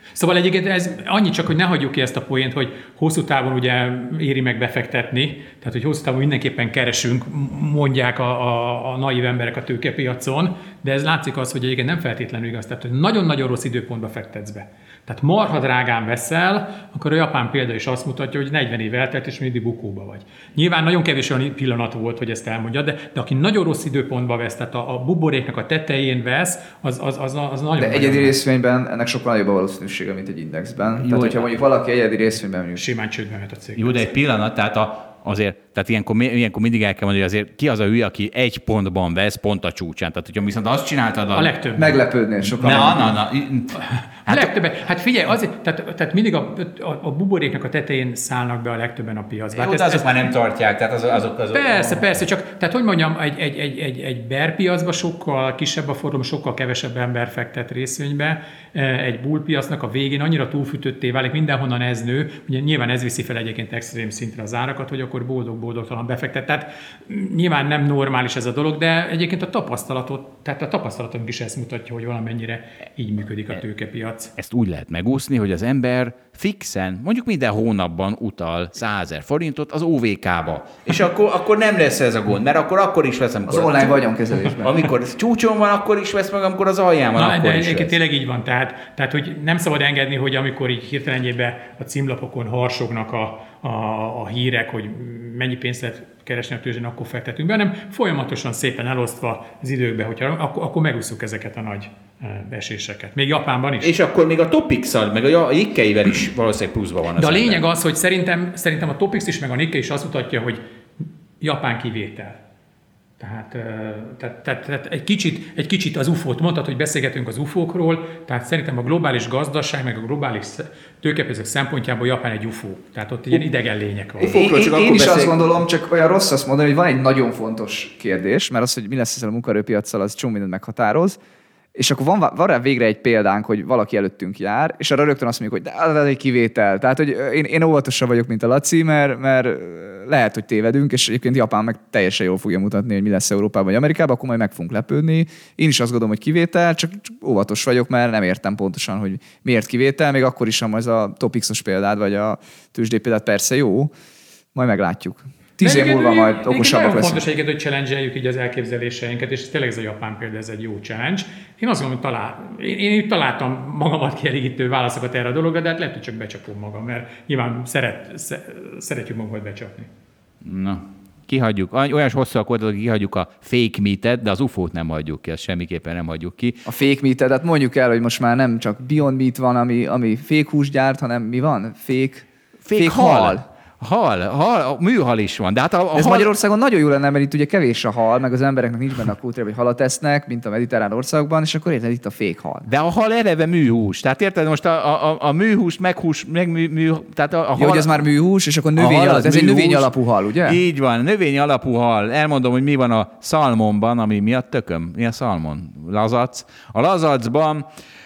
Szóval egyébként ez annyi csak, hogy ne hagyjuk ki ezt a poént, hogy hosszú távon ugye éri meg befektetni, tehát hogy hosszú távon mindenképpen keresünk, mondják a, a, a naív emberek a tőkepiacon, de ez látszik az, hogy egyébként nem feltétlenül igaz, tehát hogy nagyon-nagyon rossz időpontba fektetsz be. Tehát marha drágán veszel, akkor a japán példa is azt mutatja, hogy negyven év eltelt, és mindig bukóba vagy. Nyilván nagyon kevés olyan pillanat volt, hogy ezt elmondja, de, de aki nagyon rossz időpontban vesz, tehát a, a buboréknak a tetején vesz, az, az, az, az nagyon... De egyedi részvényben ennek sokkal nagyobb a valószínűsége, mint egy indexben. Jó, tehát, hogyha mondjuk valaki egyedi részvényben mondjuk... Simán csődbe mehet a cég. Jó, de egy pillanat, tehát a azért, tehát ilyenkor, ilyenkor mindig el kell mondani, hogy azért ki az a hülye, aki egy pontban vesz pont a csúcsán. Tehát, hogyha viszont azt csináltad... A, a legtöbb. Meglepődnél sokan. Na, na, na. Hát, a legtöbben. Hát figyelj, azért, tehát, tehát mindig a, a, a buboréknak a tetején szállnak be a legtöbben a piacba. Jó, hát de azok ezt, már nem tartják, tehát azok... azok, azok persze, persze, csak tehát hogy mondjam, egy, egy, egy, egy, egy bear piacba sokkal kisebb a forgalom, sokkal kevesebb ember fektet részvénybe. Egy bull piacnak a végén annyira túlfűtötté válik, mindenhonnan ez nő, ugye nyilván ez viszi fel egyébként extrém szintre az árakat, hogy akkor boldog-boldogtalan befektet. Tehát nyilván nem normális ez a dolog, de egyébként a tapasztalatot, tehát a tapasztalatunk is ezt mutatja, hogy valamennyire így működik a tőkepiac. Ezt úgy lehet megúszni, hogy az ember fixen, mondjuk minden hónapban utal százezer forintot az ó vé ká-ba. És akkor, akkor nem lesz ez a gond, mert akkor, akkor is veszem. Az online vagyonkezelésben. Amikor csúcson van, akkor is vesz meg, amikor az alján van, Na, akkor de is vesz. Tényleg így van, tehát, tehát hogy nem szabad engedni, hogy amikor így hirtelenjében a címlapokon harsognak a, a, a hírek, hogy mennyi pénzt lehet keresni a tőzsdén, akkor fektetünk be, hanem folyamatosan szépen elosztva az időkbe, hogyha akkor, akkor megúszuk ezeket a nagy eséseket. Még Japánban is. És akkor még a Topix-szal, meg a Nikkeivel is valószínűleg pluszban van. De a lényeg az, hogy szerintem, szerintem a Topix is, meg a Nikkei is azt mutatja, hogy Japán kivétel. Tehát, tehát, tehát, tehát egy, kicsit, egy kicsit az ufót mondtad, hogy beszélgetünk az ufókról, tehát szerintem a globális gazdaság, meg a globális tőkepiacok szempontjából Japán egy ufó. Tehát ott ilyen idegen lények van. Én, én, én is beszél... azt gondolom, csak olyan rossz azt mondani, hogy van egy nagyon fontos kérdés, mert az, hogy mi lesz ezzel a munkaerőpiaccal, az csomó mindent meghatároz. És akkor van, van rá végre egy példánk, hogy valaki előttünk jár, és arra rögtön azt mondjuk, hogy de ez egy kivétel. Tehát, hogy én, én óvatosabb vagyok, mint a Laci, mert, mert lehet, hogy tévedünk, és egyébként Japán meg teljesen jól fogja mutatni, hogy mi lesz Európában vagy Amerikában, akkor majd meg fogunk lepődni. Én is azt gondolom, hogy kivétel, csak, csak óvatos vagyok, mert nem értem pontosan, hogy miért kivétel, még akkor is, ha ez a Topixos példád, vagy a tőzsdei példát persze jó, majd meglátjuk. Tíz év múlva majd okosabbak leszünk. Fontos egyébként, hogy challenge-eljük így az elképzeléseinket, és tényleg ez a japán példa, ez egy jó challenge. Én azt gondolom, hogy talál, én, én találtam magamat kielégítő válaszokat erre a dologra, de hát lehet, hogy csak becsapom magam, mert nyilván szeret, szeretjük magunkat becsapni. Na, kihagyjuk. Olyan hosszúak volt, hogy kihagyjuk a fake meat-et, de az ufót nem hagyjuk ki, ezt semmiképpen nem hagyjuk ki. A fake meat-et, hát mondjuk el, hogy most már nem csak Beyond Meat van, ami, ami fake hús gyárt, hanem mi van? Fake, fake, fake hal. hal. Hal, hal, műhal is van. De hát a, a ez hal... Magyarországon nagyon jó lenne, mert itt ugye kevés a hal, meg az embereknek nincs benne a kultúra, hogy halat esznek, mint a mediterrán országokban, és akkor érted, itt a fék hal. De a hal eleve műhús. Tehát érted, most a, a, a műhús, meghús, meg mű, mű, tehát a, a hal... Jó, hogy ez már műhús, és akkor növény alapú. Ez műhús, egy növény alapú hal, ugye? Így van, növény alapú hal. Elmondom, hogy mi van a szalmonban, ami mi a tököm? Mi a szalmon? Lazac. A lazacban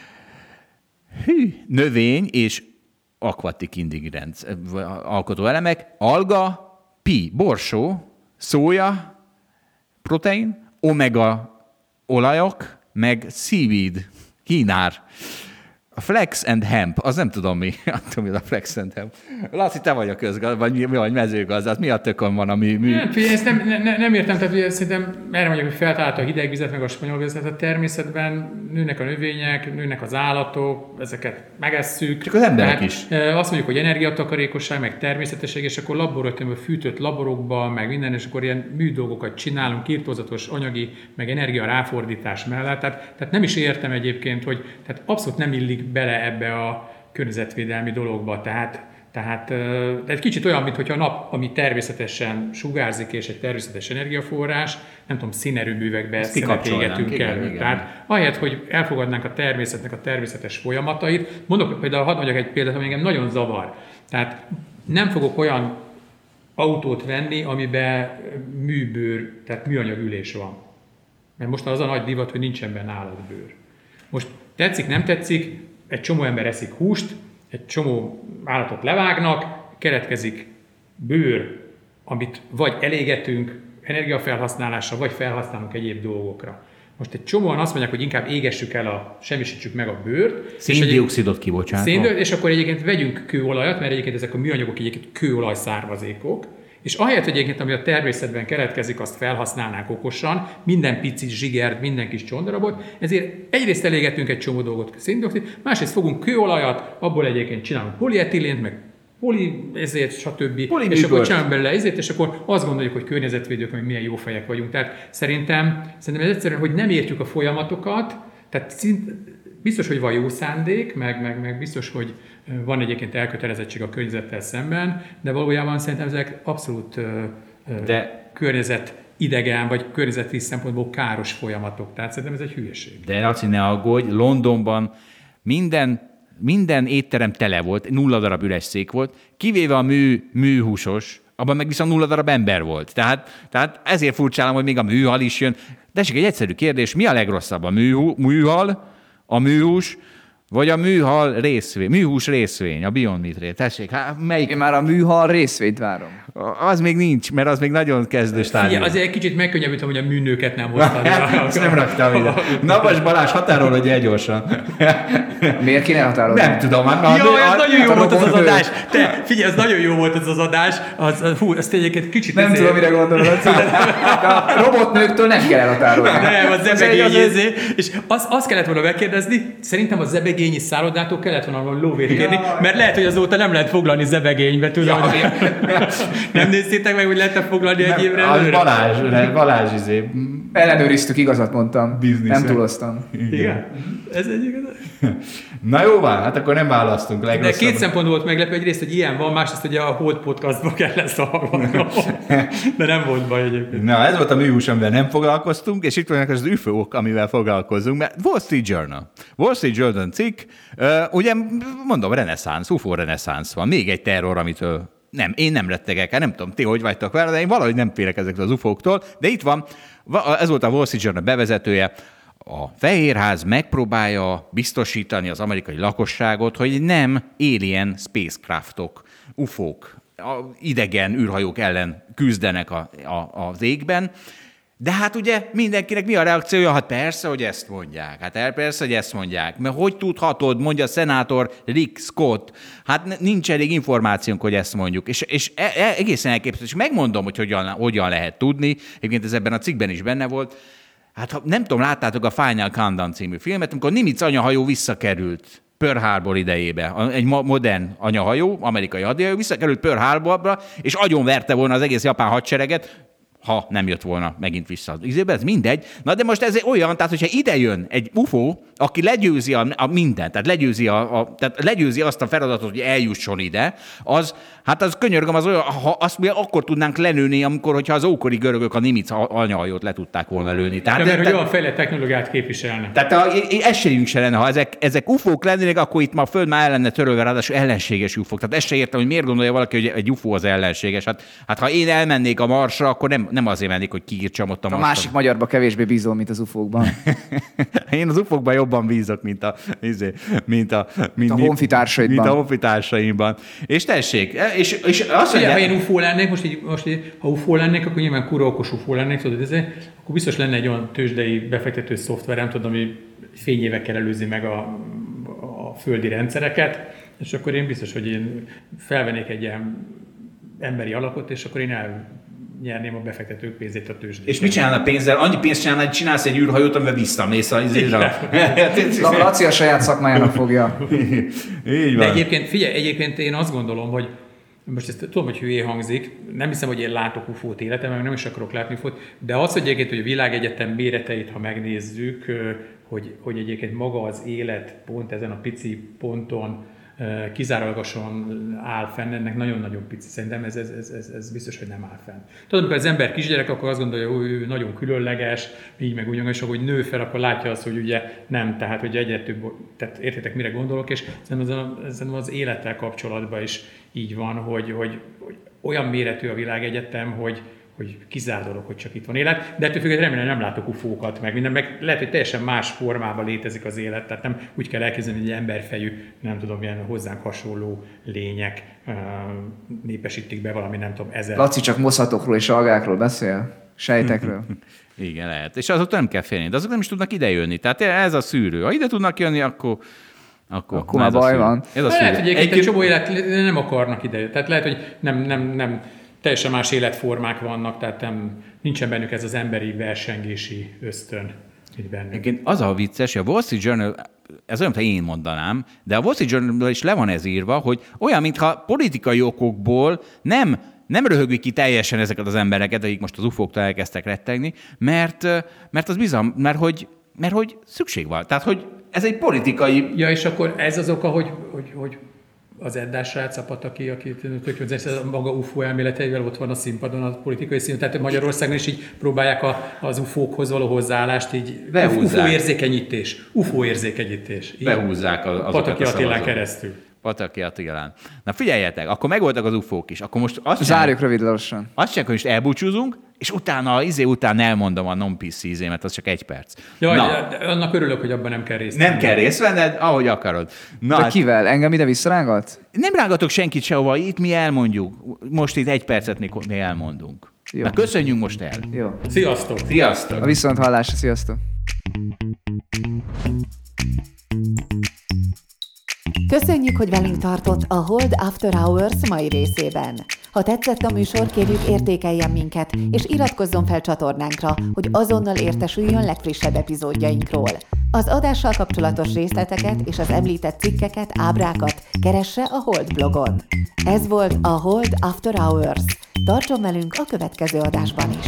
hű, növény és aquatic ingredients, alkotó elemek, alga, pi, borsó, szója, protein, omega olajok, meg seaweed, kínár. A flax and hemp, az nem tudom mi. Nem tudom, mi a flax and hemp. Laci, te vagy a közgazdász, vagy mi vagy mezőgazdász. Mi a tökön van, ami... Mi... Hát, ezt nem, ne, nem értem, tehát szerintem erre mondjuk, hogy feltalálta a hideg vizet, meg a spanyol vizet. A természetben nőnek a növények, nőnek az állatok, ezeket megesszük. Csak az emberek tehát, is. Azt mondjuk, hogy energiatakarékosság, meg természetesség, és akkor laboratóriumban fűtött laborokban, meg minden, és akkor ilyen műdolgokat csinálunk, írtózatos anyagi, meg energia ráfordítás mellett. Tehát, tehát nem is értem egyébként, hogy tehát abszolút nem illik bele ebbe a környezetvédelmi dologba. Tehát, tehát egy kicsit olyan, mintha a nap, ami természetesen sugárzik, és egy természetes energiaforrás, nem tudom, színerőművekbe szenet égetünk elő. Tehát ahelyett, hogy elfogadnánk a természetnek a természetes folyamatait, mondok például, hadd mondjak egy példát, ami engem nagyon zavar. Tehát nem fogok olyan autót venni, amiben műbőr, tehát műanyag ülés van. Mert most az a nagy divat, hogy nincsen benne állatbőr. Most tetszik, nem tetszik, egy csomó ember eszik húst, egy csomó állatot levágnak, keletkezik bőr, amit vagy elégetünk energiafelhasználásra, vagy felhasználunk egyéb dolgokra. most egy csomóan azt mondják, hogy inkább égessük el, a, semmisítsük meg a bőrt. Széndioxidot kibocsátva. Széndioxid, és akkor egyébként vegyünk kőolajat, mert egyébként ezek a műanyagok egyébként kőolaj származékok, és ahelyett, hogy egyébként, ami a természetben keletkezik, azt felhasználnánk okosan, minden pici zsigert, minden kis csondarabot, ezért egyrészt elégetünk egy csomó dolgot széndioxid, másrészt fogunk kőolajat, abból egyébként csinálunk polietilent, meg poli, ezért, stb. Poli és akkor csinálunk belőle ezért, és akkor azt gondoljuk, hogy környezetvédők, hogy milyen jó fejek vagyunk. Tehát szerintem, szerintem ez egyszerűen, hogy nem értjük a folyamatokat, tehát szint, biztos, hogy van jó szándék, meg, meg, meg biztos, hogy van egyébként elkötelezettség a környezettel szemben, de valójában szerintem ezek abszolút de... környezet idegen, vagy környezeti szempontból káros folyamatok. Tehát szerintem ez egy hülyeség. De Laci, ne aggódj, Londonban minden Minden étterem tele volt, nulla darab üres szék volt, kivéve a mű, műhúsos, abban meg viszont nulla darab ember volt. Tehát, tehát ezért furcsálom, hogy még a műhal is jön. De csak egy egyszerű kérdés, mi a legrosszabb? A műhú, műhal, a műhús, vagy a műhal részvény, műhús részvény, a Beyond Meat-ré. Tessék, hát melyik? Én már a műhal részvényt várom. Az még nincs, mert az még nagyon kezdő stádium. Azért egy kicsit megkönnyebbültem, hogy a műnőket nem hoztad. Ezt nem raktam ide. Navas Balázs, határolod el gyorsan. Miért kéne határolni? Nem tudom. Hát, jó, ez nagyon jó volt az az adás. Te, figyelj, ez nagyon jó volt ez az adás. Az, hú, ezt egyébként kicsit... Nem tudom, mire gondolod. A robotnőktől nem kell elhatárolni. Nem, a zebegényézé. És azt, azt kellett volna megkérdezni, szerintem a zebegényi szállodától kellett volna valami lóvét kérni, mert lehet, hogy azóta nem lehet foglalni zebegénybe, tudom. Nem néztétek meg, hogy lehet-e foglalni nem, egy évre előre? Balázs, Balázs izé. Ellenőriztük, igazat mondtam. Business. Nem túloztam. Igen? Igen? Ez egy igaz. Na jó van, hát akkor nem választunk legrosszabb. De két szempont volt meglepő, egyrészt, hogy ilyen van, másrészt, hogy a Hold Podcastba kellett szalgatnom. De nem volt baj egyébként. Na, ez volt a műhús, amivel nem foglalkoztunk, és itt vannak az ú ef ó-k, amivel foglalkozunk, mert Wall Street Journal. Wall Street Journal cikk, uh, ugye mondom, reneszánsz, ú ef ó reneszánsz van, még egy terror, amitől nem, én nem rettegek el, nem tudom, ti hogy vagytok vele, de én valahogy nem félek ezektől az ú ef ó-któl, de itt van, ez volt a Wall Street Journal bevezetője, a Fehérház megpróbálja biztosítani az amerikai lakosságot, hogy nem alien spacecraftok, ú ef ó-k, idegen űrhajók ellen küzdenek a, a, az égben, de hát ugye mindenkinek mi a reakciója? Hát persze, hogy ezt mondják. Hát persze, hogy ezt mondják. Mert hogy tudhatod, mondja a szenátor Rick Scott, hát nincs elég információnk, hogy ezt mondjuk. És, és e, e, egészen elképesztő, és megmondom, hogy hogyan, hogyan lehet tudni, egyébként ez ebben a cikkben is benne volt. Hát ha, nem tudom, láttátok a Final Countdown című filmet, amikor Nimitz anyahajó visszakerült Pearl Harbor idejébe. Egy modern anyahajó, amerikai hadihajó, visszakerült Pearl Harborba, és agyonverte volna az egész japán hadsereget, ha nem jött volna megint vissza. Ez mindegy. Na de most ez olyan, tehát hogyha ide jön egy ú ef ó, aki legyőzi a, a mindent, tehát legyőzi, a, a, tehát legyőzi azt a feladatot, hogy eljusson ide, az, hát az könyörgöm, az olyan, ha azt mi akkor tudnánk lenőni, amikor, hogyha az ókori görögök a Nimitz anyahajót le tudták volna lőni. Tehát, de, mert de, hogy olyan fejlett technológiát képviselnek. Tehát a, esélyünk se lenne, ha ezek, ezek ú ef ó-k lennének, akkor itt ma a Föld már el lenne törölve, ráadásul ellenséges ú ef ó-k. Tehát ezt se értem, hogy miért gondolja valaki, hogy egy ú ef ó az ellenséges. Hát, hát ha én elmennék a Marsra, akkor nem, nem azért mennék, hogy kiírtsam ott a Marsra. A másik magyarba kevésbé bízol, mint az ú ef ó-kban. Én az ú ef ó-kban jobban bízok, mint a, mint a, mint a honfitársaidban. Mint a honfitársaimban. És tessék, és, és azt mondja, ha én ú ef ó lennék, most így, most így, ha ú ef ó lennék, akkor nyilván kurva okos ú ef ó lennék, tudod, ezért, akkor biztos lenne egy olyan tőzsdei befektető szoftverem, tudom, ami fényévekkel előzi meg a, a földi rendszereket, és akkor én biztos, hogy én felvennék egy ilyen emberi alapot, és akkor én el nyerném a befektetők pénzét a tőzsdét. És mit csinálna pénzzel? Annyi pénzt csinálna, hogy csinálsz egy űrhajót, amivel visszamész az izére. Laci a saját szakmájának fogja. Így van. De egyébként, figyelj, egyébként én azt gondolom, hogy most ezt tudom, hogy hülyé hangzik, nem hiszem, hogy én látok ú ef ó-t életemben, meg nem is akarok látni ú ef ó-t, de az, hogy egyébként, hogy a világegyetem méreteit, ha megnézzük, hogy, hogy egyébként maga az élet pont ezen a pici ponton kizárólagosan áll fenn, ennek nagyon-nagyon pici. Szerintem ez, ez, ez, ez biztos, hogy nem áll fenn. Tudod, amikor az ember kisgyerek, akkor azt gondolja, hogy ő nagyon különleges, így meg úgy, és ahogy nő fel, akkor látja azt, hogy ugye nem, tehát hogy egyre több, tehát értitek, mire gondolok, és szerintem az élettel kapcsolatban is így van, hogy, hogy, hogy olyan méretű a világegyetem, hogy hogy kizárt dolog, hogy csak itt van élet, de ettől függetlenül remélem nem látok ú ef ó-kat, meg minden, meg lehet, hogy teljesen más formában létezik az élet, tehát nem úgy kell elképzelni, hogy egy emberfejű, nem tudom, milyen hozzánk hasonló lények uh, népesítik be valami, nem tudom, ezer. Laci csak moszatokról és algákról beszél, sejtekről. Igen, lehet. És azoktól nem kell félni, de azok nem is tudnak idejönni. Tehát ez a szűrő. Ha ide tudnak jönni, akkor... Akkor, akkor már baj van. Ez a lehet, hogy egyébként egy csomó élet nem akarnak ide. Tehát lehet, hogy nem, nem, nem teljesen más életformák vannak, tehát nem, nincsen bennük ez az emberi versengési ösztön. Egyébként az a vicces, hogy a Wall Street Journal, ez olyan, mint én mondanám, de a Wall Street Journal is le van ez írva, hogy olyan, mintha politikai okokból nem, nem röhögik ki teljesen ezeket az embereket, akik most az ufóktól elkezdtek rettegni, mert, mert az bizony, mert hogy, mert hogy szükség van. Tehát, hogy ez egy politikai... Ja, és akkor ez az oka, hogy, hogy, hogy az Eddás srác, a Pataki, aki a maga ufó elméleteivel ott van a színpadon, a politikai színpadon, tehát Magyarországon is így próbálják a, az ufókhoz való hozzáállást, így ufó érzékenyítés, ufó érzékenyítés. Behúzzák azokat Pataki a Attilán keresztül. Pataki Attilán. Na figyeljetek, akkor megvoltak az ufók is. Akkor most azt zárjuk rövid lassan. Azt csak, hogy most elbúcsúzunk, és utána, az izé után elmondom a non-P C izémet, az csak egy perc. Jaj, annak örülök, hogy abban nem kell részt Nem kell részt venned, ahogy akarod. Na, de kivel? Engem ide visszarángat? Nem rángatok senkit sehova, itt mi elmondjuk. Most itt egy percet mi elmondunk. Jó. Na köszönjünk most el. Jó. Sziasztok! Sziasztok! A viszont hallásra, sziasztok! Köszönjük, hogy velünk tartott a Hold After Hours mai részében. Ha tetszett a műsor, kérjük értékeljen minket, és iratkozzon fel csatornánkra, hogy azonnal értesüljön legfrissebb epizódjainkról. Az adással kapcsolatos részleteket és az említett cikkeket, ábrákat keresse a Hold blogon. Ez volt a Hold After Hours. Tartson velünk a következő adásban is!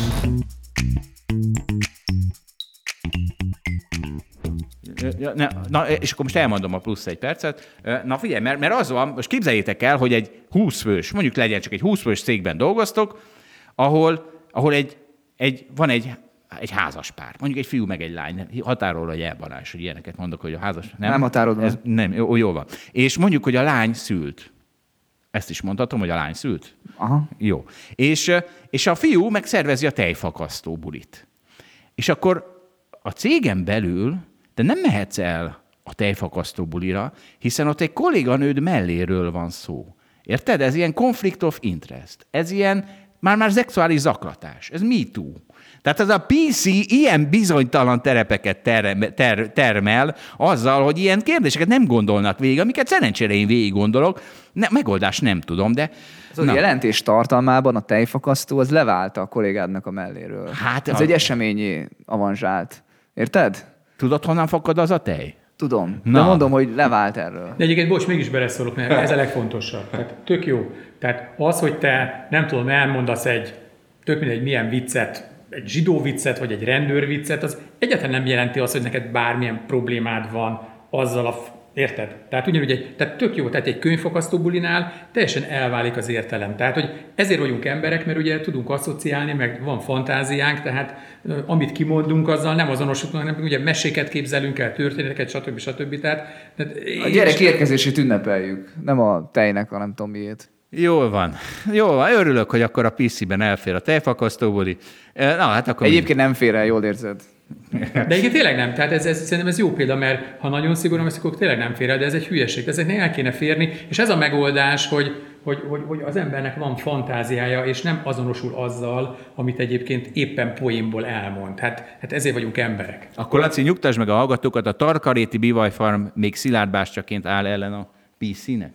Ja, ne, na, és akkor most elmondom a plusz egy percet. Na figyelj, mert, mert az van, most képzeljétek el, hogy egy húsz fős, mondjuk legyen csak egy húsz fős cégben dolgoztok, ahol, ahol egy, egy, van egy, egy házas pár, mondjuk egy fiú meg egy lány, határolva egy elbarás, hogy ilyeneket mondok, hogy a házas... Nem, nem határolva. Ez, nem, jó, jó van. És mondjuk, hogy a lány szült. Ezt is mondhatom, hogy a lány szült? Aha. Jó. És, és a fiú megszervezi a tejfakasztó bulit. És akkor a cégen belül de nem mehetsz el a tejfakasztó bulira, hiszen ott egy kolléganőd melléről van szó. Érted? Ez ilyen conflict of interest. Ez ilyen már-már szexuális zaklatás. Ez Me Too. Tehát ez a pé cé ilyen bizonytalan terepeket ter- ter- termel azzal, hogy ilyen kérdéseket nem gondolnak végig, amiket szerencsére én végig gondolok. Ne, megoldást nem tudom, de... Az a jelentés tartalmában a tejfakasztó az leválta a kollégádnak a melléről. Hát, ez a... egy eseményi avanzsált. Érted? Tudod, honnan fakad az a tej? Tudom, Na. de mondom, hogy levált erről. De egyébként, bocs, mégis beleszólok, mert ez a legfontosabb. Tehát tök jó. Tehát az, hogy te, nem tudom, elmondasz egy, tök mindegy, milyen viccet, egy zsidó viccet, vagy egy rendőr viccet, az egyáltalán nem jelenti azt, hogy neked bármilyen problémád van azzal a... Érted? Tehát ugyanúgy egy, tehát tök jó, tehát egy könyvfakasztó bulinál teljesen elválik az értelem. Tehát, hogy ezért vagyunk emberek, mert ugye tudunk asszociálni, meg van fantáziánk, tehát amit kimondunk, azzal nem azonosítunk, hanem ugye meséket képzelünk el, történeteket, stb. stb. Tehát, tehát a gyerek érkezését ünnepeljük, nem a tejnek, hanem tudom miért. Jól van. Jól van. Örülök, hogy akkor a pé cében elfér a tejfakasztó buli. Na, hát akkor egyébként mi? Nem fér el, jól érzed. De egyébként tényleg nem. Tehát ez, ez, szerintem ez jó példa, mert ha nagyon szigorúan veszik, akkor tényleg nem fér el, de ez egy hülyeség. Ezeknek el kéne férni, és ez a megoldás, hogy, hogy, hogy, hogy az embernek van fantáziája, és nem azonosul azzal, amit egyébként éppen poénból elmond. Hát, hát ezért vagyunk emberek. Akkor Laci, nyugtasd meg a hallgatókat, a Tarkaréti Bivaj Farm még szilárd bástyaként áll ellen a pé cének?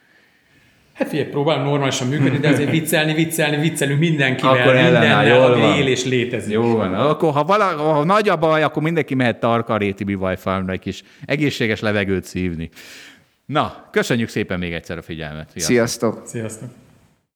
Hát figyelj, próbálom normálisan működni, de azért viccelni, viccelni, viccelünk mindenkivel, akkor mindennel, ami él és létezik. Jó van. Akkor ha, vala, ha nagy a baj, akkor mindenki mehet Tarkaréti Bivaj Farmra egy kis egészséges levegőt szívni. Na, köszönjük szépen még egyszer a figyelmet. Sziasztok! Sziasztok!